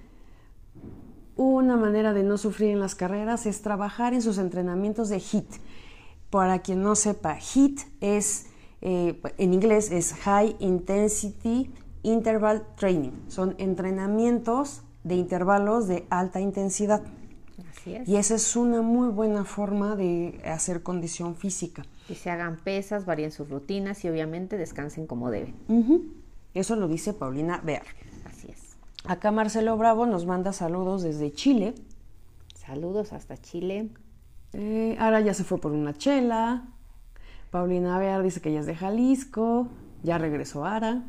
Speaker 3: Una manera de no sufrir en las carreras es trabajar en sus entrenamientos de HIIT. Para quien no sepa, HIIT es, eh, en inglés es High Intensity Interval Training. Son entrenamientos de intervalos de alta intensidad.
Speaker 2: Así es.
Speaker 3: Y esa es una muy buena forma de hacer condición física.
Speaker 2: Que se hagan pesas, varíen sus rutinas y obviamente descansen como deben.
Speaker 3: Uh-huh. Eso lo dice Paulina Bear.
Speaker 2: Así es.
Speaker 3: Acá Marcelo Bravo nos manda saludos desde Chile.
Speaker 2: Saludos hasta Chile.
Speaker 3: Eh, ahora ya se fue por una chela. Paulina Bear dice que ella es de Jalisco. Ya regresó Ara.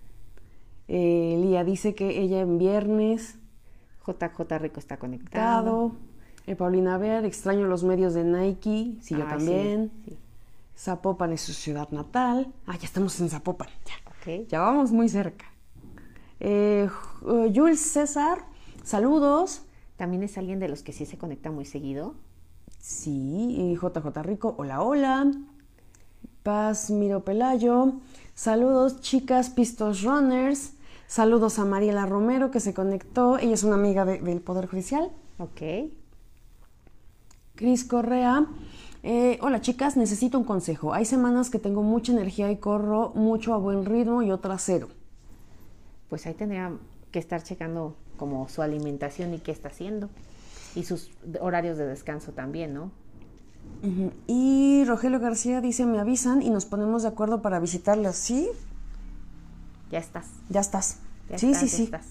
Speaker 3: Eh, Lía dice que ella en viernes...
Speaker 2: J J Rico está conectado.
Speaker 3: Eh, Paulina Bear, extraño los medios de Nike. Sí, yo
Speaker 2: ah,
Speaker 3: también.
Speaker 2: Sí, sí.
Speaker 3: Zapopan es su ciudad natal. Ah, ya estamos en Zapopan. Ya,
Speaker 2: okay.
Speaker 3: Ya vamos muy cerca. Eh, Jules César, saludos.
Speaker 2: ¿También es alguien de los que sí se conecta muy seguido?
Speaker 3: Sí, y J J Rico, hola, hola. Paz Miro Pelayo, saludos chicas Pistos Runners. Saludos a Mariela Romero que se conectó, ella es una amiga de, del Poder Judicial.
Speaker 2: Ok.
Speaker 3: Cris Correa, eh, hola chicas, necesito un consejo. Hay semanas que tengo mucha energía y corro mucho a buen ritmo y otras cero.
Speaker 2: Pues ahí tendría que estar checando como su alimentación y qué está haciendo. Y sus horarios de descanso también, ¿no?
Speaker 3: Uh-huh. Y Rogelio García dice, me avisan y nos ponemos de acuerdo para visitarlas, ¿sí?
Speaker 2: Ya estás.
Speaker 3: Ya estás.
Speaker 2: Ya
Speaker 3: sí,
Speaker 2: estás,
Speaker 3: sí,
Speaker 2: ya
Speaker 3: sí.
Speaker 2: Estás.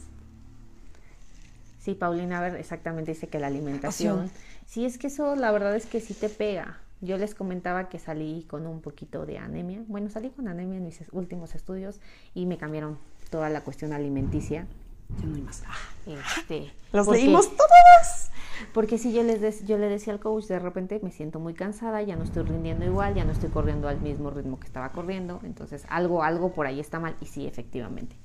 Speaker 2: Sí, Paulina, a ver, exactamente dice que la alimentación.
Speaker 3: Pasión.
Speaker 2: Sí, es que eso la verdad es que sí te pega. Yo les comentaba que salí con un poquito de anemia. Bueno, salí con anemia en mis últimos estudios y me cambiaron toda la cuestión alimenticia.
Speaker 3: Ya no hay más.
Speaker 2: Este,
Speaker 3: Los
Speaker 2: porque,
Speaker 3: leímos todos.
Speaker 2: Porque si yo, les des, yo le decía al coach, de repente me siento muy cansada, ya no estoy rindiendo igual, ya no estoy corriendo al mismo ritmo que estaba corriendo, entonces algo, algo por ahí está mal. Y sí, efectivamente.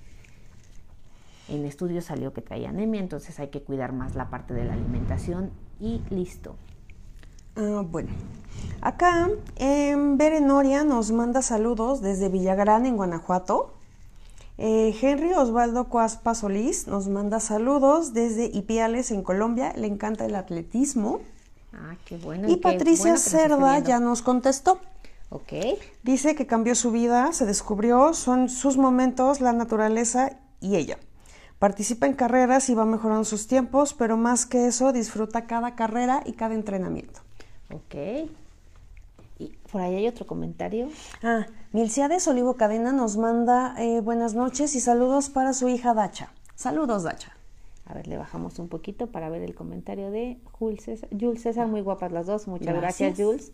Speaker 2: En estudio salió que traía anemia, entonces hay que cuidar más la parte de la alimentación y listo.
Speaker 3: Uh, bueno, acá en Berenoria nos manda saludos desde Villagrán, en Guanajuato. Eh, Henry Osvaldo Coaspa Solís nos manda saludos desde Ipiales, en Colombia. Le encanta el atletismo.
Speaker 2: Ah, qué bueno.
Speaker 3: Y
Speaker 2: qué
Speaker 3: Patricia
Speaker 2: bueno que nos
Speaker 3: Cerda
Speaker 2: esté
Speaker 3: ya nos contestó.
Speaker 2: Ok.
Speaker 3: Dice que cambió su vida, se descubrió, son sus momentos, la naturaleza y ella. Participa en carreras y va mejorando sus tiempos, pero más que eso, disfruta cada carrera y cada entrenamiento.
Speaker 2: Ok. Y por ahí hay otro comentario.
Speaker 3: Ah, Milciades Olivo Cadena nos manda eh, buenas noches y saludos para su hija Dacha. Saludos, Dacha.
Speaker 2: A ver, le bajamos un poquito para ver el comentario de Jules César. Jules César, muy guapas las dos. Muchas gracias, gracias Jules.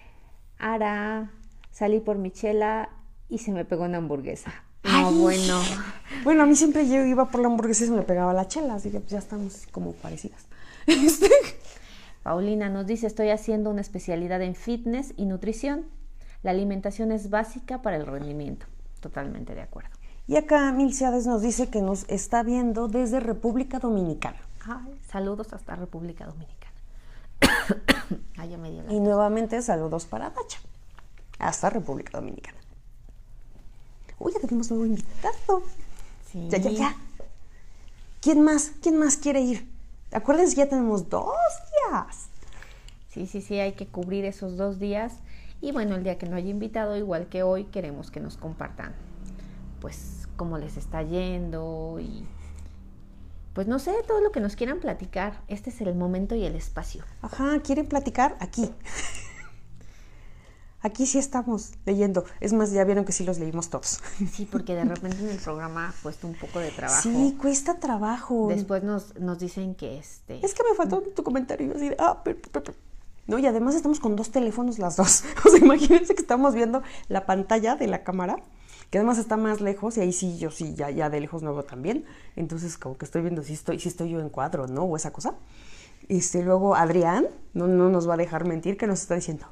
Speaker 2: Ara, salí por Michela y se me pegó una hamburguesa. No,
Speaker 3: Ay.
Speaker 2: bueno.
Speaker 3: Bueno, a mí siempre yo iba por la hamburguesa y se me pegaba la chela, así que pues ya estamos como parecidas. Este...
Speaker 2: Paulina nos dice, estoy haciendo una especialidad en fitness y nutrición. La alimentación es básica para el rendimiento. Totalmente de acuerdo.
Speaker 3: Y acá Milciades nos dice que nos está viendo desde República Dominicana.
Speaker 2: Ay, saludos hasta República Dominicana. Ay, ya me dio la
Speaker 3: y
Speaker 2: tos.
Speaker 3: nuevamente saludos para Dacha, hasta República Dominicana. Uy, ya tenemos nuevo invitado.
Speaker 2: Sí.
Speaker 3: Ya, ya, ya. ¿Quién más? ¿Quién más quiere ir? Acuérdense, ya tenemos dos días.
Speaker 2: Sí, sí, sí, hay que cubrir esos dos días. Y bueno, el día que no haya invitado, igual que hoy, queremos que nos compartan, pues, cómo les está yendo y, pues, no sé, todo lo que nos quieran platicar. Este es el momento y el espacio.
Speaker 3: Ajá, ¿quieren platicar? Aquí. Aquí sí estamos leyendo. Es más, ya vieron que sí los leímos todos.
Speaker 2: Sí, porque de repente en el programa cuesta un poco de trabajo.
Speaker 3: Sí, cuesta trabajo.
Speaker 2: Después nos, nos dicen que este...
Speaker 3: Es que me faltó tu comentario. Así de, ah, pero, pero, pero. No, y además estamos con dos teléfonos las dos. O sea, imagínense que estamos viendo la pantalla de la cámara, que además está más lejos, y ahí sí, yo sí, ya, ya de lejos no veo tan bien. Entonces, como que estoy viendo si estoy, si estoy yo en cuadro, ¿no? O esa cosa. Este, luego Adrián, no, no nos va a dejar mentir, que nos está diciendo.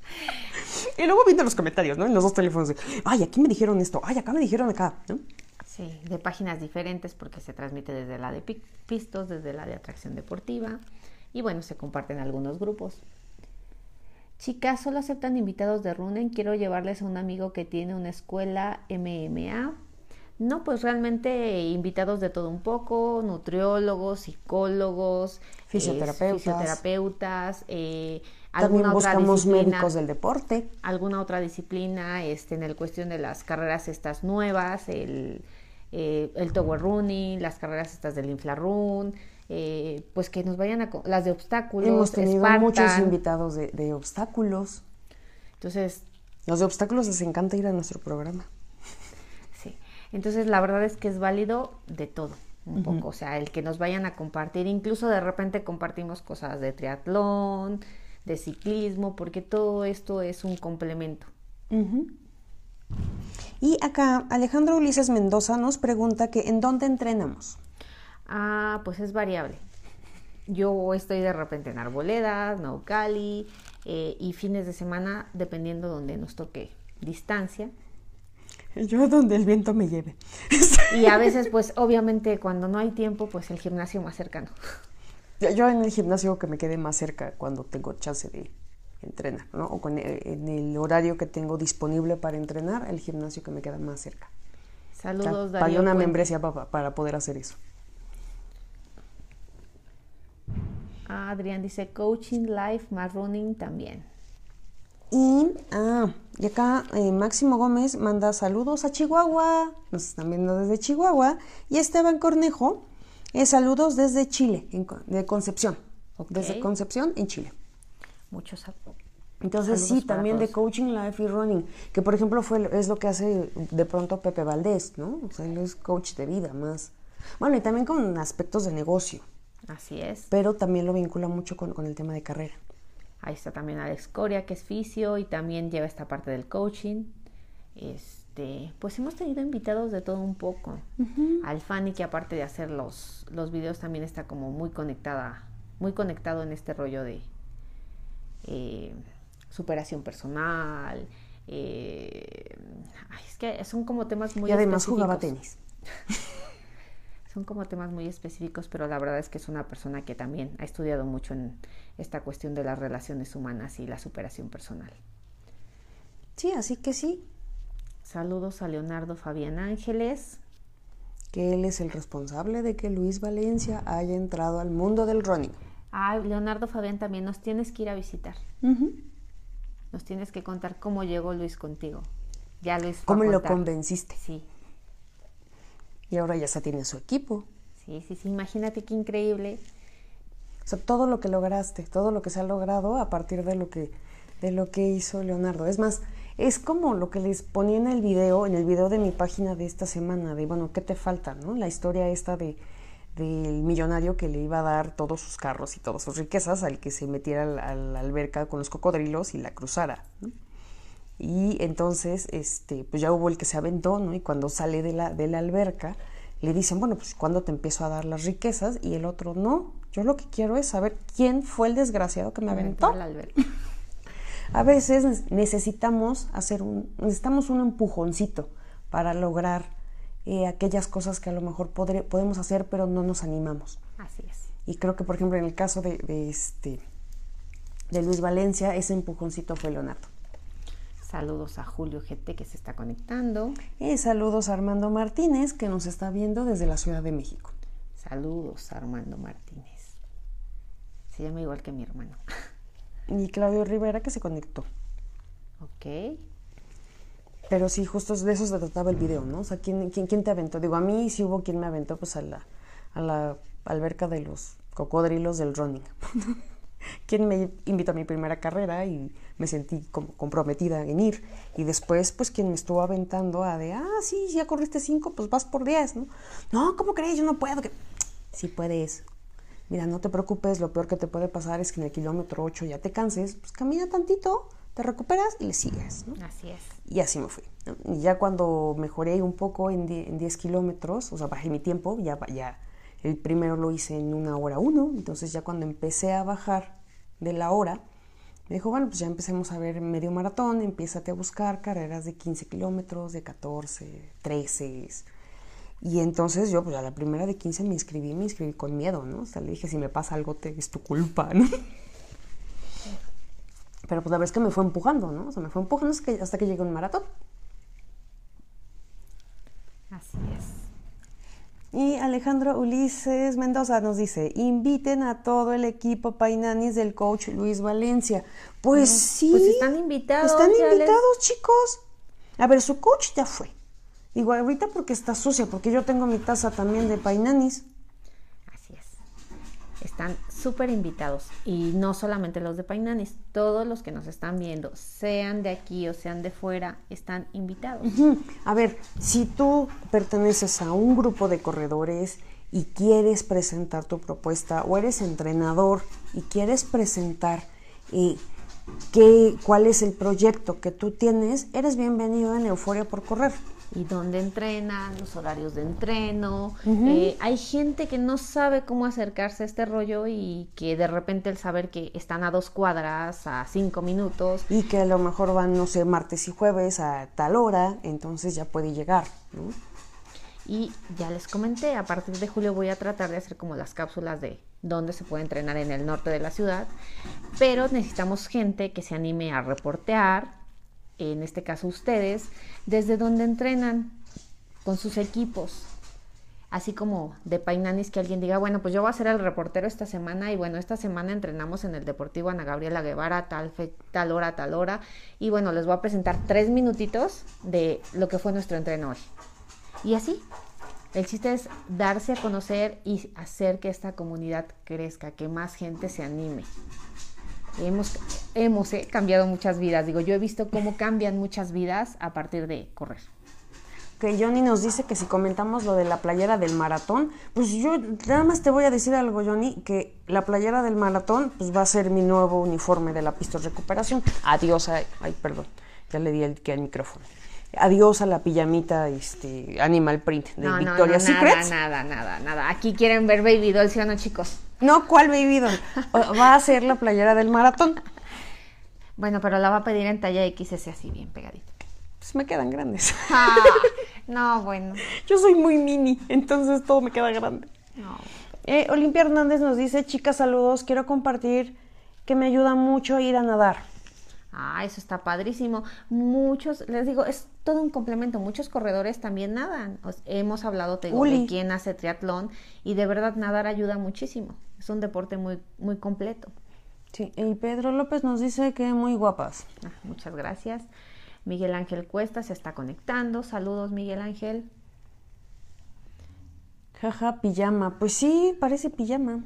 Speaker 3: Y luego viendo los comentarios, ¿no? En los dos teléfonos de, ay, aquí me dijeron esto, ay, acá me dijeron acá, ¿no?
Speaker 2: Sí. Sí, de páginas diferentes porque se transmite desde la de pistos, desde la de atracción deportiva y bueno, se comparten algunos grupos. Chicas, solo aceptan invitados de running. Quiero llevarles a un amigo que tiene una escuela M M A. No, pues realmente invitados de todo un poco, nutriólogos, psicólogos,
Speaker 3: fisioterapeutas,
Speaker 2: eh, fisioterapeutas eh,
Speaker 3: también
Speaker 2: alguna
Speaker 3: buscamos
Speaker 2: otra
Speaker 3: médicos del deporte.
Speaker 2: Alguna otra disciplina, este, en el cuestión de las carreras estas nuevas, el, eh, el tower running, las carreras estas del inflarun, eh, pues que nos vayan a las de obstáculos.
Speaker 3: Hemos tenido
Speaker 2: Spartan.
Speaker 3: muchos invitados de, de obstáculos.
Speaker 2: Entonces,
Speaker 3: los de obstáculos les encanta ir a nuestro programa.
Speaker 2: Sí, entonces la verdad es que es válido de todo, un uh-huh. poco, o sea, el que nos vayan a compartir, incluso de repente compartimos cosas de triatlón, de ciclismo, porque todo esto es un complemento.
Speaker 3: Uh-huh. Y acá Alejandro Ulises Mendoza nos pregunta que ¿en dónde entrenamos?
Speaker 2: Ah, pues es variable. Yo estoy de repente en Arboledas, Naucali, eh, y fines de semana, dependiendo donde nos toque distancia.
Speaker 3: Yo donde el viento me lleve.
Speaker 2: Y a veces, pues, obviamente, cuando no hay tiempo, pues el gimnasio más cercano.
Speaker 3: Yo en el gimnasio que me quede más cerca cuando tengo chance de entrenar, ¿no? O con el, en el horario que tengo disponible para entrenar, el gimnasio que me queda más cerca.
Speaker 2: Saludos,
Speaker 3: o sea,
Speaker 2: Darío.
Speaker 3: Pagué una
Speaker 2: Puente.
Speaker 3: membresía para, para poder hacer eso.
Speaker 2: Adrián dice coaching, life, más running también.
Speaker 3: Y, ah, y acá eh, Máximo Gómez manda saludos a Chihuahua, nos están viendo desde Chihuahua, y Esteban Cornejo, eh, saludos desde Chile, en, de Concepción,
Speaker 2: okay.
Speaker 3: desde Concepción en Chile.
Speaker 2: Muchos saludos.
Speaker 3: Entonces sí, también todos. De coaching, life y running, que por ejemplo fue es lo que hace de pronto Pepe Valdés, ¿no? O sea, él es coach de vida más. Bueno, y también con aspectos de negocio.
Speaker 2: Así es.
Speaker 3: Pero también lo vincula mucho con, con el tema de carrera.
Speaker 2: Ahí está también Alex Coria, que es fisio y también lleva esta parte del coaching. Este, pues hemos tenido invitados de todo un poco. Uh-huh. Al Fanny, que aparte de hacer los, los videos, también está como muy conectada, muy conectado en este rollo de eh, superación personal. Eh, ay, es que son como temas muy
Speaker 3: y además
Speaker 2: específicos.
Speaker 3: Jugaba tenis.
Speaker 2: Son como temas muy específicos, pero la verdad es que es una persona que también ha estudiado mucho en esta cuestión de las relaciones humanas y la superación personal.
Speaker 3: Sí, así que sí.
Speaker 2: Saludos a Leonardo Fabián Ángeles.
Speaker 3: Que él es el responsable de que Luis Valencia haya entrado al mundo del running.
Speaker 2: Ah, Leonardo Fabián, también nos tienes que ir a visitar.
Speaker 3: Uh-huh.
Speaker 2: Nos tienes que contar cómo llegó Luis contigo. Ya Luis fue
Speaker 3: ¿Cómo
Speaker 2: a
Speaker 3: lo
Speaker 2: contar.
Speaker 3: convenciste?
Speaker 2: Sí.
Speaker 3: Y ahora ya se tiene su equipo.
Speaker 2: Sí, sí, sí, imagínate qué increíble.
Speaker 3: O sea, todo lo que lograste, todo lo que se ha logrado a partir de lo que, de lo que hizo Leonardo. Es más, es como lo que les ponía en el video, en el video de mi página de esta semana, de, bueno, ¿qué te falta? ¿No? La historia esta de del millonario que le iba a dar todos sus carros y todas sus riquezas al que se metiera a la alberca con los cocodrilos y la cruzara, ¿no? Y entonces, este, pues ya hubo el que se aventó, ¿no? Y cuando sale de la, de la alberca, le dicen, bueno, pues ¿cuándo te empiezo a dar las riquezas? Y el otro, no, yo lo que quiero es saber quién fue el desgraciado que me aventó. A la alberca. A veces necesitamos hacer un, necesitamos un empujoncito para lograr eh, aquellas cosas que a lo mejor podré, podemos hacer, pero no nos animamos.
Speaker 2: Así es.
Speaker 3: Y creo que, por ejemplo, en el caso de, de, este, de Luis Valencia, ese empujoncito fue Leonardo.
Speaker 2: Saludos a Julio G T que se está conectando.
Speaker 3: Y saludos a Armando Martínez que nos está viendo desde la Ciudad de México.
Speaker 2: Saludos a Armando Martínez. Se llama igual que mi hermano.
Speaker 3: Y Claudio Rivera que se conectó.
Speaker 2: Ok.
Speaker 3: Pero sí, justo de eso se trataba el video, ¿no? O sea, ¿quién, quién, quién te aventó? Digo, a mí sí hubo quien me aventó pues a la, a la alberca de los cocodrilos del running. Quien me invitó a mi primera carrera y me sentí como comprometida en ir. Y después, pues, quien me estuvo aventando a de, ah, sí, ya corriste cinco, pues vas por diez, ¿no? No, ¿cómo crees? Yo no puedo. Que... Sí puedes. Mira, no te preocupes, lo peor que te puede pasar es que en el kilómetro ocho ya te canses, pues camina tantito, te recuperas y le sigues, ¿no?
Speaker 2: Así es.
Speaker 3: Y así me fui, ¿no? Y ya cuando mejoré un poco en diez kilómetros, o sea, bajé mi tiempo, ya, ya el primero lo hice en una hora uno, entonces ya cuando empecé a bajar de la hora, me dijo, bueno, pues ya empecemos a ver medio maratón, empiézate a buscar carreras de quince kilómetros, de catorce, trece. Y entonces yo, pues a la primera de quince me inscribí, me inscribí con miedo, ¿no? O sea, le dije, si me pasa algo, te, es tu culpa, ¿no? Pero pues la verdad es que me fue empujando, ¿no? O sea, me fue empujando hasta que, hasta que llegué a un maratón.
Speaker 2: Así es.
Speaker 3: Y Alejandro Ulises Mendoza nos dice, inviten a todo el equipo Painanis del coach Luis Valencia. Pues no, sí.
Speaker 2: Pues están invitados.
Speaker 3: Están invitados, les... chicos. A ver, su coach ya fue. Digo, ahorita porque está sucia, porque yo tengo mi taza también de Painanis.
Speaker 2: Así es. Están súper invitados. Y no solamente los de Painanis, todos los que nos están viendo, sean de aquí o sean de fuera, están invitados.
Speaker 3: Uh-huh. A ver, si tú perteneces a un grupo de corredores y quieres presentar tu propuesta, o eres entrenador y quieres presentar eh, qué, cuál es el proyecto que tú tienes, eres bienvenido en Euforia por Correr.
Speaker 2: Y dónde entrenan, los horarios de entreno. Uh-huh. Eh, hay gente que no sabe cómo acercarse a este rollo y que de repente el saber que están a dos cuadras, a cinco minutos.
Speaker 3: Y que a lo mejor van, no sé, martes y jueves a tal hora, entonces ya puede llegar, ¿no?
Speaker 2: Y ya les comenté, a partir de julio voy a tratar de hacer como las cápsulas de dónde se puede entrenar en el norte de la ciudad, pero necesitamos gente que se anime a reportear, en este caso ustedes, desde donde entrenan con sus equipos, así como de Painanis, que alguien diga, bueno, pues yo voy a ser el reportero esta semana y bueno, esta semana entrenamos en el Deportivo Ana Gabriela Guevara, tal, fe, tal hora, tal hora, y bueno, les voy a presentar tres minutitos de lo que fue nuestro entreno hoy. Y así, el chiste es darse a conocer y hacer que esta comunidad crezca, que más gente se anime. Hemos, hemos eh, cambiado muchas vidas. Digo, yo he visto cómo cambian muchas vidas a partir de correr.
Speaker 3: Que Johnny nos dice que si comentamos lo de la playera del maratón, pues yo nada más te voy a decir algo, Johnny, que la playera del maratón pues va a ser mi nuevo uniforme de la Pistos Recuperación. Adiós, ay, ay perdón, ya le di el, que al micrófono. Adiós a la pijamita este, Animal Print de
Speaker 2: no,
Speaker 3: Victoria's
Speaker 2: no, no,
Speaker 3: Secret.
Speaker 2: Nada, nada, nada, nada. Aquí quieren ver Baby Doll, ¿sí o no, chicos?
Speaker 3: No, ¿cuál Baby Doll? Va a ser la playera del maratón.
Speaker 2: Bueno, pero la va a pedir en talla equis ese así bien pegadito.
Speaker 3: Pues me quedan grandes.
Speaker 2: Ah, no, bueno.
Speaker 3: Yo soy muy mini, entonces todo me queda grande.
Speaker 2: No.
Speaker 3: Eh, Olimpia Hernández nos dice, chicas, saludos, quiero compartir que me ayuda mucho a ir a nadar.
Speaker 2: Ah, eso está padrísimo. Muchos, les digo, es todo un complemento. Muchos corredores también nadan. Os, hemos hablado te digo, de quién hace triatlón y de verdad nadar ayuda muchísimo. Es un deporte muy, muy completo.
Speaker 3: Sí, y Pedro López nos dice que muy guapas.
Speaker 2: Ah, muchas gracias. Miguel Ángel Cuesta se está conectando. Saludos, Miguel Ángel.
Speaker 3: Jaja, pijama. Pues sí, parece pijama.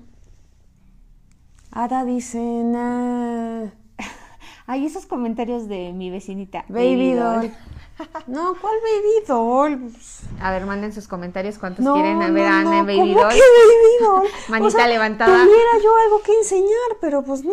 Speaker 3: Ahora dicen... Uh...
Speaker 2: Ay, esos comentarios de mi vecinita.
Speaker 3: Baby doll. No, ¿cuál Baby doll?
Speaker 2: A ver, manden sus comentarios cuántos
Speaker 3: no,
Speaker 2: quieren
Speaker 3: no,
Speaker 2: ver a
Speaker 3: no,
Speaker 2: Ana
Speaker 3: ¿cómo
Speaker 2: Baby doll.
Speaker 3: Que Baby doll?
Speaker 2: Manita
Speaker 3: o sea,
Speaker 2: levantada.
Speaker 3: Tuviera yo algo que enseñar, pero pues no.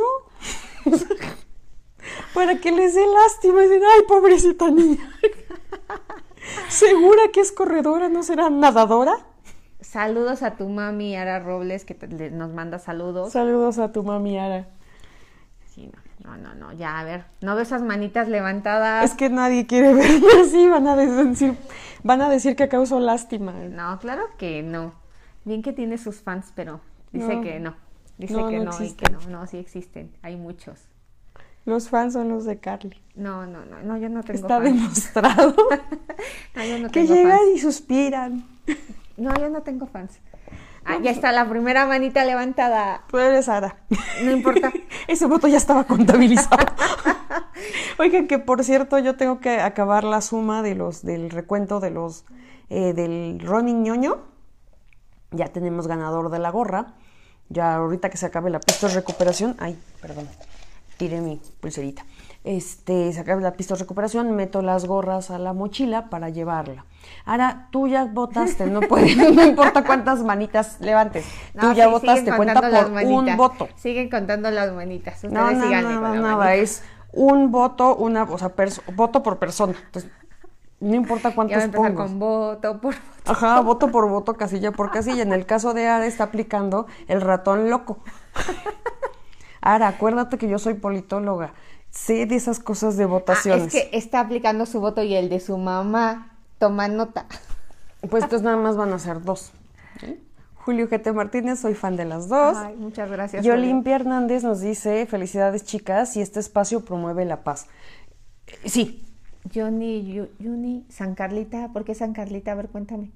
Speaker 3: Para que les dé lástima y dicen, ay, pobrecita niña. ¿Segura que es corredora? ¿No será nadadora?
Speaker 2: Saludos a tu mami Ara Robles, que te, le, nos manda saludos.
Speaker 3: Saludos a tu mami Ara.
Speaker 2: Sí, no. No, no, no, ya, a ver, no veo esas manitas levantadas.
Speaker 3: Es que nadie quiere verme así, van a decir, van a decir que causo lástima.
Speaker 2: No, claro que no. Bien que tiene sus fans, pero dice no, que no. Dice
Speaker 3: no,
Speaker 2: que
Speaker 3: no,
Speaker 2: no y que no, no, sí existen, hay muchos.
Speaker 3: Los fans son los de Carly.
Speaker 2: No, no, no, no yo no tengo
Speaker 3: Está
Speaker 2: fans.
Speaker 3: demostrado
Speaker 2: no, yo no
Speaker 3: que
Speaker 2: tengo
Speaker 3: llegan
Speaker 2: fans.
Speaker 3: y suspiran.
Speaker 2: No, yo no tengo fans. Ah, ya está la primera manita levantada.
Speaker 3: Tú eres Ara.
Speaker 2: No importa.
Speaker 3: Ese voto ya estaba contabilizado. Oigan, que por cierto, yo tengo que acabar la suma de los del recuento de los eh, del running ñoño. Ya tenemos ganador de la gorra. Ya ahorita que se acabe la pista de recuperación. Ay, perdón. Tiré mi pulserita. Este, se acabe la pista de recuperación, meto las gorras a la mochila para llevarla. Ahora, tú ya votaste, no puedes, no importa cuántas manitas levantes.
Speaker 2: No,
Speaker 3: tú ya
Speaker 2: sí,
Speaker 3: votaste, cuenta por un voto.
Speaker 2: Siguen contando las manitas. Ustedes
Speaker 3: no, no,
Speaker 2: síganle
Speaker 3: no,
Speaker 2: con la
Speaker 3: nada,
Speaker 2: manita.
Speaker 3: es un voto, una, o sea, perso- voto por persona. Entonces, no importa cuántos
Speaker 2: Ya va a empezar
Speaker 3: pongas.
Speaker 2: con voto por voto.
Speaker 3: Ajá, voto por voto, casilla por casilla. En el caso de Ara está aplicando el ratón loco. Ara, acuérdate que yo soy politóloga. Sé de esas cosas de votaciones.
Speaker 2: Ah, es que está aplicando su voto y el de su mamá. Toma nota.
Speaker 3: Pues entonces nada más van a ser dos. ¿Sí? Julio G T Martínez, soy fan de las dos.
Speaker 2: Ay, muchas gracias.
Speaker 3: Y Olimpia Hernández nos dice, felicidades chicas, y este espacio promueve la paz. Sí.
Speaker 2: Johnny, Juni, San Carlita, ¿por qué San Carlita? A ver, cuéntame.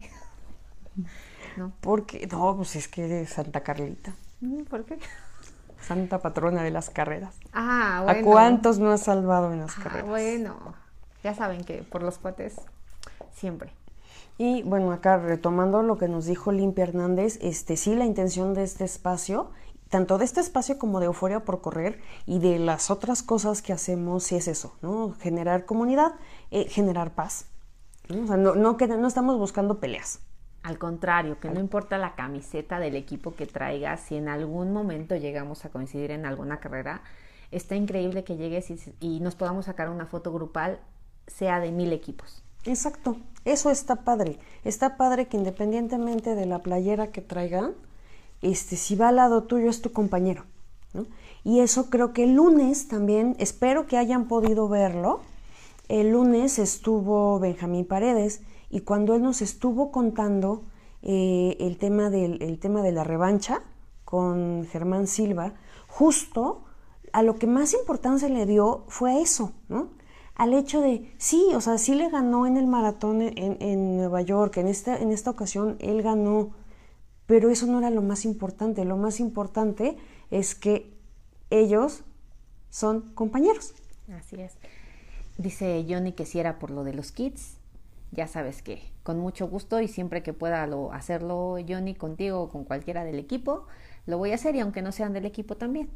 Speaker 3: No. Porque, no, pues es que es Santa Carlita.
Speaker 2: ¿Por qué?
Speaker 3: Santa patrona de las carreras.
Speaker 2: Ah, bueno.
Speaker 3: ¿A cuántos no has salvado en las
Speaker 2: ah,
Speaker 3: carreras?
Speaker 2: Bueno, ya saben que por los cuates, siempre.
Speaker 3: Y bueno, acá retomando lo que nos dijo Olimpia Hernández, este, sí, la intención de este espacio, tanto de este espacio como de Euforia por Correr y de las otras cosas que hacemos, sí es eso, ¿no? Generar comunidad, eh, generar paz. ¿no? O sea, no, no, que, no estamos buscando peleas.
Speaker 2: Al contrario, que no importa la camiseta del equipo que traigas, si en algún momento llegamos a coincidir en alguna carrera, está increíble que llegues y, y nos podamos sacar una foto grupal, sea de mil equipos.
Speaker 3: Exacto, eso está padre. Está padre que independientemente de la playera que traigan, este, si va al lado tuyo es tu compañero, ¿no? Y eso creo que el lunes también, espero que hayan podido verlo, el lunes estuvo Benjamín Paredes y cuando él nos estuvo contando eh, el, tema del, el tema de la revancha con Germán Silva, justo a lo que más importancia le dio fue a eso, ¿no? Al hecho de, sí, o sea, sí le ganó en el maratón en, en Nueva York, en esta, en esta ocasión él ganó, pero eso no era lo más importante. Lo más importante es que ellos son compañeros.
Speaker 2: Así es. Dice Johnny que si era por lo de los kits, ya sabes que con mucho gusto y siempre que pueda lo, hacerlo Johnny contigo o con cualquiera del equipo, lo voy a hacer y aunque no sean del equipo también.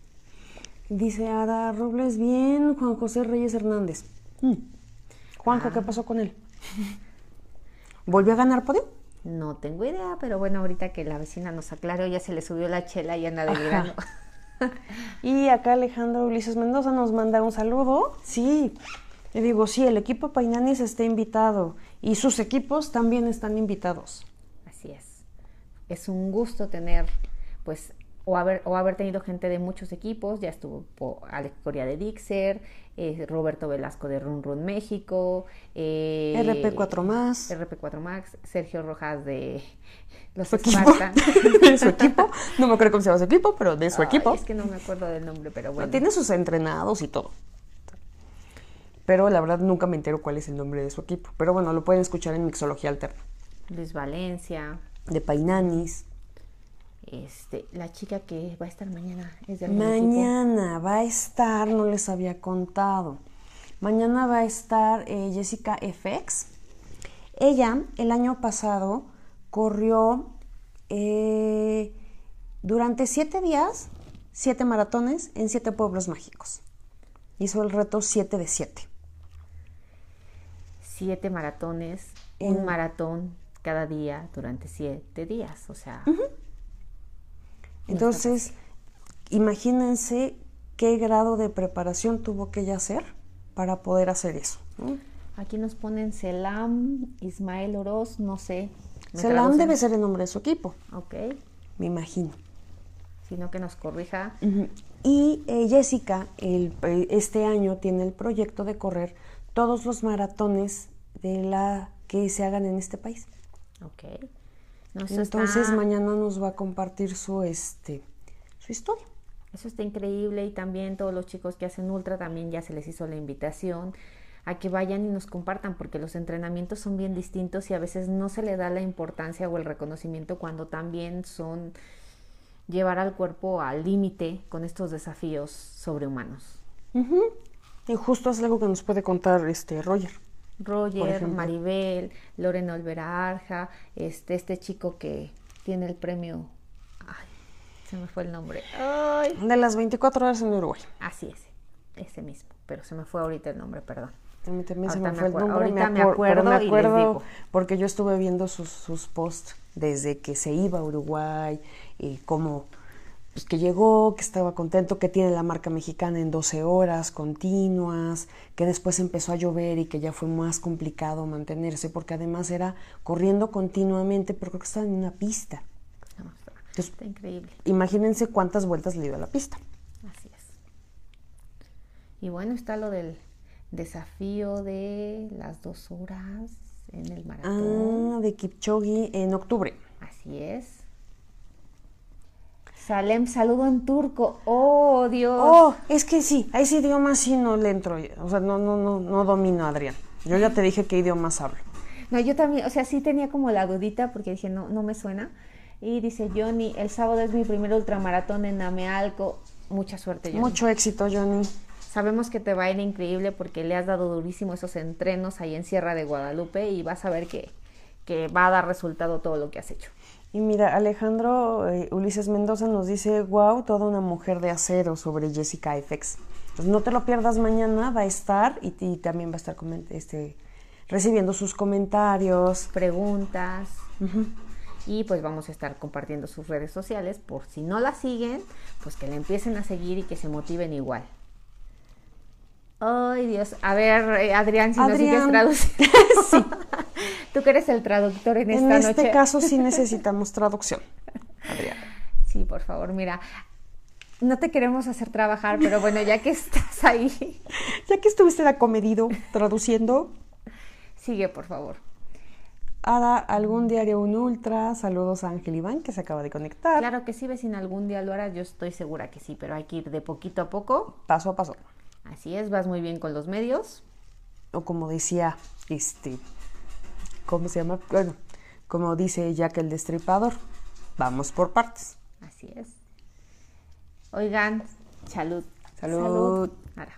Speaker 3: Dice Ara Robles, bien, Juan José Reyes Hernández. Mm. Juanjo, ah. ¿qué pasó con él? ¿Volvió a ganar podio?
Speaker 2: No tengo idea, pero bueno, ahorita que la vecina nos aclaró, ya se le subió la chela y anda delirando.
Speaker 3: Y acá Alejandro Ulises Mendoza nos manda un saludo. Sí, le digo, sí, el equipo Painanis está invitado y sus equipos también están invitados.
Speaker 2: Así es. Es un gusto tener, pues, O haber, o haber tenido gente de muchos equipos, ya estuvo Alex Coria de Dixer, eh, Roberto Velasco de Run Run México, eh,
Speaker 3: R P cuatro más,
Speaker 2: R P cuatro Max, Sergio Rojas de los
Speaker 3: ¿Su Spartan. De su equipo, no me acuerdo cómo se llama su equipo, pero de su
Speaker 2: Ay,
Speaker 3: equipo.
Speaker 2: Es que no me acuerdo del nombre, pero bueno.
Speaker 3: Tiene sus entrenados y todo. Pero la verdad nunca me entero cuál es el nombre de su equipo. Pero bueno, lo pueden escuchar en Mixología Alterna.
Speaker 2: Luis Valencia.
Speaker 3: De Painanis.
Speaker 2: Este, la chica que va a estar mañana es de
Speaker 3: Mañana equipo? Va a estar, no les había contado. Mañana va a estar eh, Jessica F X. Ella el año pasado corrió eh, durante siete días, siete maratones en siete pueblos mágicos. Hizo el reto siete de siete.
Speaker 2: Siete maratones, eh, un maratón cada día durante siete días, o sea...
Speaker 3: Uh-huh. Entonces, imagínense qué grado de preparación tuvo que ella hacer para poder hacer eso, ¿no?
Speaker 2: Aquí nos ponen Selam, Ismael Oroz, no sé.
Speaker 3: Selam debe ser el nombre de su equipo.
Speaker 2: Ok.
Speaker 3: Me imagino.
Speaker 2: Sino que nos corrija.
Speaker 3: Uh-huh. Y eh, Jessica, el, este año tiene el proyecto de correr todos los maratones de la que se hagan en este país.
Speaker 2: Ok. No,
Speaker 3: Entonces
Speaker 2: está...
Speaker 3: mañana nos va a compartir su este su historia.
Speaker 2: Eso está increíble y también todos los chicos que hacen ultra también ya se les hizo la invitación a que vayan y nos compartan porque los entrenamientos son bien distintos y a veces no se le da la importancia o el reconocimiento cuando también son llevar al cuerpo al límite con estos desafíos sobrehumanos.
Speaker 3: Uh-huh. Y justo es algo que nos puede contar este Roger.
Speaker 2: Roger, Maribel, Lorena Olvera Arja, este, este chico que tiene el premio, ay, se me fue el nombre, ay.
Speaker 3: De las veinticuatro horas en Uruguay.
Speaker 2: Así es, ese mismo, pero se me fue ahorita el nombre, perdón.
Speaker 3: A mí también se me,
Speaker 2: me
Speaker 3: fue el nombre,
Speaker 2: ahorita
Speaker 3: me, acuer-
Speaker 2: me acuerdo,
Speaker 3: pero me acuerdo
Speaker 2: y les digo.
Speaker 3: Porque yo estuve viendo sus, sus posts desde que se iba a Uruguay, y cómo pues que llegó, que estaba contento, que tiene la marca mexicana en doce horas continuas, que después empezó a llover y que ya fue más complicado mantenerse, porque además era corriendo continuamente, pero creo que estaba en una pista.
Speaker 2: No, está,
Speaker 3: Entonces,
Speaker 2: está increíble.
Speaker 3: Imagínense cuántas vueltas le dio a la pista.
Speaker 2: Así es. Y bueno, está lo del desafío de las dos horas, en el maratón.
Speaker 3: Ah, de Kipchoge en octubre.
Speaker 2: Así es. Salem, saludo en turco. ¡Oh, Dios!
Speaker 3: Oh, es que sí, a ese idioma sí no le entro. O sea, no, no, no, no domino, Adrián. Yo ya te dije qué idiomas hablo.
Speaker 2: No, yo también, o sea, sí tenía como la dudita porque dije, no, no me suena. Y dice Johnny, el sábado es mi primer ultramaratón en Amealco. Mucha suerte, Johnny.
Speaker 3: Mucho éxito, Johnny.
Speaker 2: Sabemos que te va a ir increíble porque le has dado durísimo esos entrenos ahí en Sierra de Guadalupe y vas a ver que, que va a dar resultado todo lo que has hecho.
Speaker 3: Y mira, Alejandro eh, Ulises Mendoza nos dice, wow, toda una mujer de acero sobre Jessica Ifex. Pues no te lo pierdas mañana, va a estar y, y también va a estar coment- este, recibiendo sus comentarios.
Speaker 2: Preguntas.
Speaker 3: Uh-huh.
Speaker 2: Y pues vamos a estar compartiendo sus redes sociales por si no la siguen, pues que la empiecen a seguir y que se motiven igual. Ay, Dios. A ver, Adrián, si
Speaker 3: Adrián.
Speaker 2: nos sigues traduciendo. Sí. Tú que eres el traductor en esta
Speaker 3: noche. En
Speaker 2: noche.
Speaker 3: este caso sí necesitamos traducción, Adrián.
Speaker 2: Sí, por favor, mira. No te queremos hacer trabajar, pero bueno, ya que estás ahí.
Speaker 3: Ya que estuviste acomedido traduciendo.
Speaker 2: Sigue, por favor.
Speaker 3: Ada, algún diario un ultra. Saludos a Ángel Iván, que se acaba de conectar.
Speaker 2: Claro que sí, vecina, algún día lo harás. Yo estoy segura que sí, pero hay que ir de poquito a poco.
Speaker 3: Paso a paso.
Speaker 2: Así es, vas muy bien con los medios.
Speaker 3: O como decía, este, ¿cómo se llama? Bueno, como dice Jack el Destripador, vamos por partes.
Speaker 2: Así es. Oigan, salud.
Speaker 3: Salud.
Speaker 2: Salud. Ahora.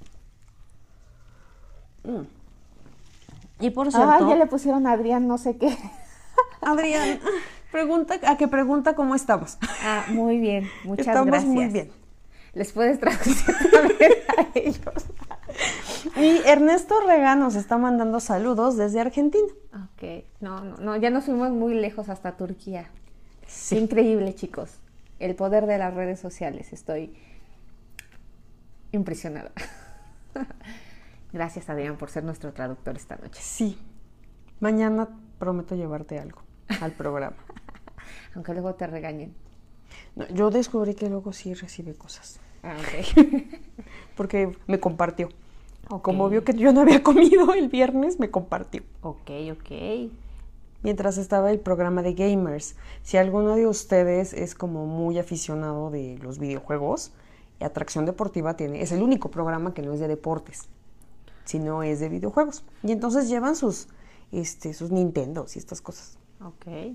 Speaker 3: Mm. Y por cierto...
Speaker 2: Ah, ya le pusieron a Adrián no sé qué.
Speaker 3: Adrián, pregunta, a que pregunta cómo estamos.
Speaker 2: Ah, muy bien, muchas
Speaker 3: estamos
Speaker 2: gracias.
Speaker 3: Estamos muy bien.
Speaker 2: Les puedes traducir también a ellos.
Speaker 3: Y Ernesto Rega nos está mandando saludos desde Argentina.
Speaker 2: Ok, no, no, no, ya nos fuimos muy lejos hasta Turquía.
Speaker 3: Sí.
Speaker 2: Increíble, chicos. El poder de las redes sociales. Estoy impresionada. Gracias, Adrián, por ser nuestro traductor esta noche.
Speaker 3: Sí. Mañana prometo llevarte algo al programa.
Speaker 2: Aunque luego te regañen.
Speaker 3: No, yo descubrí que luego sí recibe cosas.
Speaker 2: Ah, ok.
Speaker 3: Porque me compartió.
Speaker 2: Okay.
Speaker 3: Como vio que yo no había comido el viernes, me compartió.
Speaker 2: Ok, ok.
Speaker 3: Mientras estaba el programa de Gamers. Si alguno de ustedes es como muy aficionado de los videojuegos, Atracción Deportiva tiene, es el único programa que no es de deportes, sino es de videojuegos. Y entonces llevan sus, este, sus Nintendos y estas cosas.
Speaker 2: Ok.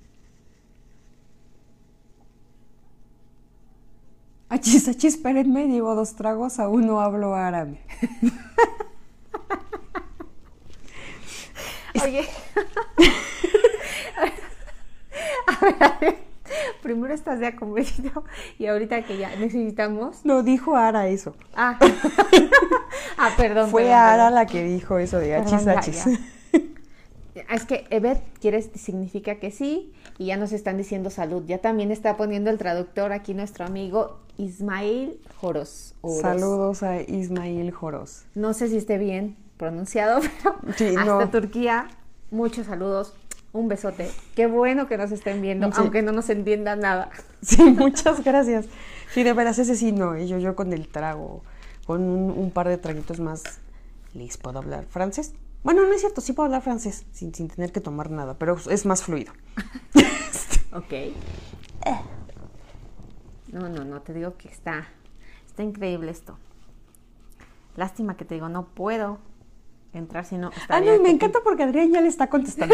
Speaker 3: Achis, achis, espérenme, llevo dos tragos, aún no hablo árabe.
Speaker 2: Oye. A ver, a ver. Primero estás ya convencido y ahorita que ya necesitamos.
Speaker 3: No, dijo Ara eso.
Speaker 2: Ah, ah perdón.
Speaker 3: Fue
Speaker 2: perdón,
Speaker 3: Ara
Speaker 2: perdón.
Speaker 3: la que dijo eso de achis,
Speaker 2: Perdón, ya,
Speaker 3: achis.
Speaker 2: ya. Es que Evet quiere, significa que sí, y ya nos están diciendo salud. Ya también está poniendo el traductor aquí nuestro amigo Ismail Joros. Oros.
Speaker 3: Saludos a Ismail Joros.
Speaker 2: No sé si esté bien pronunciado, pero
Speaker 3: Sí,
Speaker 2: hasta
Speaker 3: no.
Speaker 2: Turquía, muchos saludos, un besote. Qué bueno que nos estén viendo,
Speaker 3: Sí.
Speaker 2: aunque no nos entiendan nada.
Speaker 3: Sí, muchas gracias. Sí, de veras, ese sí no. Yo, yo con el trago, con un, un par de traguitos más, ¿les puedo hablar francés? Bueno, no es cierto, sí puedo hablar francés, sin, sin tener que tomar nada, pero es más fluido.
Speaker 2: Ok. No, no, no, te digo que está, está increíble esto. Lástima que te digo, no puedo entrar si no...
Speaker 3: Ah, no, me encanta porque Adrián ya le está contestando.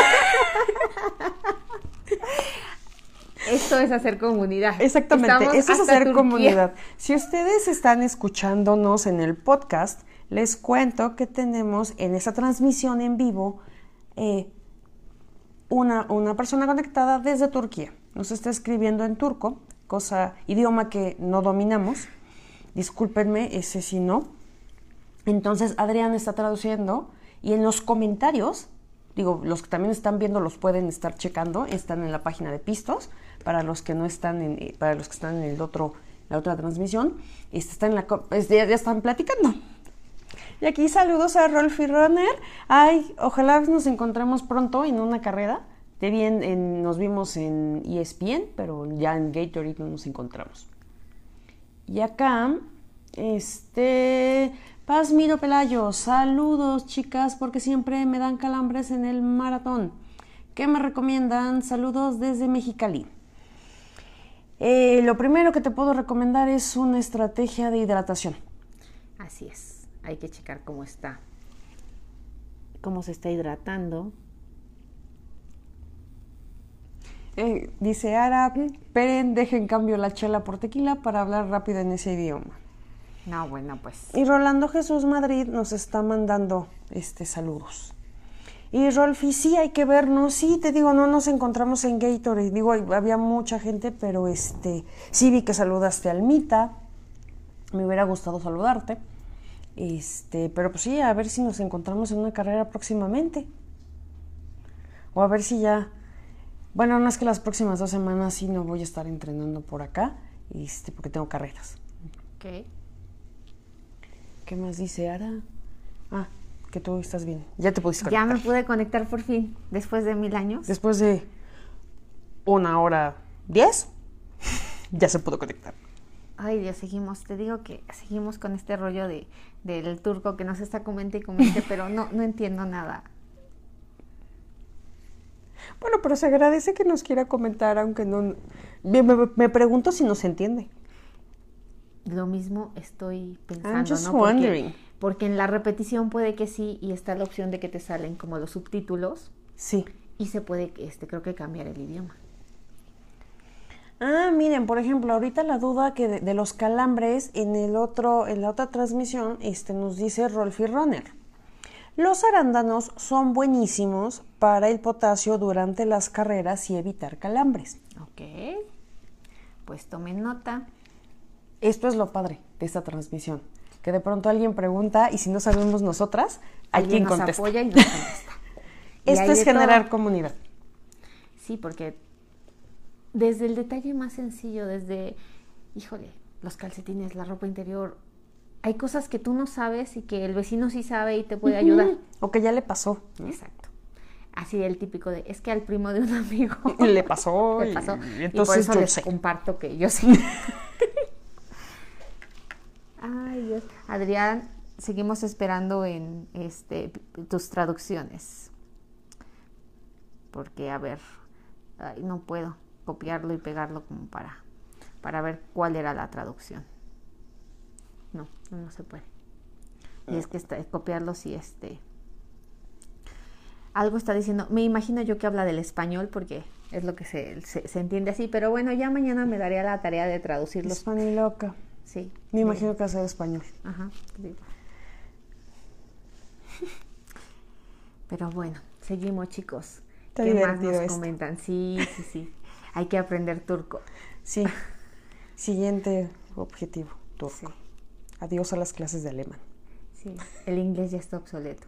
Speaker 2: Esto es hacer comunidad.
Speaker 3: Exactamente,
Speaker 2: Estamos
Speaker 3: eso es
Speaker 2: hasta
Speaker 3: hacer
Speaker 2: Turquía.
Speaker 3: comunidad. Si ustedes están escuchándonos en el podcast, les cuento que tenemos en esta transmisión en vivo eh, una, una persona conectada desde Turquía. Nos está escribiendo en turco, cosa, idioma que no dominamos. Discúlpenme, ese sí no. Entonces Adrián está traduciendo y en los comentarios, digo, los que también están viendo los pueden estar checando, están en la página de Pistos, para los que no están en, eh, para los que están en el otro, la otra transmisión, este, están en la, este, ya, ya están platicando. Y aquí saludos a Rolfi Runner. Ay, ojalá nos encontremos pronto en una carrera. De bien, en, nos vimos en E S P N, pero ya en Gatorade no nos encontramos. Y acá Este, Paz Miro Pelayo, saludos chicas, porque siempre me dan calambres en el maratón. ¿Qué me recomiendan? Saludos desde Mexicali. Eh, lo primero que te puedo recomendar es una estrategia de hidratación.
Speaker 2: Así es, hay que checar cómo está, cómo se está hidratando.
Speaker 3: Eh, dice Ara, Peren, deje en cambio la chela por tequila para hablar rápido en ese idioma.
Speaker 2: No, bueno, pues.
Speaker 3: Y Rolando Jesús Madrid nos está mandando este saludos. Y Rolfi, sí, hay que vernos. Sí, te digo, no nos encontramos en Gatorade. Digo, había mucha gente, pero este sí vi que saludaste a Almita. Me hubiera gustado saludarte. Este, pero pues sí, a ver si nos encontramos en una carrera próximamente. O a ver si ya... Bueno, no es que las próximas dos semanas sí no voy a estar entrenando por acá, este, porque tengo carreras.
Speaker 2: Ok.
Speaker 3: ¿Qué más dice Ara? Ah, que tú estás bien. Ya te pudiste conectar.
Speaker 2: Ya me pude conectar por fin, después de mil años.
Speaker 3: Después de una hora diez, ya se pudo conectar.
Speaker 2: Ay, Dios, seguimos, te digo que seguimos con este rollo de del turco que nos está comente y comente, pero no, no entiendo nada.
Speaker 3: Bueno, pero se agradece que nos quiera comentar, aunque no... Me, me, me pregunto si nos entiende.
Speaker 2: Lo mismo estoy pensando,
Speaker 3: I'm just
Speaker 2: ¿no?
Speaker 3: wondering.
Speaker 2: Porque, porque en la repetición puede que sí, y está la opción de que te salen como los subtítulos.
Speaker 3: Sí.
Speaker 2: Y se puede, este, creo que cambiar el idioma.
Speaker 3: Ah, miren, por ejemplo, ahorita la duda que de, de los calambres, en el otro, en la otra transmisión, este, nos dice Rolfi Runner. Los arándanos son buenísimos para el potasio durante las carreras y evitar calambres.
Speaker 2: Ok, pues tomen nota.
Speaker 3: Esto es lo padre de esta transmisión, que de pronto alguien pregunta y si no sabemos nosotras, alguien
Speaker 2: nos
Speaker 3: contesta.
Speaker 2: apoya y nos contesta. Y
Speaker 3: Esto es generar todo. Comunidad.
Speaker 2: Sí, porque desde el detalle más sencillo, desde, híjole, los calcetines, la ropa interior, hay cosas que tú no sabes y que el vecino sí sabe y te puede ayudar.
Speaker 3: O que ya le pasó. ¿No?
Speaker 2: Exacto. Así el típico de, es que al primo de un amigo
Speaker 3: le pasó.
Speaker 2: le pasó.
Speaker 3: Y, y entonces
Speaker 2: y por eso
Speaker 3: yo
Speaker 2: les
Speaker 3: sé.
Speaker 2: comparto que yo sé. Ay, Dios. Adrián, seguimos esperando en este tus traducciones. Porque, a ver, ay, no puedo copiarlo y pegarlo como para, para ver cuál era la traducción. No, no se puede. Y es que está, copiarlo si este... Algo está diciendo, me imagino yo que habla del español porque es lo que se, se, se entiende así, pero bueno, ya mañana me daría la tarea de traducirlos.
Speaker 3: Hispaniloca.
Speaker 2: Sí.
Speaker 3: Me imagino sí. que hace español.
Speaker 2: Ajá. Sí. Pero bueno, seguimos chicos.
Speaker 3: Está
Speaker 2: ¿Qué más nos
Speaker 3: esto.
Speaker 2: comentan? Sí, sí, sí. Hay que aprender turco.
Speaker 3: Sí. Siguiente objetivo, turco.
Speaker 2: Sí.
Speaker 3: Adiós a las clases de alemán.
Speaker 2: Sí, el inglés ya está obsoleto.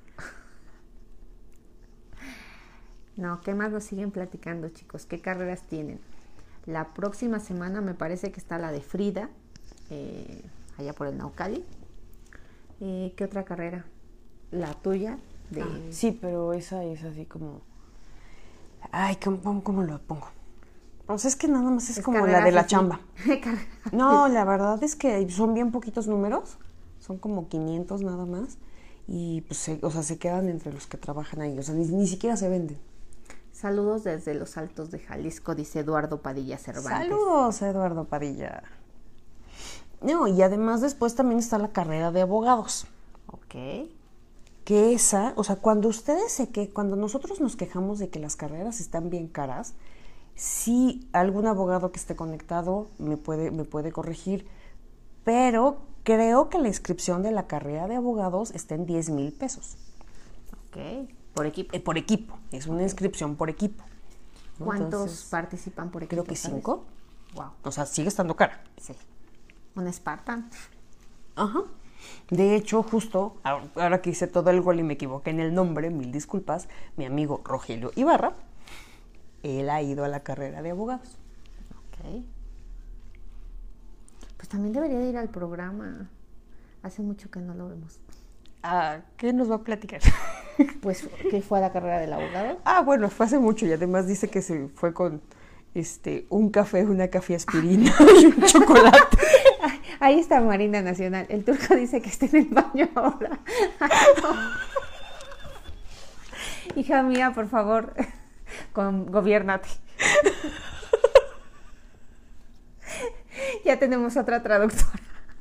Speaker 2: No, ¿qué más nos siguen platicando, chicos? ¿Qué carreras tienen? La próxima semana me parece que está la de Frida, eh, allá por el Naucali. Eh, ¿Qué otra carrera? La tuya. De...
Speaker 3: Ah, sí, pero esa es así como... Ay, ¿cómo, cómo, cómo lo pongo? O sea, es que nada más es, es como la de la así. Chamba. No, la verdad es que son bien poquitos números. Son como quinientos nada más. Y pues, se, o sea, se quedan entre los que trabajan ahí. O sea, ni, ni siquiera se venden.
Speaker 2: Saludos desde los Altos de Jalisco, dice Eduardo Padilla Cervantes.
Speaker 3: Saludos, Eduardo Padilla. No, y además después también está la carrera de abogados.
Speaker 2: Ok.
Speaker 3: Que esa, o sea, cuando ustedes se que cuando nosotros nos quejamos de que las carreras están bien caras, sí algún abogado que esté conectado me puede, me puede corregir, pero creo que la inscripción de la carrera de abogados está en diez mil pesos.
Speaker 2: Ok. Por equipo.
Speaker 3: Eh, por equipo, es una inscripción por equipo.
Speaker 2: ¿No? ¿Cuántos Entonces, participan por equipo?
Speaker 3: Creo que cinco.
Speaker 2: Wow.
Speaker 3: O sea, sigue estando cara.
Speaker 2: Sí. Un Spartan.
Speaker 3: Ajá. De hecho, justo, ahora que hice todo el gol y me equivoqué en el nombre, mil disculpas, mi amigo Rogelio Ibarra, él ha ido a la carrera de abogados.
Speaker 2: Ok. Pues también debería de ir al programa. Hace mucho que no lo vemos.
Speaker 3: Ah, ¿qué nos va a platicar?
Speaker 2: Pues que fue a la carrera del abogado.
Speaker 3: Ah, bueno, fue hace mucho y además dice que se fue con este un café, una café aspirina y un chocolate.
Speaker 2: A Ahí está Marina Nacional. El turco dice que está en el baño ahora. Hija mía, por favor, con, gobiérnate. Ya tenemos otra traductora.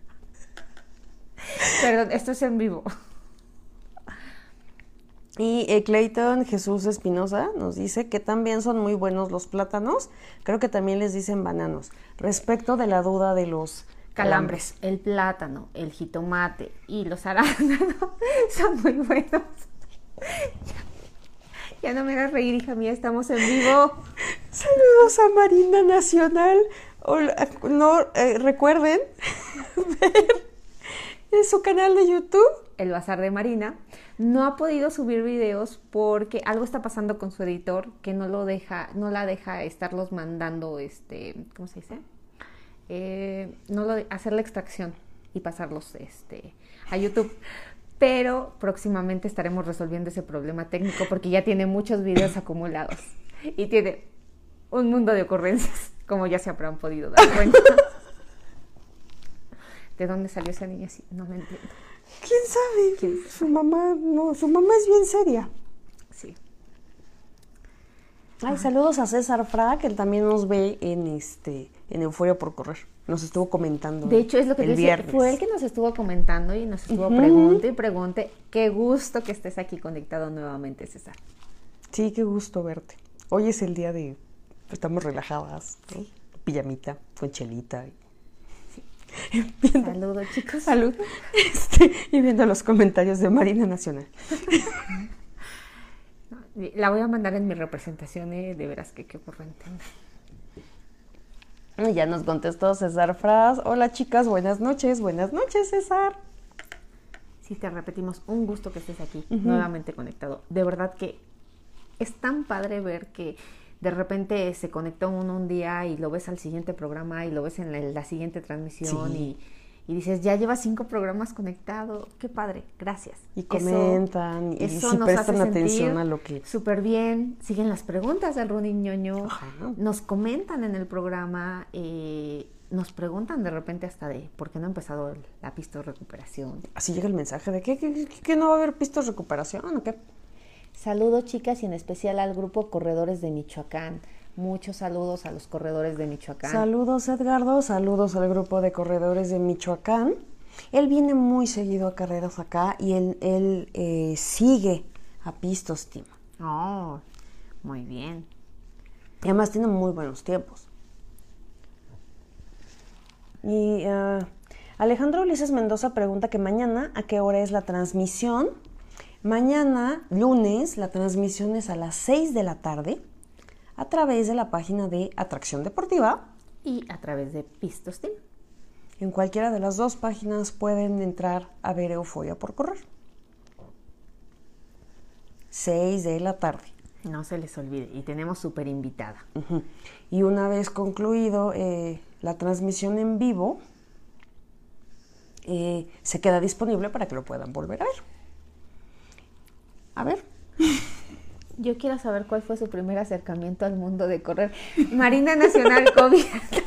Speaker 2: Perdón, esto es en vivo.
Speaker 3: Y eh, Clayton Jesús Espinosa nos dice que también son muy buenos los plátanos. Creo que también les dicen bananos. Respecto de la duda de los calambres.
Speaker 2: Calambres, el plátano, el jitomate y los arándanos son muy buenos. Ya no me hagas reír, hija mía, estamos en vivo.
Speaker 3: Saludos a Marina Nacional. No, eh, recuerden ver en su canal de YouTube
Speaker 2: El Bazar de Marina. No ha podido subir videos porque algo está pasando con su editor que no lo deja, no la deja estarlos mandando, este, ¿cómo se dice? Eh, no lo de, hacer la extracción y pasarlos, este, a YouTube. Pero próximamente estaremos resolviendo ese problema técnico porque ya tiene muchos videos acumulados y tiene un mundo de ocurrencias, como ya se habrán podido dar cuenta. ¿De dónde salió esa niña así? No me entiendo.
Speaker 3: ¿Quién sabe?
Speaker 2: ¿Quién sabe?
Speaker 3: Su mamá, no, su mamá es bien seria.
Speaker 2: Sí.
Speaker 3: Ay, saludos a César Fra, que él también nos ve en este, en Euforia por Correr. Nos estuvo comentando.
Speaker 2: De hecho, es lo que
Speaker 3: el
Speaker 2: te decía,
Speaker 3: viernes.
Speaker 2: fue él que nos estuvo comentando y nos estuvo
Speaker 3: Uh-huh.
Speaker 2: pregunte y pregunte. Qué gusto que estés aquí conectado nuevamente, César.
Speaker 3: Sí, qué gusto verte. Hoy es el día de, estamos relajadas, ¿no?
Speaker 2: Sí.
Speaker 3: Pijamita, con chelita.
Speaker 2: Sí.
Speaker 3: Viendo,
Speaker 2: Saludos, chicos.
Speaker 3: salud. Este, y viendo los comentarios de Marina Nacional.
Speaker 2: La voy a mandar en mi representación, ¿eh? De veras que qué ocurrente.
Speaker 3: Ya nos contestó César Fras. Hola chicas, buenas noches. Buenas noches, César.
Speaker 2: Sí, te repetimos, un gusto que estés aquí,
Speaker 3: Uh-huh.
Speaker 2: nuevamente conectado. De verdad que es tan padre ver que de repente se conectó uno un día y lo ves al siguiente programa y lo ves en la, la siguiente transmisión
Speaker 3: Sí.
Speaker 2: y, y dices, ya llevas cinco programas conectado. Qué padre, gracias.
Speaker 3: Y comentan
Speaker 2: eso,
Speaker 3: y
Speaker 2: eso
Speaker 3: si
Speaker 2: nos
Speaker 3: prestan
Speaker 2: hace
Speaker 3: atención
Speaker 2: sentir
Speaker 3: a lo que...
Speaker 2: súper bien. Siguen las preguntas del Running Ñoño.
Speaker 3: Ajá.
Speaker 2: Nos comentan en el programa, eh, nos preguntan de repente hasta de por qué no ha empezado el- la pista de recuperación.
Speaker 3: Así llega el mensaje de que, que, que no va a haber pistas de recuperación o qué.
Speaker 2: Saludos, chicas, y en especial al grupo Corredores de Michoacán. Muchos saludos a los corredores de Michoacán.
Speaker 3: Saludos, Edgardo. Saludos al grupo de corredores de Michoacán. Él viene muy seguido a carreras acá y él, él eh, sigue a Pistos Team.
Speaker 2: Oh, muy bien.
Speaker 3: Y además tiene muy buenos tiempos. Y uh, Alejandro Ulises Mendoza pregunta que mañana a qué hora es la transmisión. Mañana, lunes, la transmisión es a las seis de la tarde a través de la página de Atracción Deportiva.
Speaker 2: Y a través de Pistos Team.
Speaker 3: En cualquiera de las dos páginas pueden entrar a ver Euforia por Correr. seis de la tarde.
Speaker 2: No se les olvide. Y tenemos súper invitada.
Speaker 3: Uh-huh. Y una vez concluido eh, la transmisión en vivo, eh, se queda disponible para que lo puedan volver a ver. A ver.
Speaker 2: Yo quiero saber cuál fue su primer acercamiento al mundo de correr. Marina Nacional, gobiérnate.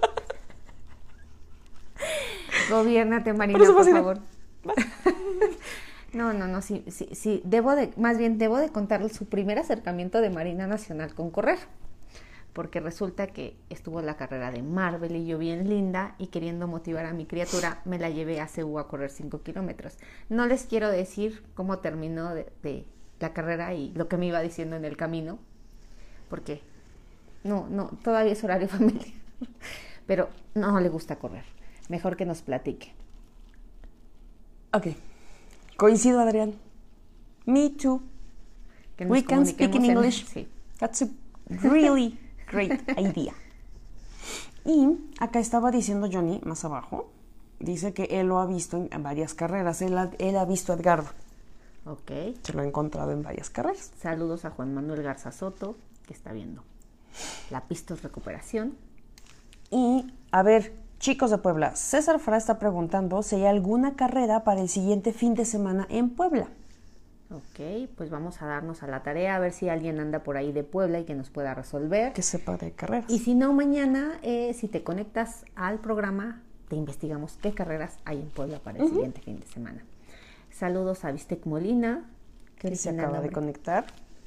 Speaker 2: Gobiérnate, Marina,
Speaker 3: Por eso
Speaker 2: por
Speaker 3: fue así
Speaker 2: favor. No, no, no, sí, sí, sí. Debo de, más bien debo de contar su primer acercamiento de Marina Nacional con correr. Porque resulta que estuvo la carrera de Marvel y yo bien linda y queriendo motivar a mi criatura, me la llevé a C U a correr cinco kilómetros. No les quiero decir cómo terminó de, de la carrera y lo que me iba diciendo en el camino, porque no, no, todavía es horario familiar, pero no le gusta correr. Mejor que nos platique.
Speaker 3: Ok. Coincido, Adrián. Me too.
Speaker 2: Que nos
Speaker 3: We can speak in
Speaker 2: comuniquemos
Speaker 3: English.
Speaker 2: Sí.
Speaker 3: That's a really great idea. Y acá estaba diciendo Johnny, más abajo, dice que él lo ha visto en, en varias carreras. Él ha, él ha visto a Edgardo.
Speaker 2: Ok.
Speaker 3: Se lo ha encontrado en varias carreras.
Speaker 2: Saludos a Juan Manuel Garza Soto, que está viendo la Pistos Recuperación.
Speaker 3: Y, a ver, chicos de Puebla, César Fra está preguntando si hay alguna carrera para el siguiente fin de semana en Puebla.
Speaker 2: Ok, pues vamos a darnos a la tarea a ver si alguien anda por ahí de Puebla y que nos pueda resolver.
Speaker 3: Que sepa de carreras.
Speaker 2: Y si no, mañana, eh, si te conectas al programa, te investigamos qué carreras hay en Puebla para el uh-huh. siguiente fin de semana. Saludos a Vistec Molina,
Speaker 3: que se acaba nombre. de conectar.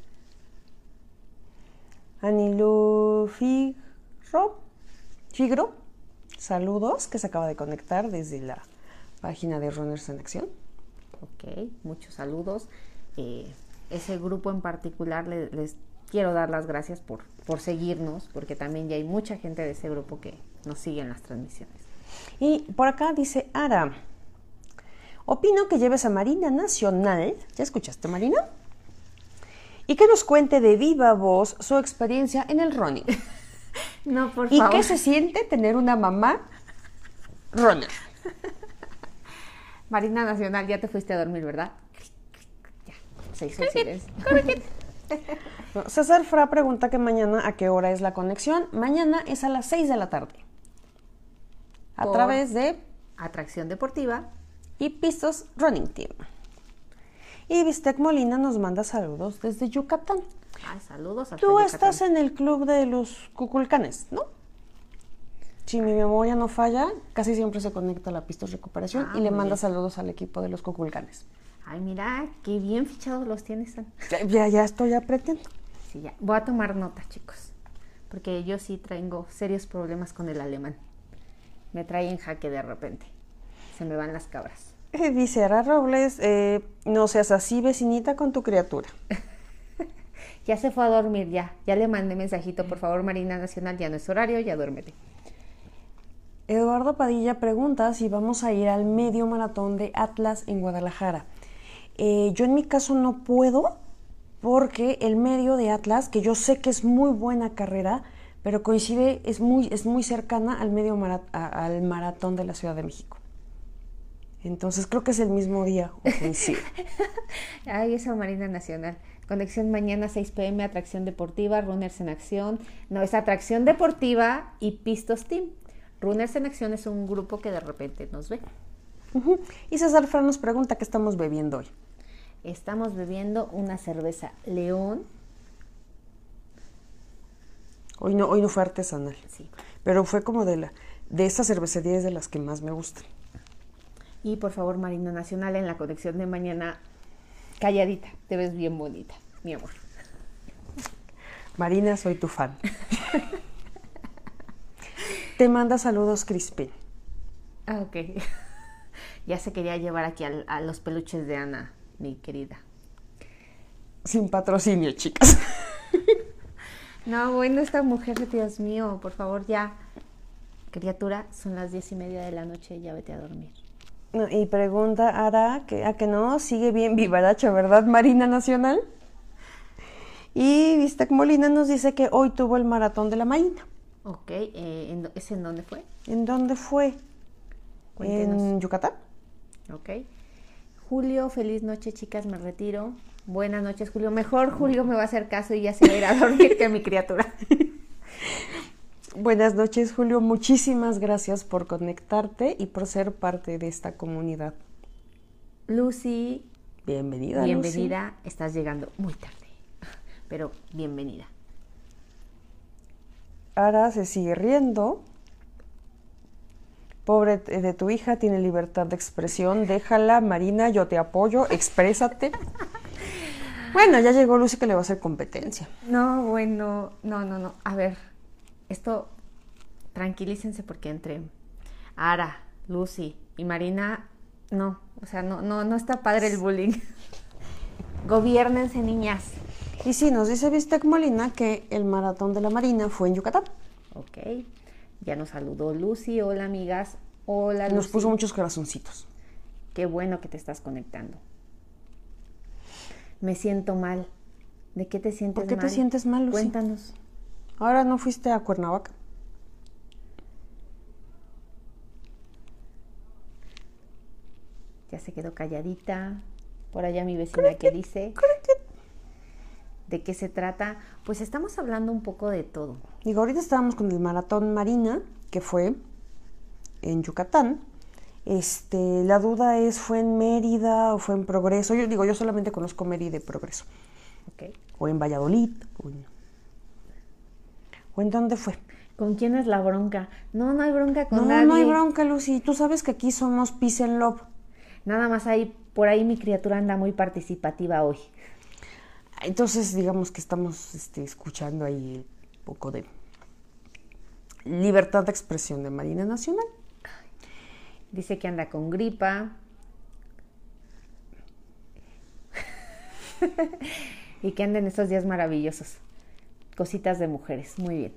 Speaker 3: Anilu Figro, Figro, saludos, que se acaba de conectar desde la página de Runners en Acción.
Speaker 2: Ok, muchos saludos. Eh, ese grupo en particular les, les quiero dar las gracias por, por seguirnos, porque también ya hay mucha gente de ese grupo que nos sigue en las transmisiones.
Speaker 3: Y por acá dice Ara, opino que lleves a Marina Nacional, ¿ya escuchaste, Marina? Y que nos cuente de viva voz su experiencia en el running.
Speaker 2: No, por
Speaker 3: ¿Y
Speaker 2: favor.
Speaker 3: ¿Y qué se siente tener una mamá runner?
Speaker 2: Marina Nacional, ya te fuiste a dormir, ¿verdad? Ya, se hizo el silencio.
Speaker 3: No, César Fra pregunta que mañana a qué hora es la conexión. Mañana es a las seis de la tarde. A
Speaker 2: Por
Speaker 3: través de
Speaker 2: Atracción Deportiva
Speaker 3: y Pistos Running Team. Y Vistec Molina nos manda saludos desde Yucatán.
Speaker 2: Ay, saludos a
Speaker 3: Tú
Speaker 2: Yucatán.
Speaker 3: Estás en el club de los Cuculcanes, ¿no? Si mi memoria no falla, casi siempre se conecta a la Pistos Recuperación ah, y le manda bien. saludos al equipo de los Cuculcanes.
Speaker 2: Ay, mira, qué bien fichados los tienes.
Speaker 3: Ya, ya, ya estoy aprendiendo.
Speaker 2: Sí, ya. Voy a tomar nota, chicos, porque yo sí tengo serios problemas con el alemán. Me trae en jaque de repente. Se me van las cabras.
Speaker 3: Eh, dice Ara Robles, eh, no seas así, vecinita, con tu criatura.
Speaker 2: Ya se fue a dormir, ya. Ya le mandé mensajito, por favor, Marina Nacional, ya no es horario, ya duérmete.
Speaker 3: Eduardo Padilla pregunta si vamos a ir al medio maratón de Atlas en Guadalajara. Eh, yo en mi caso no puedo, porque el medio de Atlas, que yo sé que es muy buena carrera, pero coincide, es muy, es muy cercana al medio marat- a, al maratón de la Ciudad de México. Entonces creo que es el mismo día ofensivo.
Speaker 2: Ay, esa Marina Nacional. Conexión mañana seis pm, Atracción Deportiva, Runners en Acción. No, es Atracción Deportiva y Pistos Team. Runners en Acción es un grupo que de repente nos ve.
Speaker 3: Uh-huh. Y César Fran nos pregunta qué estamos bebiendo hoy.
Speaker 2: Estamos bebiendo una cerveza León.
Speaker 3: Hoy no, hoy no fue artesanal.
Speaker 2: Sí.
Speaker 3: Pero fue como de la de estas cervecerías de las que más me gustan.
Speaker 2: Y por favor, Marina Nacional, en la conexión de mañana, calladita, te ves bien bonita, mi amor.
Speaker 3: Marina, soy tu fan. Te manda saludos, Crispin.
Speaker 2: Ah, ok. Ya se quería llevar aquí a, a los peluches de Ana, mi querida.
Speaker 3: Sin patrocinio, chicas.
Speaker 2: No, bueno, esta mujer, Dios mío, por favor, ya. Criatura, son las diez y media de la noche, ya vete a dormir.
Speaker 3: No, y pregunta Ara, que a que no, sigue bien vivaracha, ¿verdad, Marina Nacional? Y Vistec Molina nos dice que hoy tuvo el maratón de la Marina.
Speaker 2: Ok, eh, ¿en, ¿es en dónde fue?
Speaker 3: ¿En dónde fue?
Speaker 2: Cuéntenos.
Speaker 3: En Yucatán.
Speaker 2: Ok. Julio, feliz noche, chicas, me retiro. Buenas noches, Julio. Mejor Julio me va a hacer caso y ya se va a ir a dormir que mi criatura.
Speaker 3: Buenas noches, Julio. Muchísimas gracias por conectarte y por ser parte de esta comunidad.
Speaker 2: Lucy.
Speaker 3: Bienvenida,
Speaker 2: Bienvenida.
Speaker 3: Lucy.
Speaker 2: Estás llegando muy tarde, pero bienvenida.
Speaker 3: Ara se sigue riendo. Pobre de tu hija, tiene libertad de expresión. Déjala, Marina, yo te apoyo. Exprésate. Bueno, ya llegó Lucy que le va a hacer competencia.
Speaker 2: No, bueno, no, no, no. A ver, esto, tranquilícense porque entre Ara, Lucy y Marina, no, o sea, no, no, no está padre el bullying. Gobiérnense, niñas.
Speaker 3: Y sí, nos dice Vistec Molina que el maratón de la Marina fue en Yucatán.
Speaker 2: Ok, ya nos saludó Lucy. Hola, amigas. Hola, Lucy.
Speaker 3: Nos puso muchos corazoncitos.
Speaker 2: Qué bueno que te estás conectando. Me siento mal. ¿De qué te sientes mal?
Speaker 3: ¿Por qué
Speaker 2: mal?
Speaker 3: te sientes mal, Lucy?
Speaker 2: Cuéntanos.
Speaker 3: ¿Ahora no fuiste a Cuernavaca?
Speaker 2: Ya se quedó calladita. Por allá mi vecina que dice... ¿De qué se trata? Pues estamos hablando un poco de todo.
Speaker 3: Digo, ahorita estábamos con el maratón Marina, que fue en Yucatán. Este, la duda es, ¿fue en Mérida o fue en Progreso? Yo digo, yo solamente conozco Mérida y Progreso.
Speaker 2: Okay.
Speaker 3: O en Valladolid. O en, ¿o en dónde fue?
Speaker 2: ¿Con quién es la bronca? No, no hay bronca con
Speaker 3: No,
Speaker 2: nadie.
Speaker 3: no hay bronca, Lucy. Tú sabes que aquí somos peace and love.
Speaker 2: Nada más ahí, por ahí mi criatura anda muy participativa hoy.
Speaker 3: Entonces, digamos que estamos este, escuchando ahí un poco de libertad de expresión de Marina Nacional.
Speaker 2: Dice que anda con gripa. Y que anda en estos días maravillosos. Cositas de mujeres. Muy bien.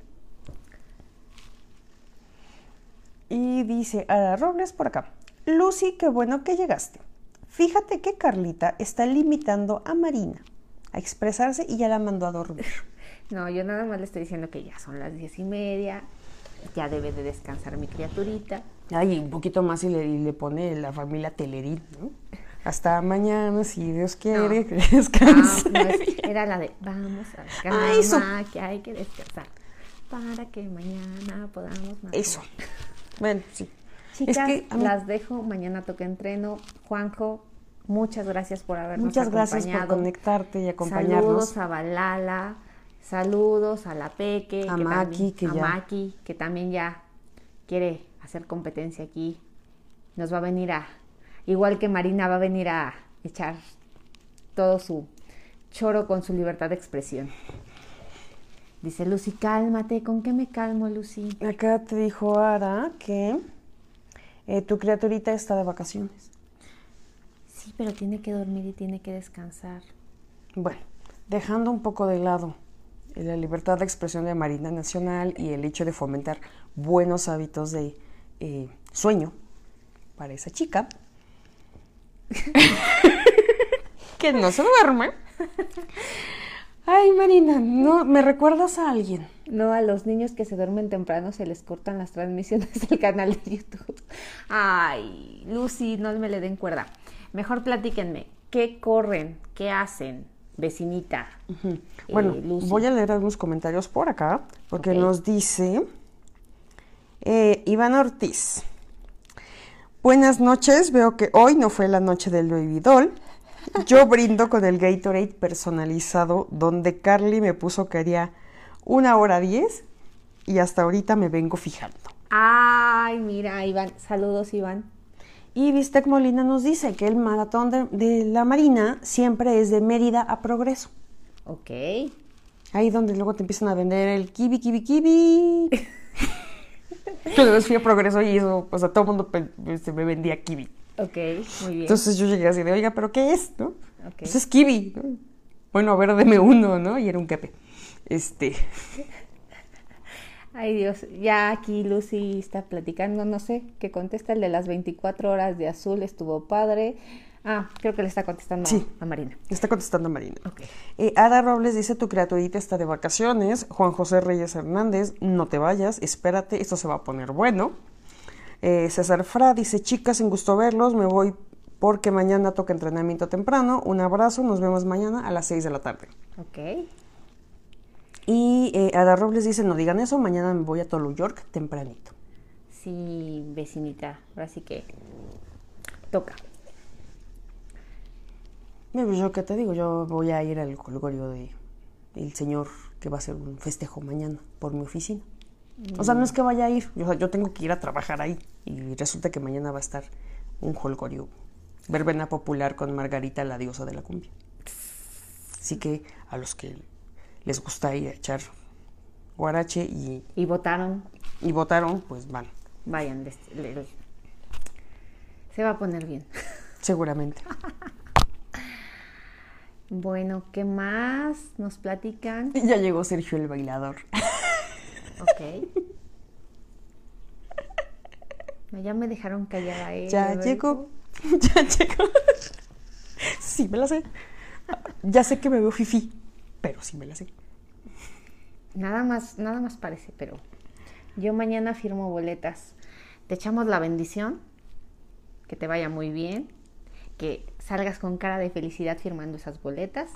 Speaker 3: Y dice Ada Robles por acá. Lucy, qué bueno que llegaste. Fíjate que Carlita está limitando a Marina a expresarse y ya la mandó a dormir.
Speaker 2: No, yo nada más le estoy diciendo que ya son las diez y media. Ya debe de descansar mi criaturita.
Speaker 3: Ay, un poquito más y le, y le pone la familia Telerín, ¿no? Hasta mañana, si Dios quiere,
Speaker 2: No.
Speaker 3: que descanse.
Speaker 2: Ah, no es- era la de vamos a la cama,
Speaker 3: Ah, eso.
Speaker 2: que hay que descansar para que mañana podamos más.
Speaker 3: Eso. Bueno, sí.
Speaker 2: Chicas,
Speaker 3: Es que a mí-
Speaker 2: las dejo. Mañana toca entreno. Juanjo, muchas gracias por habernos
Speaker 3: Muchas gracias
Speaker 2: acompañado.
Speaker 3: por conectarte y acompañarnos.
Speaker 2: Saludos a Balala, saludos a la Peque,
Speaker 3: A
Speaker 2: que
Speaker 3: Maki,
Speaker 2: también,
Speaker 3: que
Speaker 2: a
Speaker 3: ya-
Speaker 2: Maki, que también ya quiere hacer competencia aquí. Nos va a venir a, igual que Marina, va a venir a echar todo su choro con su libertad de expresión. Dice Lucy, cálmate. ¿Con qué me calmo, Lucy?
Speaker 3: Acá te dijo Ara que eh, tu criaturita está de vacaciones.
Speaker 2: Sí, pero tiene que dormir y tiene que descansar.
Speaker 3: Bueno, dejando un poco de lado la libertad de expresión de Marina Nacional y el hecho de fomentar buenos hábitos de eh, sueño para esa chica que no se duerme. Ay, Marina, no, ¿me recuerdas a alguien?
Speaker 2: No, a los niños que se duermen temprano se les cortan las transmisiones del canal de YouTube. Ay, Lucy, no me le den cuerda. Mejor platíquenme, ¿qué corren? ¿Qué hacen? Vecinita.
Speaker 3: Uh-huh. Bueno,
Speaker 2: eh, Lucy.
Speaker 3: voy a leer algunos comentarios por acá, porque
Speaker 2: Ok.
Speaker 3: nos dice eh, Iván Ortiz. Buenas noches, veo que hoy no fue la noche del Baby Doll. Yo brindo con el Gatorade personalizado, donde Carly me puso que haría una hora diez y hasta ahorita me vengo fijando.
Speaker 2: Ay, mira, Iván. Saludos, Iván.
Speaker 3: Y Bistec Molina nos dice que el maratón de, de la Marina siempre es de Mérida a Progreso.
Speaker 2: Ok.
Speaker 3: Ahí donde luego te empiezan a vender el kiwi, kiwi, kiwi. Entonces fui a Progreso y eso, o sea, todo el mundo pe- se me vendía kiwi.
Speaker 2: Ok, muy bien.
Speaker 3: Entonces yo llegué así de, oiga, ¿pero qué es? ¿No?
Speaker 2: Ok.
Speaker 3: Pues es kiwi, ¿no? Bueno, a ver, deme uno, ¿no? Y era un quepe. Este,
Speaker 2: Ay, Dios. Ya aquí Lucy está platicando, no sé, qué contesta el de las veinticuatro horas de azul, estuvo padre. Ah, creo que le está contestando
Speaker 3: Sí.
Speaker 2: a Marina.
Speaker 3: está contestando Marina.
Speaker 2: Ok.
Speaker 3: Eh, Ada Robles dice, tu criaturita está de vacaciones. Juan José Reyes Hernández, no te vayas, espérate, esto se va a poner bueno. Eh, César Fra dice, chicas, en gusto verlos, me voy porque mañana toca entrenamiento temprano. Un abrazo, nos vemos mañana a las seis de la tarde.
Speaker 2: Ok.
Speaker 3: Y eh, Ada Robles dice, no digan eso, mañana me voy a Tolu York tempranito.
Speaker 2: Sí, vecinita. Ahora sí que toca.
Speaker 3: Mira, pues yo qué te digo, yo voy a ir al colgorio de el señor que va a hacer un festejo mañana por mi oficina. O sea, no es que vaya a ir, yo, yo tengo que ir a trabajar ahí. Y resulta que mañana va a estar un holgorio, verbena popular con Margarita, la diosa de la cumbia. Así que a los que les gusta ir a echar guarache y,
Speaker 2: Y votaron.
Speaker 3: y votaron, pues van,
Speaker 2: Vayan. les- les- se va a poner bien.
Speaker 3: seguramente.
Speaker 2: Bueno, ¿qué más nos platican?
Speaker 3: Y ya llegó Sergio el bailador.
Speaker 2: Ok. No, ya me dejaron callada, ¿eh?
Speaker 3: Ya
Speaker 2: A ver,
Speaker 3: llegó, ya llegó. Sí, me la sé. Ya sé que me veo fifí, pero sí me la sé.
Speaker 2: Nada más, nada más parece, pero yo mañana firmo boletas. Te echamos la bendición, que te vaya muy bien, que salgas con cara de felicidad firmando esas boletas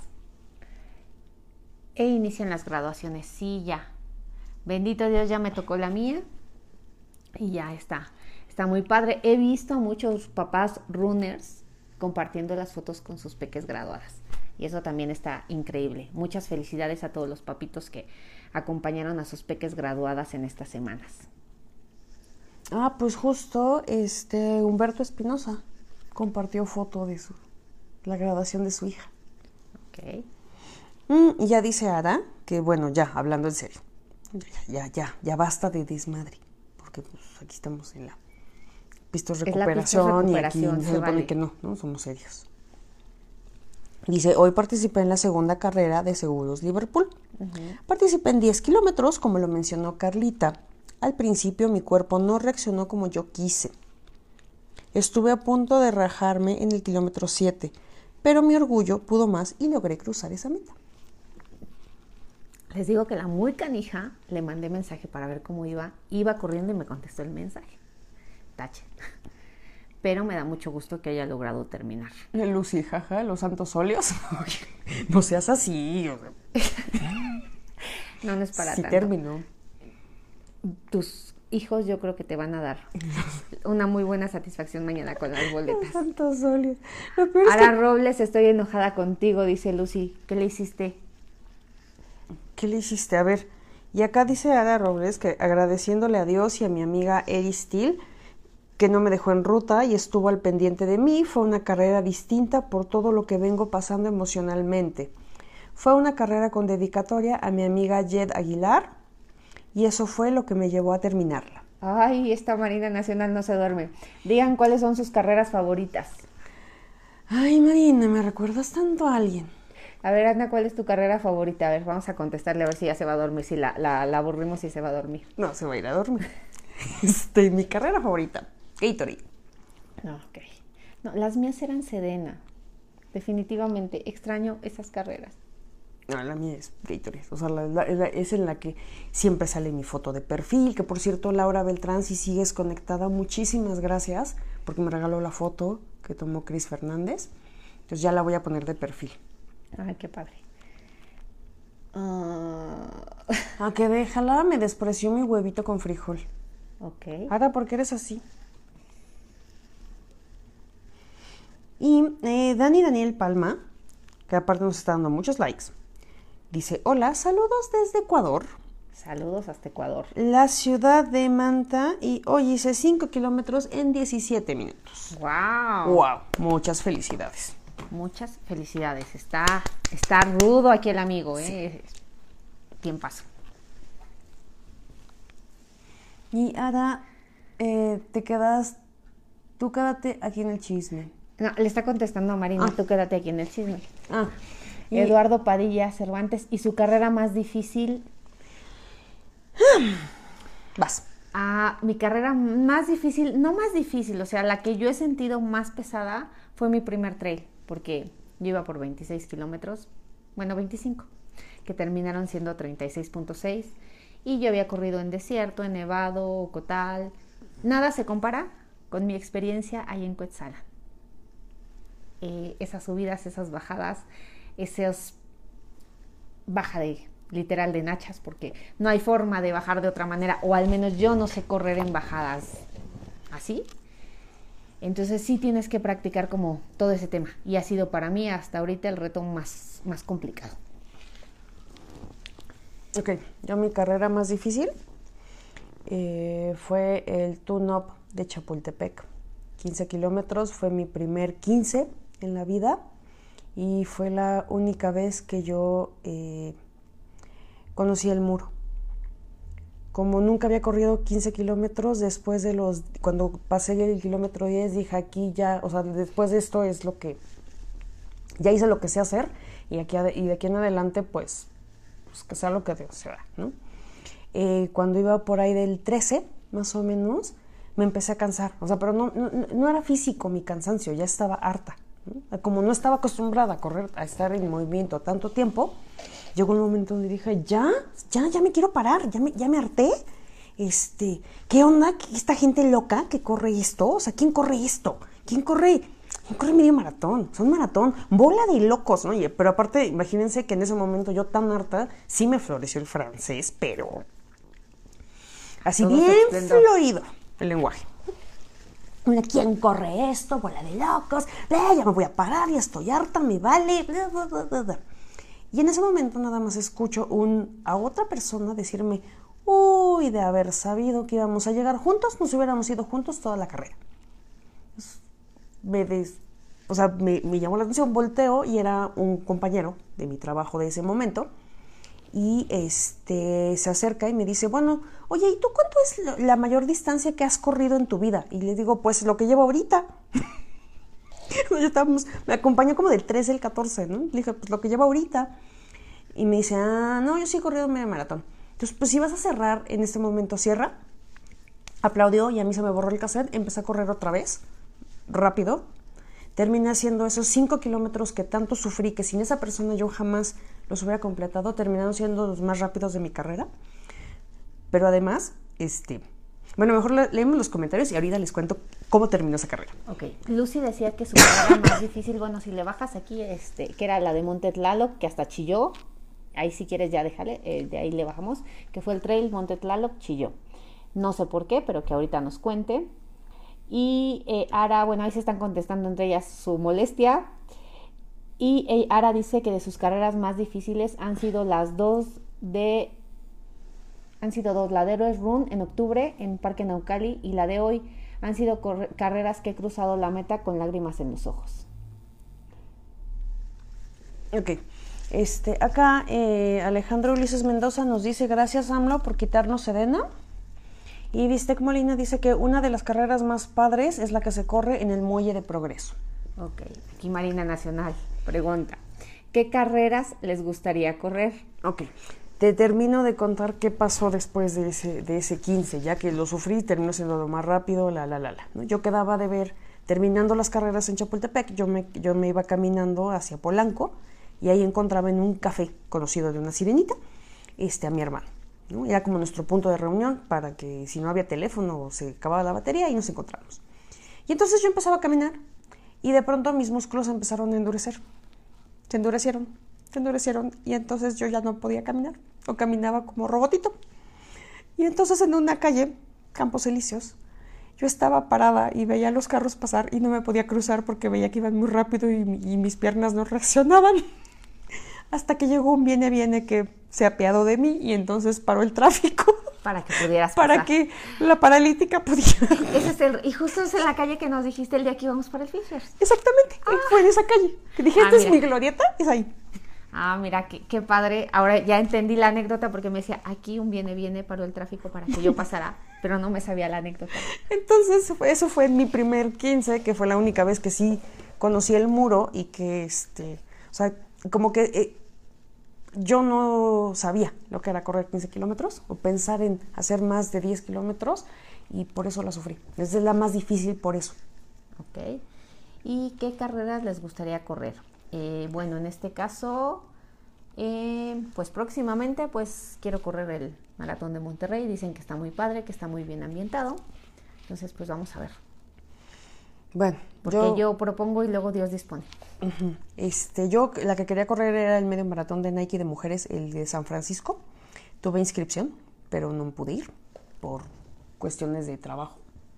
Speaker 2: e inician las graduaciones. Sí, ya. Bendito Dios, ya me tocó la mía y ya está. Está muy padre. He visto a muchos papás runners compartiendo las fotos con sus peques graduadas. Y eso también está increíble. Muchas felicidades a todos los papitos que acompañaron a sus peques graduadas en estas semanas.
Speaker 3: Ah, pues justo este Humberto Espinosa compartió foto de su la graduación de su hija.
Speaker 2: Ok.
Speaker 3: Mm, y ya dice Ada que, bueno, ya, hablando en serio, ya, ya, ya, ya basta de desmadre, porque pues aquí estamos en la Pistos Recuperación,
Speaker 2: es la Pistos Recuperación
Speaker 3: y aquí se supone
Speaker 2: vale.
Speaker 3: que no, no somos serios. Dice, hoy participé en la segunda carrera de Seguros Liverpool. Uh-huh. Participé en diez kilómetros, como lo mencionó Carlita. Al principio mi cuerpo no reaccionó como yo quise. Estuve a punto de rajarme en el kilómetro siete, pero mi orgullo pudo más y logré cruzar esa meta.
Speaker 2: Les digo que la muy canija, le mandé mensaje para ver cómo iba. Iba corriendo y me contestó el mensaje. Tache. Pero me da mucho gusto que haya logrado terminar.
Speaker 3: Lucy, jaja, los santos óleos. No seas así.
Speaker 2: No, no es para
Speaker 3: sí
Speaker 2: tanto.
Speaker 3: Terminó.
Speaker 2: Tus hijos yo creo que te van a dar una muy buena satisfacción mañana con las boletas.
Speaker 3: Los santos óleos. Lo peor es
Speaker 2: Ara
Speaker 3: que...
Speaker 2: Robles, estoy enojada contigo, dice Lucy. ¿Qué le hiciste?
Speaker 3: ¿Qué le hiciste? A ver, y acá dice Ada Robles que agradeciéndole a Dios y a mi amiga Eri Steele que no me dejó en ruta y estuvo al pendiente de mí. Fue una carrera distinta por todo lo que vengo pasando emocionalmente. Fue una carrera con dedicatoria a mi amiga Jed Aguilar y eso fue lo que me llevó a terminarla.
Speaker 2: Ay, esta Marina Nacional no se duerme. Digan cuáles son sus carreras favoritas.
Speaker 3: Ay, Marina, me recuerdas tanto a alguien.
Speaker 2: A ver, Ana, ¿cuál es tu carrera favorita? A ver, vamos a contestarle a ver si ya se va a dormir, si la, la, la aburrimos y se va a dormir.
Speaker 3: No, se va a ir a dormir. Este, mi carrera favorita, Gatorade.
Speaker 2: No, ok. No, las mías eran Sedena. Definitivamente, extraño esas carreras.
Speaker 3: No, la mía es Gatorade. O sea, la, la, la, es en la que siempre sale mi foto de perfil. Que por cierto, Laura Beltrán, si sigues conectada, muchísimas gracias. Porque me regaló la foto que tomó Cris Fernández. Entonces ya la voy a poner de perfil.
Speaker 2: Ay, qué padre. Uh...
Speaker 3: A que déjala, me despreció mi huevito con frijol.
Speaker 2: Ok.
Speaker 3: Ada, ¿por qué eres así? Y eh, Dani Daniel Palma, que aparte nos está dando muchos likes, dice, hola, saludos desde Ecuador.
Speaker 2: Saludos hasta Ecuador.
Speaker 3: La ciudad de Manta, y hoy hice cinco kilómetros en diecisiete minutos.
Speaker 2: ¡Wow!
Speaker 3: ¡Wow! Muchas felicidades.
Speaker 2: Muchas felicidades. Está, está rudo aquí el amigo, ¿eh? Sí. Bien paso.
Speaker 3: Y Ada, eh, te quedas, tú quédate aquí en el chisme.
Speaker 2: No, le está contestando a Marina,
Speaker 3: ah.
Speaker 2: tú quédate aquí en el chisme.
Speaker 3: Ah. Y...
Speaker 2: Eduardo Padilla Cervantes, ¿y su carrera más difícil?
Speaker 3: Vas.
Speaker 2: Ah, mi carrera más difícil, no más difícil, o sea, la que yo he sentido más pesada fue mi primer trail, porque yo iba por veintiséis kilómetros, bueno, veinticinco, que terminaron siendo treinta y seis punto seis, y yo había corrido en desierto, en nevado, Ocotal. Nada se compara con mi experiencia ahí en Cuetzalan. Eh, esas subidas, esas bajadas, esos baja de literal de nachas, porque no hay forma de bajar de otra manera, o al menos yo no sé correr en bajadas así. Entonces sí tienes que practicar como todo ese tema, y ha sido para mí hasta ahorita el reto más, más complicado.
Speaker 3: Ok, yo mi carrera más difícil eh, fue el tune-up de Chapultepec. quince kilómetros, fue mi primer quince en la vida y fue la única vez que yo eh, conocí el muro. Como nunca había corrido quince kilómetros, después de los, cuando pasé el kilómetro diez, dije aquí ya, o sea, después de esto es lo que, ya hice lo que sé hacer y, aquí, y de aquí en adelante pues, pues que sea lo que Dios sea, ¿no? Eh, cuando iba por ahí del trece, más o menos, me empecé a cansar, o sea, pero no, no, no era físico mi cansancio, ya estaba harta, ¿no? Como no estaba acostumbrada a correr, a estar en movimiento tanto tiempo, llegó un momento donde dije, ya, ya, ya me quiero parar, ya me, ya me harté, este, ¿qué onda? ¿Esta gente loca que corre esto? O sea, ¿quién corre esto? ¿Quién corre? ¿Quién corre medio maratón? Son maratón, bola de locos, ¿no? Pero aparte, imagínense que en ese momento yo tan harta, sí me floreció el francés, pero así
Speaker 2: todo
Speaker 3: bien fluido el lenguaje. Mira, ¿quién corre esto? Bola de locos. Eh, ya me voy a parar, ya estoy harta, me vale. Bla, bla, bla, bla, bla. Y en ese momento nada más escucho un, a otra persona decirme, uy, de haber sabido que íbamos a llegar juntos, nos hubiéramos ido juntos toda la carrera. Pues, me, des, o sea, me, me llamó la atención, volteo y era un compañero de mi trabajo de ese momento. Y este se acerca y me dice, bueno, oye, ¿y tú cuánto es la mayor distancia que has corrido en tu vida? Y le digo, pues lo que llevo ahorita. Ya estábamos, me acompañó como del trece al catorce, ¿no? Le dije, pues lo que llevo ahorita. Y me dice, ah, no, yo sí he corrido medio maratón. Entonces, pues si vas a cerrar en este momento, cierra. Aplaudió y a mí se me borró el cassette. Empecé a correr otra vez, rápido. Terminé haciendo esos cinco kilómetros que tanto sufrí, que sin esa persona yo jamás los hubiera completado. Terminaron siendo los más rápidos de mi carrera. Pero además, este... Bueno, mejor le leemos los comentarios y ahorita les cuento cómo terminó esa carrera.
Speaker 2: Ok. Lucy decía que su carrera más difícil, bueno, si le bajas aquí, este, que era la de Monte Tlaloc, que hasta chilló. Ahí si quieres ya déjale, eh, de ahí le bajamos. Que fue el trail Monte Tlaloc, chilló. No sé por qué, pero que ahorita nos cuente. Y eh, Ara, bueno, ahí se están contestando entre ellas su molestia. Y eh, Ara dice que de sus carreras más difíciles han sido las dos de... Han sido dos, la de Heroes Run en octubre en Parque Naucali y la de hoy han sido corre- carreras que he cruzado la meta con lágrimas en los ojos.
Speaker 3: Ok. Este, acá eh, Alejandro Ulises Mendoza nos dice, gracias AMLO por quitarnos Sedena. Y Bistec Molina dice que una de las carreras más padres es la que se corre en el Muelle de Progreso.
Speaker 2: Ok, aquí Marina Nacional pregunta, ¿qué carreras les gustaría correr?
Speaker 3: Ok, te termino de contar qué pasó después de ese, de ese quince, ya que lo sufrí, terminó siendo lo más rápido, la, la, la, la. ¿no? Yo quedaba de ver, terminando las carreras en Chapultepec, yo me, yo me iba caminando hacia Polanco y ahí encontraba en un café conocido de una sirenita este, a mi hermano. ¿no? Era como nuestro punto de reunión para que si no había teléfono o se acababa la batería y nos encontramos. Y entonces yo empezaba a caminar y de pronto mis músculos empezaron a endurecer. Se endurecieron, se endurecieron y entonces yo ya no podía caminar o caminaba como robotito. Y entonces en una calle, Campos Elíseos, yo estaba parada y veía los carros pasar y no me podía cruzar porque veía que iban muy rápido y, y mis piernas no reaccionaban. Hasta que llegó un viene viene que se apiadó de mí y entonces paró el tráfico.
Speaker 2: Para que pudieras pasar.
Speaker 3: Para que la paralítica pudiera.
Speaker 2: Ese es el, y justo es en la calle que nos dijiste el día que íbamos para el Fishers.
Speaker 3: Exactamente, ah. Fue en esa calle. Que dije,
Speaker 2: ah,
Speaker 3: esta
Speaker 2: mira.
Speaker 3: es mi glorieta, es ahí.
Speaker 2: Ah, mira, qué, qué padre. Ahora ya entendí la anécdota porque me decía, aquí un viene viene paró el tráfico para que yo pasara, pero no me sabía la anécdota.
Speaker 3: Entonces, eso fue en mi primer quince, que fue la única vez que sí conocí el muro y que, este, o sea, como que... Eh, yo no sabía lo que era correr quince kilómetros o pensar en hacer más de diez kilómetros y por eso la sufrí. Es la más difícil por eso.
Speaker 2: Ok. ¿Y qué carreras les gustaría correr? Eh, bueno, en este caso, eh, pues próximamente pues quiero correr el Maratón de Monterrey. Dicen que está muy padre, que está muy bien ambientado. Entonces, pues vamos a ver.
Speaker 3: Bueno,
Speaker 2: porque yo, yo propongo y luego Dios dispone.
Speaker 3: Uh-huh. Este, yo la que quería correr era el medio maratón de Nike de mujeres, el de San Francisco. Tuve inscripción, pero no pude ir por cuestiones de trabajo.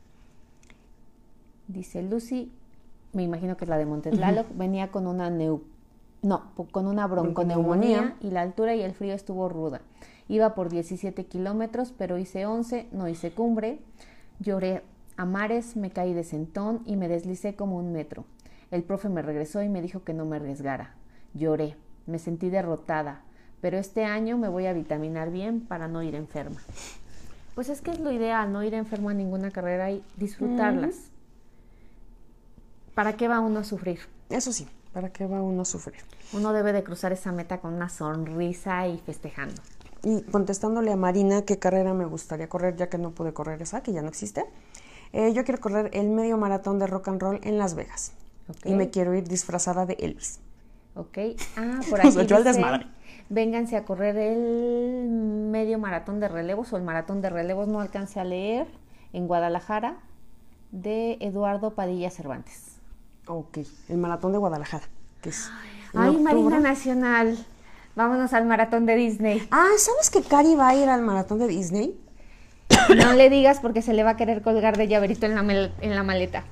Speaker 2: Dice Lucy, me imagino que es la de Monte Tlaloc, uh-huh. Venía con una neu, no, con una bronconeumonía y la altura y el frío estuvo ruda. Iba por diecisiete kilómetros, pero hice once, no hice cumbre. Lloré a mares, me caí de sentón y me deslicé como un metro. El profe me regresó y me dijo que no me arriesgara. Lloré, me sentí derrotada, pero este año me voy a vitaminar bien para no ir enferma. Pues es que es lo ideal, no ir enfermo a ninguna carrera y disfrutarlas. Mm. ¿Para qué va uno a sufrir?
Speaker 3: Eso sí, ¿para qué va uno a sufrir?
Speaker 2: Uno debe de cruzar esa meta con una sonrisa y festejando.
Speaker 3: Y contestándole a Marina qué carrera me gustaría correr, ya que no pude correr esa, que ya no existe. Eh, yo quiero correr el medio maratón de rock and roll en Las Vegas. Okay. Y me quiero ir disfrazada de Elvis.
Speaker 2: Ok. Ah, por aquí
Speaker 3: o sea, yo al
Speaker 2: dice,
Speaker 3: desmadre.
Speaker 2: Vénganse a correr el medio maratón de relevos o el maratón de relevos, no alcancé a leer, en Guadalajara, de Eduardo Padilla Cervantes.
Speaker 3: Ok, el maratón de Guadalajara, que es
Speaker 2: Ay, Marina Nacional, vámonos al maratón de Disney.
Speaker 3: Ah, ¿sabes que Cari va a ir al maratón de Disney?
Speaker 2: No le digas porque se le va a querer colgar de llaverito en la, mel- en la maleta.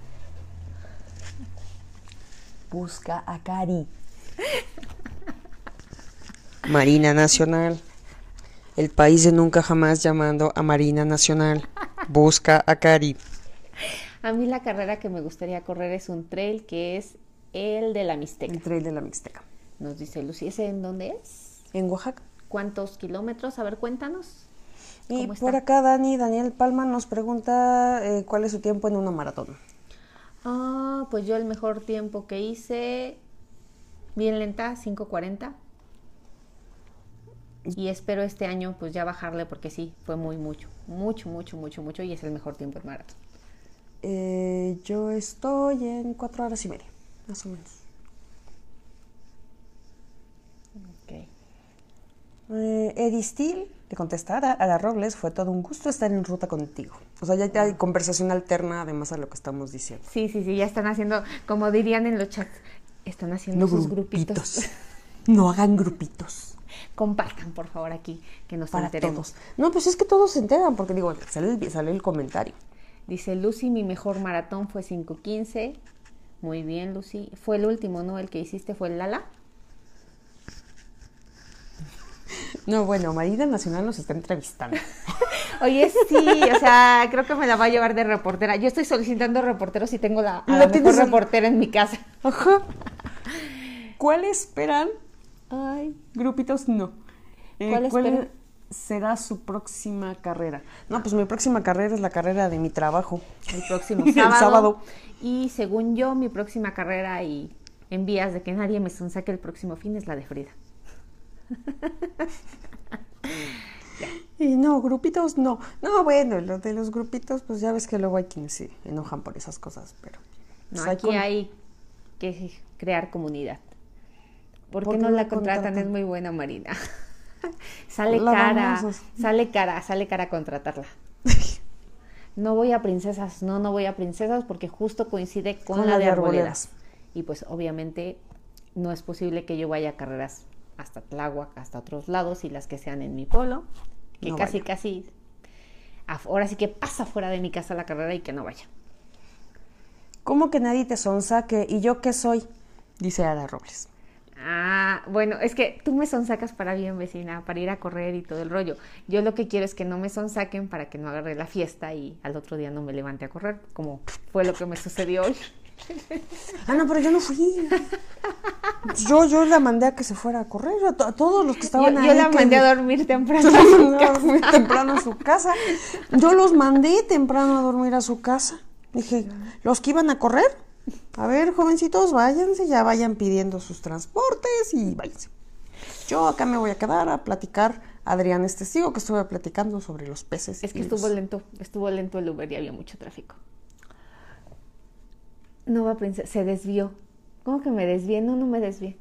Speaker 3: Busca a Cari. Marina Nacional. El país de nunca jamás llamando a Marina Nacional. Busca a Cari.
Speaker 2: A mí la carrera que me gustaría correr es un trail que es el de la Mixteca.
Speaker 3: El trail de la Mixteca.
Speaker 2: Nos dice Lucy, ¿ese en dónde es?
Speaker 3: En Oaxaca.
Speaker 2: ¿Cuántos kilómetros? A ver, cuéntanos.
Speaker 3: Y
Speaker 2: ¿Cómo
Speaker 3: por
Speaker 2: está?
Speaker 3: acá Dani, Daniel Palma nos pregunta eh, cuál es su tiempo en una maratón.
Speaker 2: Ah, pues yo el mejor tiempo que hice, bien lenta, cinco cuarenta. Y espero este año pues ya bajarle porque sí, fue muy mucho, mucho, mucho, mucho, mucho y es el mejor tiempo en maratón.
Speaker 3: Eh, yo estoy en cuatro horas y media, más o menos.
Speaker 2: Ok.
Speaker 3: Eh, Eddie Steele le contestará a la Robles, fue todo un gusto estar en ruta contigo. O sea, ya, ya hay conversación alterna además a lo que estamos diciendo.
Speaker 2: Sí, sí, sí, ya están haciendo, como dirían en los chats, están haciendo
Speaker 3: No
Speaker 2: sus
Speaker 3: grupitos.
Speaker 2: grupitos.
Speaker 3: No hagan grupitos.
Speaker 2: Compartan, por favor, aquí, que nos
Speaker 3: Para
Speaker 2: enteremos.
Speaker 3: todos. No, pues es que todos se enteran, porque digo, sale el, sale el comentario.
Speaker 2: Dice Lucy, mi mejor maratón fue cinco quince. Muy bien, Lucy. Fue el último, ¿no? El que hiciste fue el Lala.
Speaker 3: No, bueno, Marina Nacional nos está entrevistando.
Speaker 2: Oye, sí, o sea, creo que me la va a llevar de reportera. Yo estoy solicitando reporteros y tengo la, a
Speaker 3: ¿Lo
Speaker 2: la mejor
Speaker 3: tienes en-
Speaker 2: reportera en mi casa.
Speaker 3: Ajá. ¿Cuál esperan?
Speaker 2: Ay,
Speaker 3: Grupitos no. Eh,
Speaker 2: ¿Cuál
Speaker 3: ¿Cuál
Speaker 2: esperan?
Speaker 3: será su próxima carrera? No, pues mi próxima carrera es la carrera de mi trabajo.
Speaker 2: el próximo
Speaker 3: El
Speaker 2: sábado.
Speaker 3: sábado.
Speaker 2: Y según yo, mi próxima carrera y en vías de que nadie me sonsaque el próximo fin es la de Frida.
Speaker 3: Y no, grupitos no. No, bueno, lo de los grupitos, pues ya ves que luego hay quienes se enojan por esas cosas, pero...
Speaker 2: No,
Speaker 3: pues, hay
Speaker 2: aquí
Speaker 3: con-
Speaker 2: hay que crear comunidad. ¿Por
Speaker 3: ¿Por
Speaker 2: qué
Speaker 3: qué
Speaker 2: no
Speaker 3: no
Speaker 2: la contratan?
Speaker 3: contratan?
Speaker 2: Es muy buena, Marina. Sale
Speaker 3: La
Speaker 2: cara,
Speaker 3: vamos a-
Speaker 2: sale cara, sale cara contratarla. No voy a princesas, no, no voy a princesas porque justo coincide con, la de arboledas. Y pues obviamente no es posible que yo vaya a carreras hasta Tláhuac, hasta otros lados y las que sean en mi pueblo, que
Speaker 3: No
Speaker 2: casi,
Speaker 3: vaya.
Speaker 2: casi, af- ahora sí que pasa fuera de mi casa la carrera y que no vaya.
Speaker 3: ¿Cómo que nadie te sonsaque? ¿Y yo qué soy? Dice Ada Robles.
Speaker 2: Ah, bueno, es que tú me sonsacas para bien, vecina, para ir a correr y todo el rollo. Yo lo que quiero es que no me sonsaquen para que no agarre la fiesta y al otro día no me levante a correr, como fue lo que me sucedió hoy.
Speaker 3: Ah, no, pero yo no fui. Yo, yo la mandé a que se fuera a correr. A, to- a todos los que
Speaker 2: Yo,
Speaker 3: estaban ahí.
Speaker 2: yo la
Speaker 3: que-
Speaker 2: mandé a dormir temprano.
Speaker 3: La mandé a dormir temprano a su casa. Yo los mandé temprano a dormir a su casa. Dije, los que iban a correr, a ver, jovencitos, váyanse, ya vayan pidiendo sus transportes y váyanse. Yo acá me voy a quedar a platicar. Adrián es testigo que estuve platicando sobre los peces.
Speaker 2: Es que
Speaker 3: y
Speaker 2: estuvo
Speaker 3: los-
Speaker 2: lento, estuvo lento el Uber y había mucho tráfico. No va, princesa, se desvió. ¿Cómo que me desvié? No, no me desvié.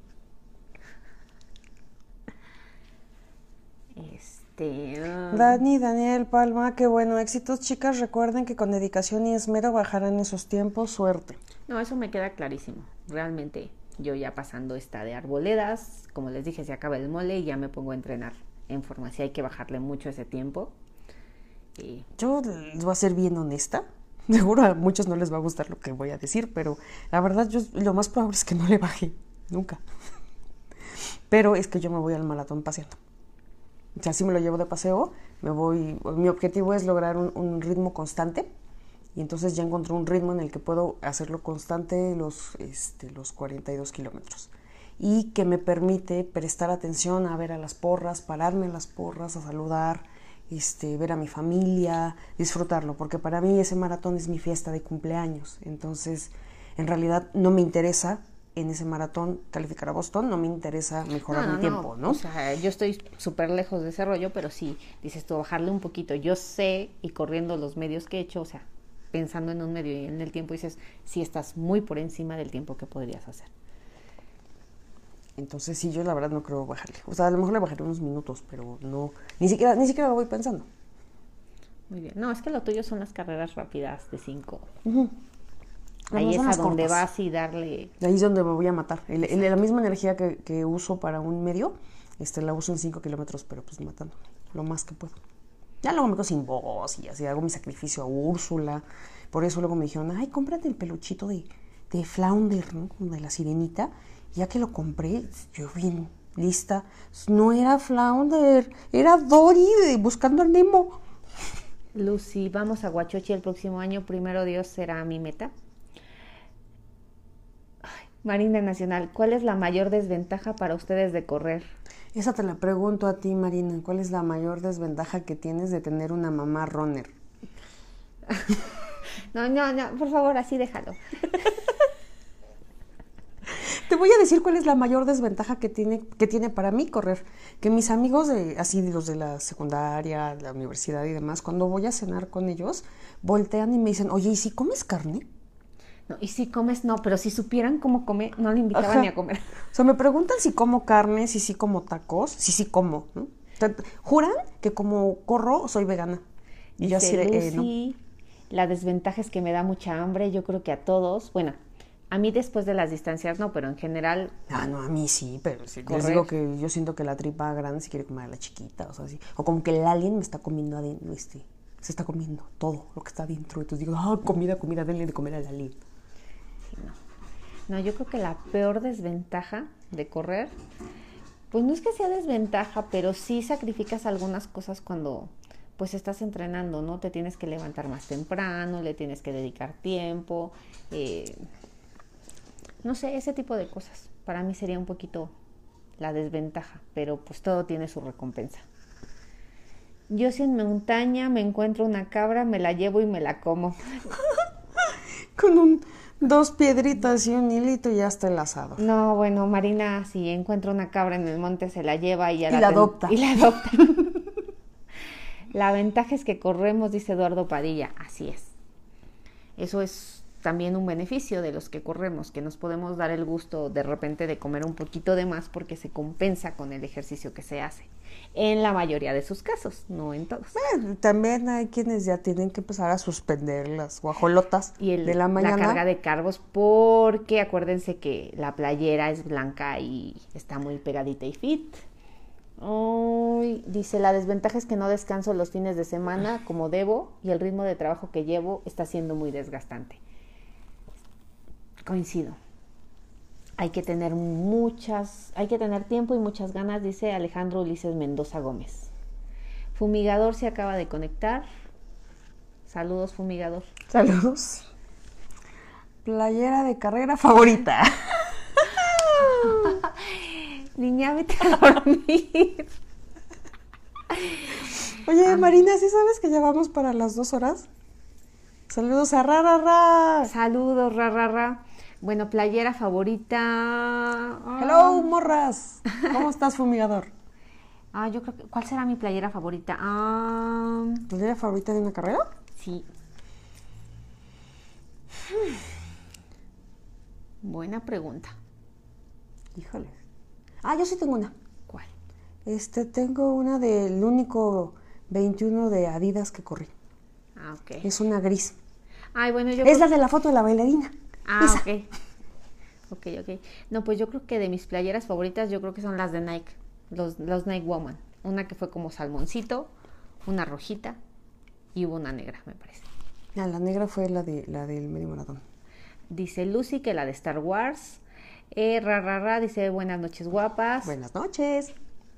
Speaker 2: Este... ah,
Speaker 3: Dani, Daniel, Palma, qué bueno, éxitos, chicas. Recuerden que con dedicación y esmero bajarán esos tiempos. Suerte.
Speaker 2: No, eso me queda clarísimo. Realmente, yo ya pasando esta de arboledas, como les dije, se acaba el mole y ya me pongo a entrenar en forma. Si hay que bajarle mucho ese tiempo. Y
Speaker 3: Yo les voy a ser bien honesta. Seguro a muchos no les va a gustar lo que voy a decir, pero la verdad yo lo más probable es que no le baje nunca. Pero es que yo me voy al maratón paseando. O sea, si me lo llevo de paseo, me voy. Mi objetivo es lograr un, un ritmo constante. Y entonces ya encontré un ritmo en el que puedo hacerlo constante los, este, los cuarenta y dos kilómetros. Y que me permite prestar atención a ver a las porras, pararme en las porras, a saludar, este, ver a mi familia, disfrutarlo. Porque para mí ese maratón es mi fiesta de cumpleaños. Entonces, en realidad no me interesa en ese maratón calificar a Boston, no me interesa mejorar mi tiempo, ¿no?
Speaker 2: O sea, yo estoy súper lejos de ese rollo, pero sí, dices tú, bajarle un poquito. Yo sé, y corriendo los medios que he hecho, o sea, pensando en un medio y en el tiempo, dices, sí estás muy por encima del tiempo que podrías hacer.
Speaker 3: Entonces sí, yo la verdad no creo bajarle. O sea, a lo mejor le bajaré unos minutos, pero no, ni siquiera, ni siquiera lo voy pensando.
Speaker 2: Muy bien. No, es que lo tuyo son las carreras rápidas de cinco.
Speaker 3: Uh-huh.
Speaker 2: Ahí
Speaker 3: No,
Speaker 2: es
Speaker 3: son
Speaker 2: a
Speaker 3: las
Speaker 2: donde
Speaker 3: cortas.
Speaker 2: vas y darle...
Speaker 3: Ahí es donde me voy a matar. El, el- la misma energía que, que uso para un medio, este, la uso en cinco kilómetros, pero pues matando lo más que puedo. Ya luego me quedo sin voz y así hago mi sacrificio a Úrsula. Por eso luego me dijeron, ay, cómprate el peluchito de, de Flounder, ¿no? Como de la sirenita. Ya que lo compré, yo bien lista. No era Flounder, era Dory de Buscando a Nemo.
Speaker 2: Lucy, vamos a Huachochi el próximo año. Primero Dios será mi meta. Ay, Marina Nacional, ¿cuál es la mayor desventaja para ustedes de correr?
Speaker 3: Esa te la pregunto a ti, Marina. ¿Cuál es la mayor desventaja que tienes de tener una mamá runner?
Speaker 2: No, no, no, por favor, así déjalo.
Speaker 3: Te voy a decir cuál es la mayor desventaja que tiene, que tiene para mí correr. Que mis amigos, de, así los de la secundaria, la universidad y demás, cuando voy a cenar con ellos, voltean y me dicen, oye, ¿y si comes carne?
Speaker 2: No, y si comes, no, pero si supieran cómo come, no le invitaban
Speaker 3: Ajá.
Speaker 2: ni a comer.
Speaker 3: O sea, me preguntan si como carne, si sí como tacos, si sí como, ¿no? Te- Juran que como corro soy vegana. Y yo así
Speaker 2: Dice
Speaker 3: de, eh,
Speaker 2: Lucy, la desventaja es que me da mucha hambre, yo creo que a todos, bueno, a mí después de las distancias no, pero en general,
Speaker 3: no. Ah, no, a mí sí, pero sí, les
Speaker 2: Correr.
Speaker 3: digo que yo siento que la tripa grande se quiere comer a la chiquita, o sea, así. O como que el alien me está comiendo adentro, este, se está comiendo todo lo que está adentro. Entonces digo, ah, comida, comida, denle de comer al alien.
Speaker 2: sí, no. No, yo creo que la peor desventaja de correr, pues no es que sea desventaja, pero sí sacrificas algunas cosas cuando pues estás entrenando, ¿no? Te tienes que levantar más temprano, le tienes que dedicar tiempo, eh, no sé, ese tipo de cosas. Para mí sería un poquito la desventaja, pero pues todo tiene su recompensa. Yo si en montaña me encuentro una cabra, me la llevo y me la como.
Speaker 3: Con un, dos piedritas y un hilito y ya está el asado.
Speaker 2: No, bueno, Marina, si encuentra una cabra en el monte, se la lleva y ya
Speaker 3: Y la
Speaker 2: ten-
Speaker 3: adopta.
Speaker 2: Y la adopta. La ventaja es que corremos, dice Eduardo Padilla. Así es. Eso es también un beneficio de los que corremos, que nos podemos dar el gusto de repente de comer un poquito de más porque se compensa con el ejercicio que se hace. En la mayoría de sus casos, no en todos.
Speaker 3: Bueno, también hay quienes ya tienen que empezar a suspender las guajolotas
Speaker 2: Y el-
Speaker 3: de la mañana.
Speaker 2: la carga de carbos, porque acuérdense que la playera es blanca y está muy pegadita y fit. Uy, dice, la desventaja es que no descanso los fines de semana como debo y el ritmo de trabajo que llevo está siendo muy desgastante. Coincido. Hay que tener muchas, hay que tener tiempo y muchas ganas, dice Alejandro Ulises Mendoza Gómez. Fumigador se acaba de conectar. Saludos, Fumigador.
Speaker 3: Saludos. Playera de carrera favorita.
Speaker 2: Niña, vete a dormir.
Speaker 3: Oye, Marina, ¿sí sabes que ya vamos para las dos horas? Saludos a Ra, Ra, Ra.
Speaker 2: Saludos, ra, ra, ra. Bueno, playera favorita.
Speaker 3: Hello, morras. ¿Cómo estás, fumigador?
Speaker 2: Ah, yo creo que. ¿Cuál será mi playera favorita? Ah,
Speaker 3: ¿Playera favorita de una carrera?
Speaker 2: sí. Buena pregunta.
Speaker 3: Híjole. Ah, yo sí tengo una.
Speaker 2: ¿Cuál?
Speaker 3: Este, tengo una del único veintiuno de Adidas que corrí.
Speaker 2: Ah, ok.
Speaker 3: Es una gris.
Speaker 2: Ay, bueno, yo.
Speaker 3: Es
Speaker 2: creo-
Speaker 3: la de la foto de la bailarina.
Speaker 2: Ah,
Speaker 3: Esa.
Speaker 2: ok. Ok, ok. No, pues yo creo que de mis playeras favoritas, yo creo que son las de Nike. Los, los Nike Woman. Una que fue como salmoncito, una rojita y hubo una negra, me parece.
Speaker 3: Ah, la negra fue la de la del medio maratón.
Speaker 2: Dice Lucy que la de Star Wars. Eh, ra, ra, ra, dice buenas noches guapas.
Speaker 3: Buenas noches.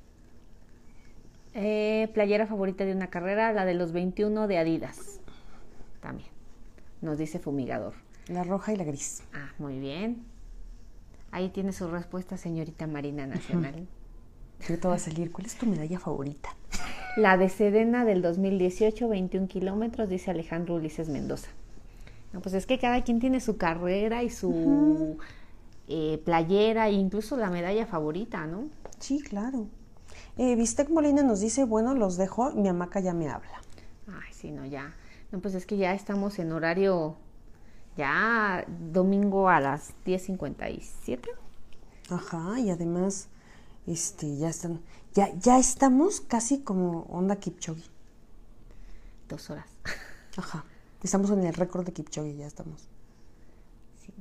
Speaker 2: Eh, playera favorita de una carrera, la de los veintiuno de Adidas. También. Nos dice Fumigador.
Speaker 3: La roja y la gris.
Speaker 2: Ah, muy bien. Ahí tiene su respuesta, señorita Marina Nacional.
Speaker 3: Ahorita va a salir. ¿Cuál es tu medalla favorita?
Speaker 2: La de Sedena del dos mil dieciocho, veintiún kilómetros, dice Alejandro Ulises Mendoza. No, pues es que cada quien tiene su carrera y su uh-huh. eh, playera e incluso la medalla favorita, ¿no?
Speaker 3: Sí, claro. Eh, Bistec Molina nos dice, bueno, los dejo, mi hamaca ya me habla.
Speaker 2: Ay, sí, no, ya. No, pues es que ya estamos en horario, ya domingo a las diez cincuenta y siete.
Speaker 3: Ajá, y además, este, ya están, ya, ya estamos casi como onda Kipchoge.
Speaker 2: Dos horas.
Speaker 3: Ajá, estamos en el récord de Kipchoge, ya estamos.
Speaker 2: Sí,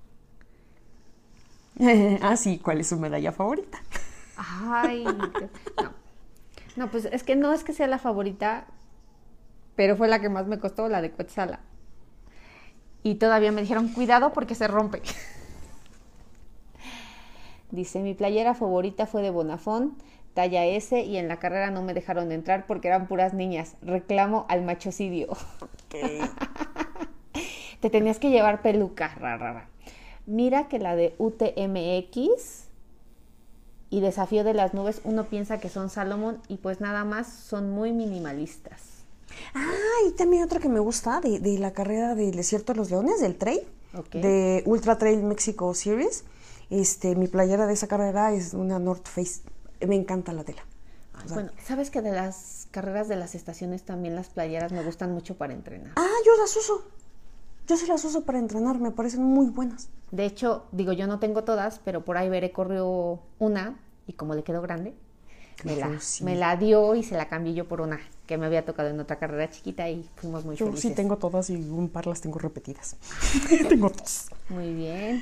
Speaker 2: no.
Speaker 3: Ah, sí, ¿cuál es su medalla favorita?
Speaker 2: Ay, no. No, pues es que no es que sea la favorita, pero fue la que más me costó, la de Coetzala. Y todavía me dijeron, cuidado porque se rompe. Dice, mi playera favorita fue de Bonafont, talla S, y en la carrera no me dejaron entrar porque eran puras niñas. Reclamo al machocidio.
Speaker 3: Okay.
Speaker 2: Te tenías que llevar peluca, ra, ra, ra. Mira que la de U T M X y Desafío de las Nubes, uno piensa que son Salomón y pues nada más son muy minimalistas.
Speaker 3: Ah, y también otra que me gusta de, de la carrera del Desierto de los Leones, del trail,
Speaker 2: Okay.
Speaker 3: de Ultra Trail Mexico Series. Este, mi playera de esa carrera es una North Face. Me encanta la tela. O sea,
Speaker 2: Bueno, ¿sabes que de las carreras de las estaciones también las playeras me gustan mucho para entrenar?
Speaker 3: Ah, yo las uso. Yo sí las uso para entrenar, me parecen muy buenas.
Speaker 2: De hecho, digo, yo no tengo todas, pero por ahí Veré corrió una y como le quedó grande, me la,
Speaker 3: Yo sí.
Speaker 2: me la dio y se la cambié yo por una que me había tocado en otra carrera chiquita y fuimos muy
Speaker 3: Yo
Speaker 2: felices.
Speaker 3: sí tengo todas y un par las tengo repetidas. Tengo dos.
Speaker 2: Muy bien.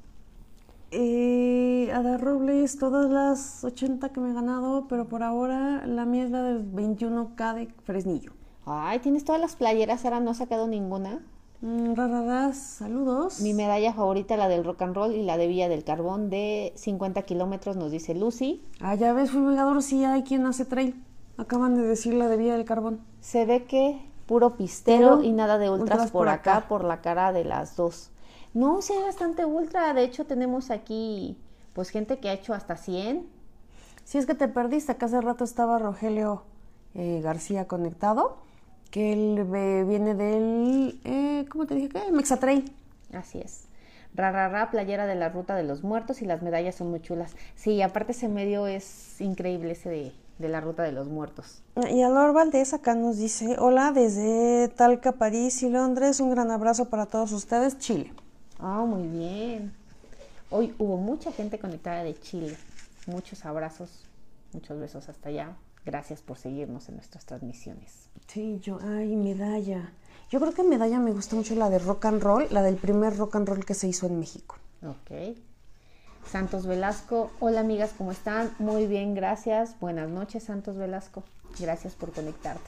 Speaker 3: Eh, Ada Robles, todas las ochenta que me he ganado, pero por ahora la mía es la del veintiuno K de Fresnillo.
Speaker 2: Ay, tienes todas las playeras, ahora no has sacado ninguna.
Speaker 3: Mm, Rararas, saludos.
Speaker 2: Mi medalla favorita, la del rock and roll y la de Villa del Carbón de cincuenta kilómetros, nos dice Lucy.
Speaker 3: Ah, ya ves, fumigador, sí hay quien hace trail. Acaban de decir la de Villa del Carbón.
Speaker 2: Se ve que puro pistero
Speaker 3: Pero,
Speaker 2: y nada de ultras,
Speaker 3: ultras
Speaker 2: por
Speaker 3: por
Speaker 2: acá,
Speaker 3: acá.
Speaker 2: por la cara de las dos. No, sí hay bastante ultra. De hecho, tenemos aquí pues gente que ha hecho hasta cien.
Speaker 3: Si es que te perdiste, que hace rato estaba Rogelio eh, García conectado, que él eh, viene del, eh, ¿cómo te dije? ¿Qué? El Mexatrail.
Speaker 2: Así es. Ra, ra, ra, playera de la Ruta de los Muertos y las medallas son muy chulas. Sí, aparte ese medio es increíble, ese de, de la Ruta de los Muertos.
Speaker 3: Y Alor Valdés acá nos dice, hola desde Talca, París y Londres, un gran abrazo para todos ustedes, Chile.
Speaker 2: Ah, muy bien. Hoy hubo mucha gente conectada de Chile. Muchos abrazos, muchos besos hasta allá. Gracias por seguirnos en nuestras transmisiones.
Speaker 3: Sí, yo, ay, medalla. Yo creo que medalla me gusta mucho la de rock and roll, la del primer rock and roll que se hizo en México.
Speaker 2: Ok. Santos Velasco, hola amigas, ¿cómo están? Muy bien, gracias. Buenas noches, Santos Velasco. Gracias por conectarte.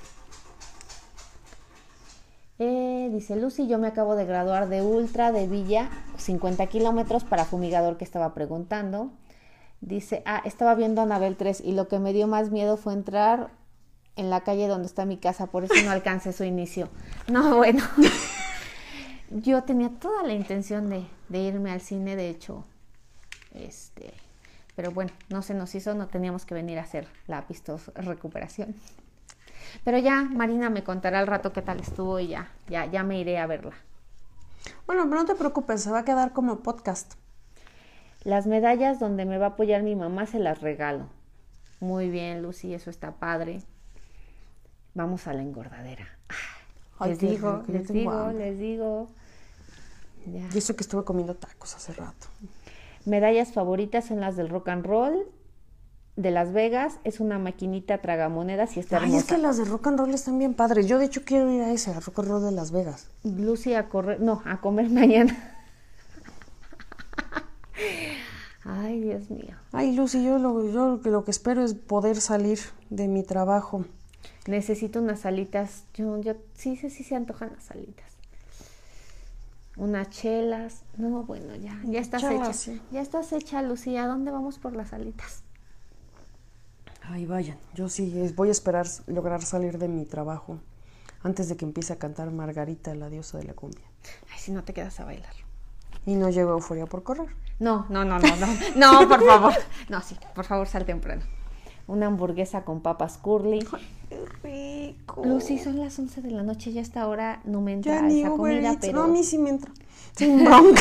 Speaker 2: Eh, dice Lucy, yo me acabo de graduar de Ultra de Villa, cincuenta kilómetros para fumigador que estaba preguntando. Dice, ah, estaba viendo Anabel tres y lo que me dio más miedo fue entrar en la calle donde está mi casa, por eso no alcancé su inicio. No, bueno, yo tenía toda la intención de, de irme al cine, de hecho, este, pero bueno, no se nos hizo, no teníamos que venir a hacer la pistos recuperación. Pero ya Marina me contará al rato qué tal estuvo y ya, ya, ya me iré a verla.
Speaker 3: Bueno, pero no te preocupes, se va a quedar como podcast.
Speaker 2: Las medallas donde me va a apoyar mi mamá se las regalo. Muy bien, Lucy, eso está padre. Vamos a la engordadera.
Speaker 3: Ay,
Speaker 2: les
Speaker 3: qué
Speaker 2: digo,
Speaker 3: rico, yo
Speaker 2: les
Speaker 3: tengo
Speaker 2: digo,
Speaker 3: hambre.
Speaker 2: les digo. Ya.
Speaker 3: Y eso que estuve comiendo tacos hace rato.
Speaker 2: Medallas favoritas son las del rock and roll, de Las Vegas. Es una maquinita tragamonedas y está
Speaker 3: Ay,
Speaker 2: hermosa.
Speaker 3: es que las de rock and roll están bien padres. Yo de hecho quiero ir a ese, a rock and roll de Las Vegas.
Speaker 2: Lucy a correr, no, a comer mañana. Ay, Dios mío.
Speaker 3: Ay, Lucy, yo lo, yo lo que espero es poder salir de mi trabajo.
Speaker 2: Necesito unas alitas. Yo, yo, sí, sí, sí se antojan las alitas. Unas chelas. No, bueno, ya, ya estás
Speaker 3: Chelas,
Speaker 2: hecha.
Speaker 3: sí.
Speaker 2: Ya estás hecha, Lucía. ¿A dónde vamos por las alitas?
Speaker 3: Ay, vayan. Yo sí es- voy a esperar lograr salir de mi trabajo antes de que empiece a cantar Margarita, la diosa de la cumbia.
Speaker 2: Ay, si no te quedas a bailar.
Speaker 3: Y no llevo euforia por correr.
Speaker 2: No, no, no, no, no. No, por favor. No, sí, por favor, sal temprano. Una hamburguesa con papas curly.
Speaker 3: ¡Qué rico!
Speaker 2: Lucy, son las once de la noche. Ya hasta ahora no me entra
Speaker 3: Ya ni
Speaker 2: esa
Speaker 3: Uber
Speaker 2: comida,
Speaker 3: Eats.
Speaker 2: pero...
Speaker 3: No, a mí sí me entra. Sin bronca.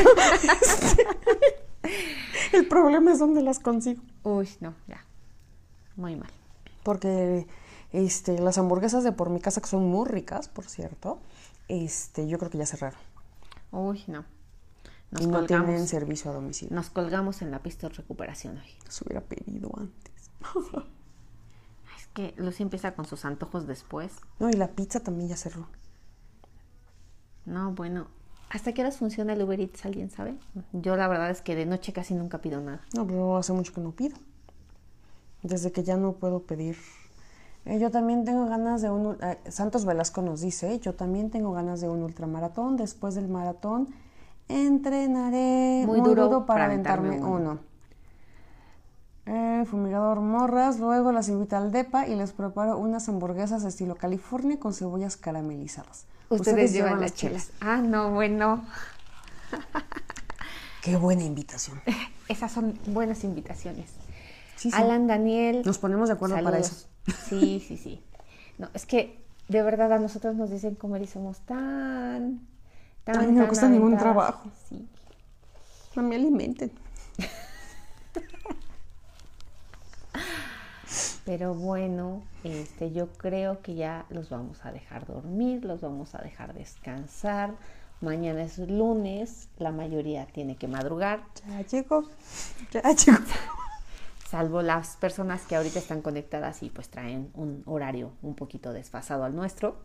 Speaker 3: El problema es dónde las consigo.
Speaker 2: Uy, no, ya. Muy mal.
Speaker 3: Porque este, las hamburguesas de por mi casa, que son muy ricas, por cierto, este, yo creo que ya cerraron.
Speaker 2: Uy, no. Nos
Speaker 3: y no
Speaker 2: colgamos.
Speaker 3: tienen servicio a domicilio.
Speaker 2: Nos colgamos en la pista de recuperación hoy.
Speaker 3: Los hubiera pedido antes.
Speaker 2: Es que Lucy empieza con sus antojos después.
Speaker 3: No, y la pizza también ya cerró.
Speaker 2: No, bueno. ¿Hasta qué horas funciona el Uber Eats? ¿Alguien sabe? Yo la verdad es que de noche casi nunca pido nada.
Speaker 3: No, pero hace mucho que no pido. Desde que ya no puedo pedir Eh, yo también tengo ganas de un... Eh, Santos Velasco nos dice, yo también tengo ganas de un ultramaratón. Después del maratón entrenaré
Speaker 2: muy,
Speaker 3: muy
Speaker 2: duro,
Speaker 3: duro para,
Speaker 2: para
Speaker 3: aventarme,
Speaker 2: aventarme
Speaker 3: uno. uno. Eh, fumigador Morras, luego las invito al depa y les preparo unas hamburguesas estilo California con cebollas caramelizadas.
Speaker 2: Ustedes,
Speaker 3: Ustedes
Speaker 2: llevan
Speaker 3: llevan
Speaker 2: las
Speaker 3: las chelas.
Speaker 2: chelas. Ah, no, bueno.
Speaker 3: Qué buena invitación.
Speaker 2: Esas son buenas invitaciones.
Speaker 3: Sí, sí.
Speaker 2: Alan, Daniel.
Speaker 3: Nos ponemos de acuerdo
Speaker 2: saludos.
Speaker 3: para eso.
Speaker 2: Sí, sí, sí. No, es que de verdad a nosotros nos dicen comer y somos tan, tan,
Speaker 3: Ay, no
Speaker 2: tan
Speaker 3: cuesta ningún
Speaker 2: aventadas.
Speaker 3: trabajo.
Speaker 2: Sí.
Speaker 3: No me alimenten.
Speaker 2: Pero bueno, este, yo creo que ya los vamos a dejar dormir, los vamos a dejar descansar. Mañana es lunes, la mayoría tiene que madrugar.
Speaker 3: Ya llegó, ya llegó.
Speaker 2: Salvo las personas que ahorita están conectadas y pues traen un horario un poquito desfasado al nuestro.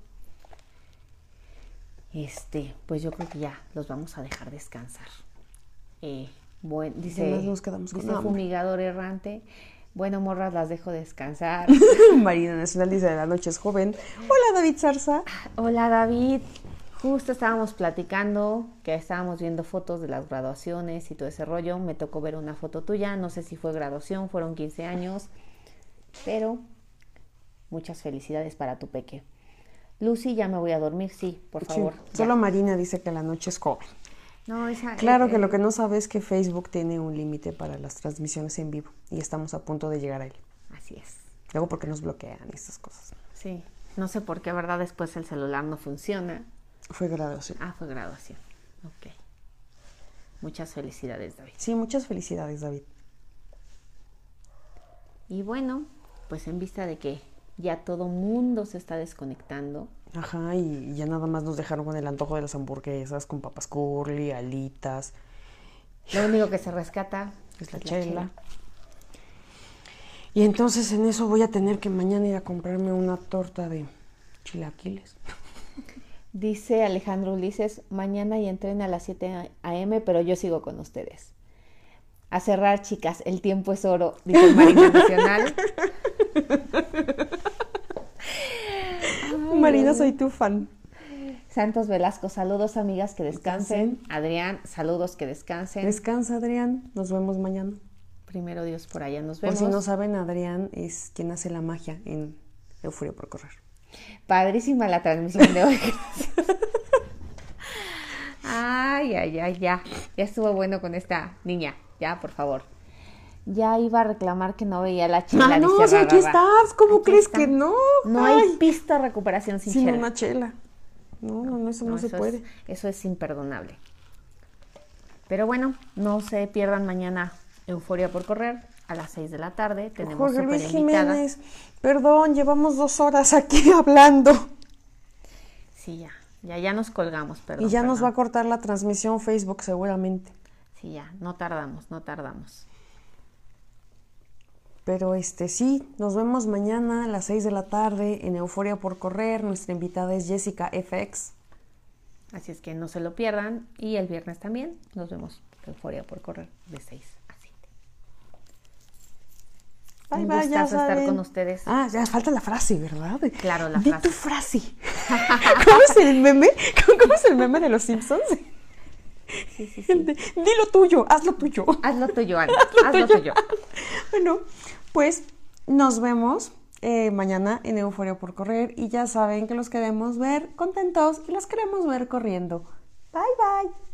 Speaker 2: Este, pues yo creo que ya los vamos a dejar descansar. Eh, bueno, dice,
Speaker 3: nos quedamos con
Speaker 2: dice
Speaker 3: hambre.
Speaker 2: fumigador errante. Bueno, morras, las dejo descansar.
Speaker 3: Marina Nacional dice, la noche es joven. Hola, David Zarza.
Speaker 2: Hola, David. Justo estábamos platicando, que estábamos viendo fotos de las graduaciones y todo ese rollo. Me tocó ver una foto tuya, no sé si fue graduación, fueron quince años, pero muchas felicidades para tu peque. Lucy, ya me voy a dormir, sí, por favor.
Speaker 3: Sí,
Speaker 2: ya.
Speaker 3: solo Marina dice que la noche es joven.
Speaker 2: No, esa,
Speaker 3: Claro
Speaker 2: eh,
Speaker 3: que
Speaker 2: eh,
Speaker 3: lo que no sabe es que Facebook tiene un límite para las transmisiones en vivo y estamos a punto de llegar a él.
Speaker 2: Así es,
Speaker 3: Luego porque nos bloquean y estas cosas.
Speaker 2: sí. No sé por qué, ¿verdad? Después el celular no funciona.
Speaker 3: Fue graduación.
Speaker 2: Ah, fue graduación. Ok. Muchas felicidades, David.
Speaker 3: Sí, muchas felicidades, David.
Speaker 2: Y bueno, pues en vista de que ya todo mundo se está desconectando.
Speaker 3: Ajá, y ya nada más nos dejaron con el antojo de las hamburguesas, con papas curly, alitas.
Speaker 2: Lo único que se rescata
Speaker 3: Es la chela. Y entonces en eso voy a tener que mañana ir a comprarme una torta de chilaquiles.
Speaker 2: Dice Alejandro Ulises, mañana y entrena a las siete a eme, pero yo sigo con ustedes. A cerrar, chicas, el tiempo es oro, dice Marina Nacional. Ay,
Speaker 3: Marina,
Speaker 2: Dios.
Speaker 3: soy tu fan.
Speaker 2: Santos Velasco, saludos amigas, que descansen. Adrián, saludos, que descansen.
Speaker 3: Descansa, Adrián. Nos vemos mañana.
Speaker 2: Primero Dios, por allá nos
Speaker 3: Por
Speaker 2: vemos.
Speaker 3: si no saben, Adrián es quien hace la magia en Euforia por Correr.
Speaker 2: Padrísima la transmisión de hoy. Ay, ay, ay, ya. Ya estuvo bueno con esta niña. Ya, por favor. Ya iba a reclamar que no veía la chela.
Speaker 3: Ah, no,
Speaker 2: dice
Speaker 3: sí, aquí
Speaker 2: Rarra.
Speaker 3: estás. ¿Cómo
Speaker 2: Aquí
Speaker 3: crees
Speaker 2: está.
Speaker 3: que no?
Speaker 2: No
Speaker 3: Ay.
Speaker 2: hay pista recuperación sin
Speaker 3: Sin
Speaker 2: chela.
Speaker 3: una chela. No, no, no, eso no, se
Speaker 2: eso
Speaker 3: puede.
Speaker 2: Es, eso es imperdonable. Pero bueno, no se pierdan mañana Euforia por Correr a las seis de la tarde. Tenemos
Speaker 3: Jorge
Speaker 2: súper
Speaker 3: Luis
Speaker 2: invitada.
Speaker 3: Jiménez, perdón, llevamos dos horas aquí hablando.
Speaker 2: Sí, ya, ya, ya nos colgamos, perdón.
Speaker 3: y ya nos
Speaker 2: perdón.
Speaker 3: va a cortar la transmisión Facebook seguramente.
Speaker 2: Sí, ya, no tardamos, no tardamos.
Speaker 3: Pero este sí, nos vemos mañana a las seis de la tarde en Euforia por Correr. Nuestra invitada es Jessica F X.
Speaker 2: Así es que no se lo pierdan. Y el viernes también nos vemos Euforia por Correr de seis a siete.
Speaker 3: Bye,
Speaker 2: Un
Speaker 3: bye, ya
Speaker 2: gustazo estar
Speaker 3: saben.
Speaker 2: con ustedes.
Speaker 3: Ah, ya falta la frase, ¿verdad?
Speaker 2: Claro, la
Speaker 3: Di
Speaker 2: frase.
Speaker 3: tu frase. ¿Cómo es el meme? ¿Cómo es el meme de los Simpsons?
Speaker 2: Sí, sí, sí.
Speaker 3: De, Di lo tuyo, haz lo tuyo.
Speaker 2: Haz lo tuyo, Ana.
Speaker 3: Haz lo
Speaker 2: Haz lo
Speaker 3: tuyo.
Speaker 2: tuyo.
Speaker 3: Bueno, pues nos vemos eh, mañana en Euforia por Correr y ya saben que los queremos ver contentos y los queremos ver corriendo. Bye, bye.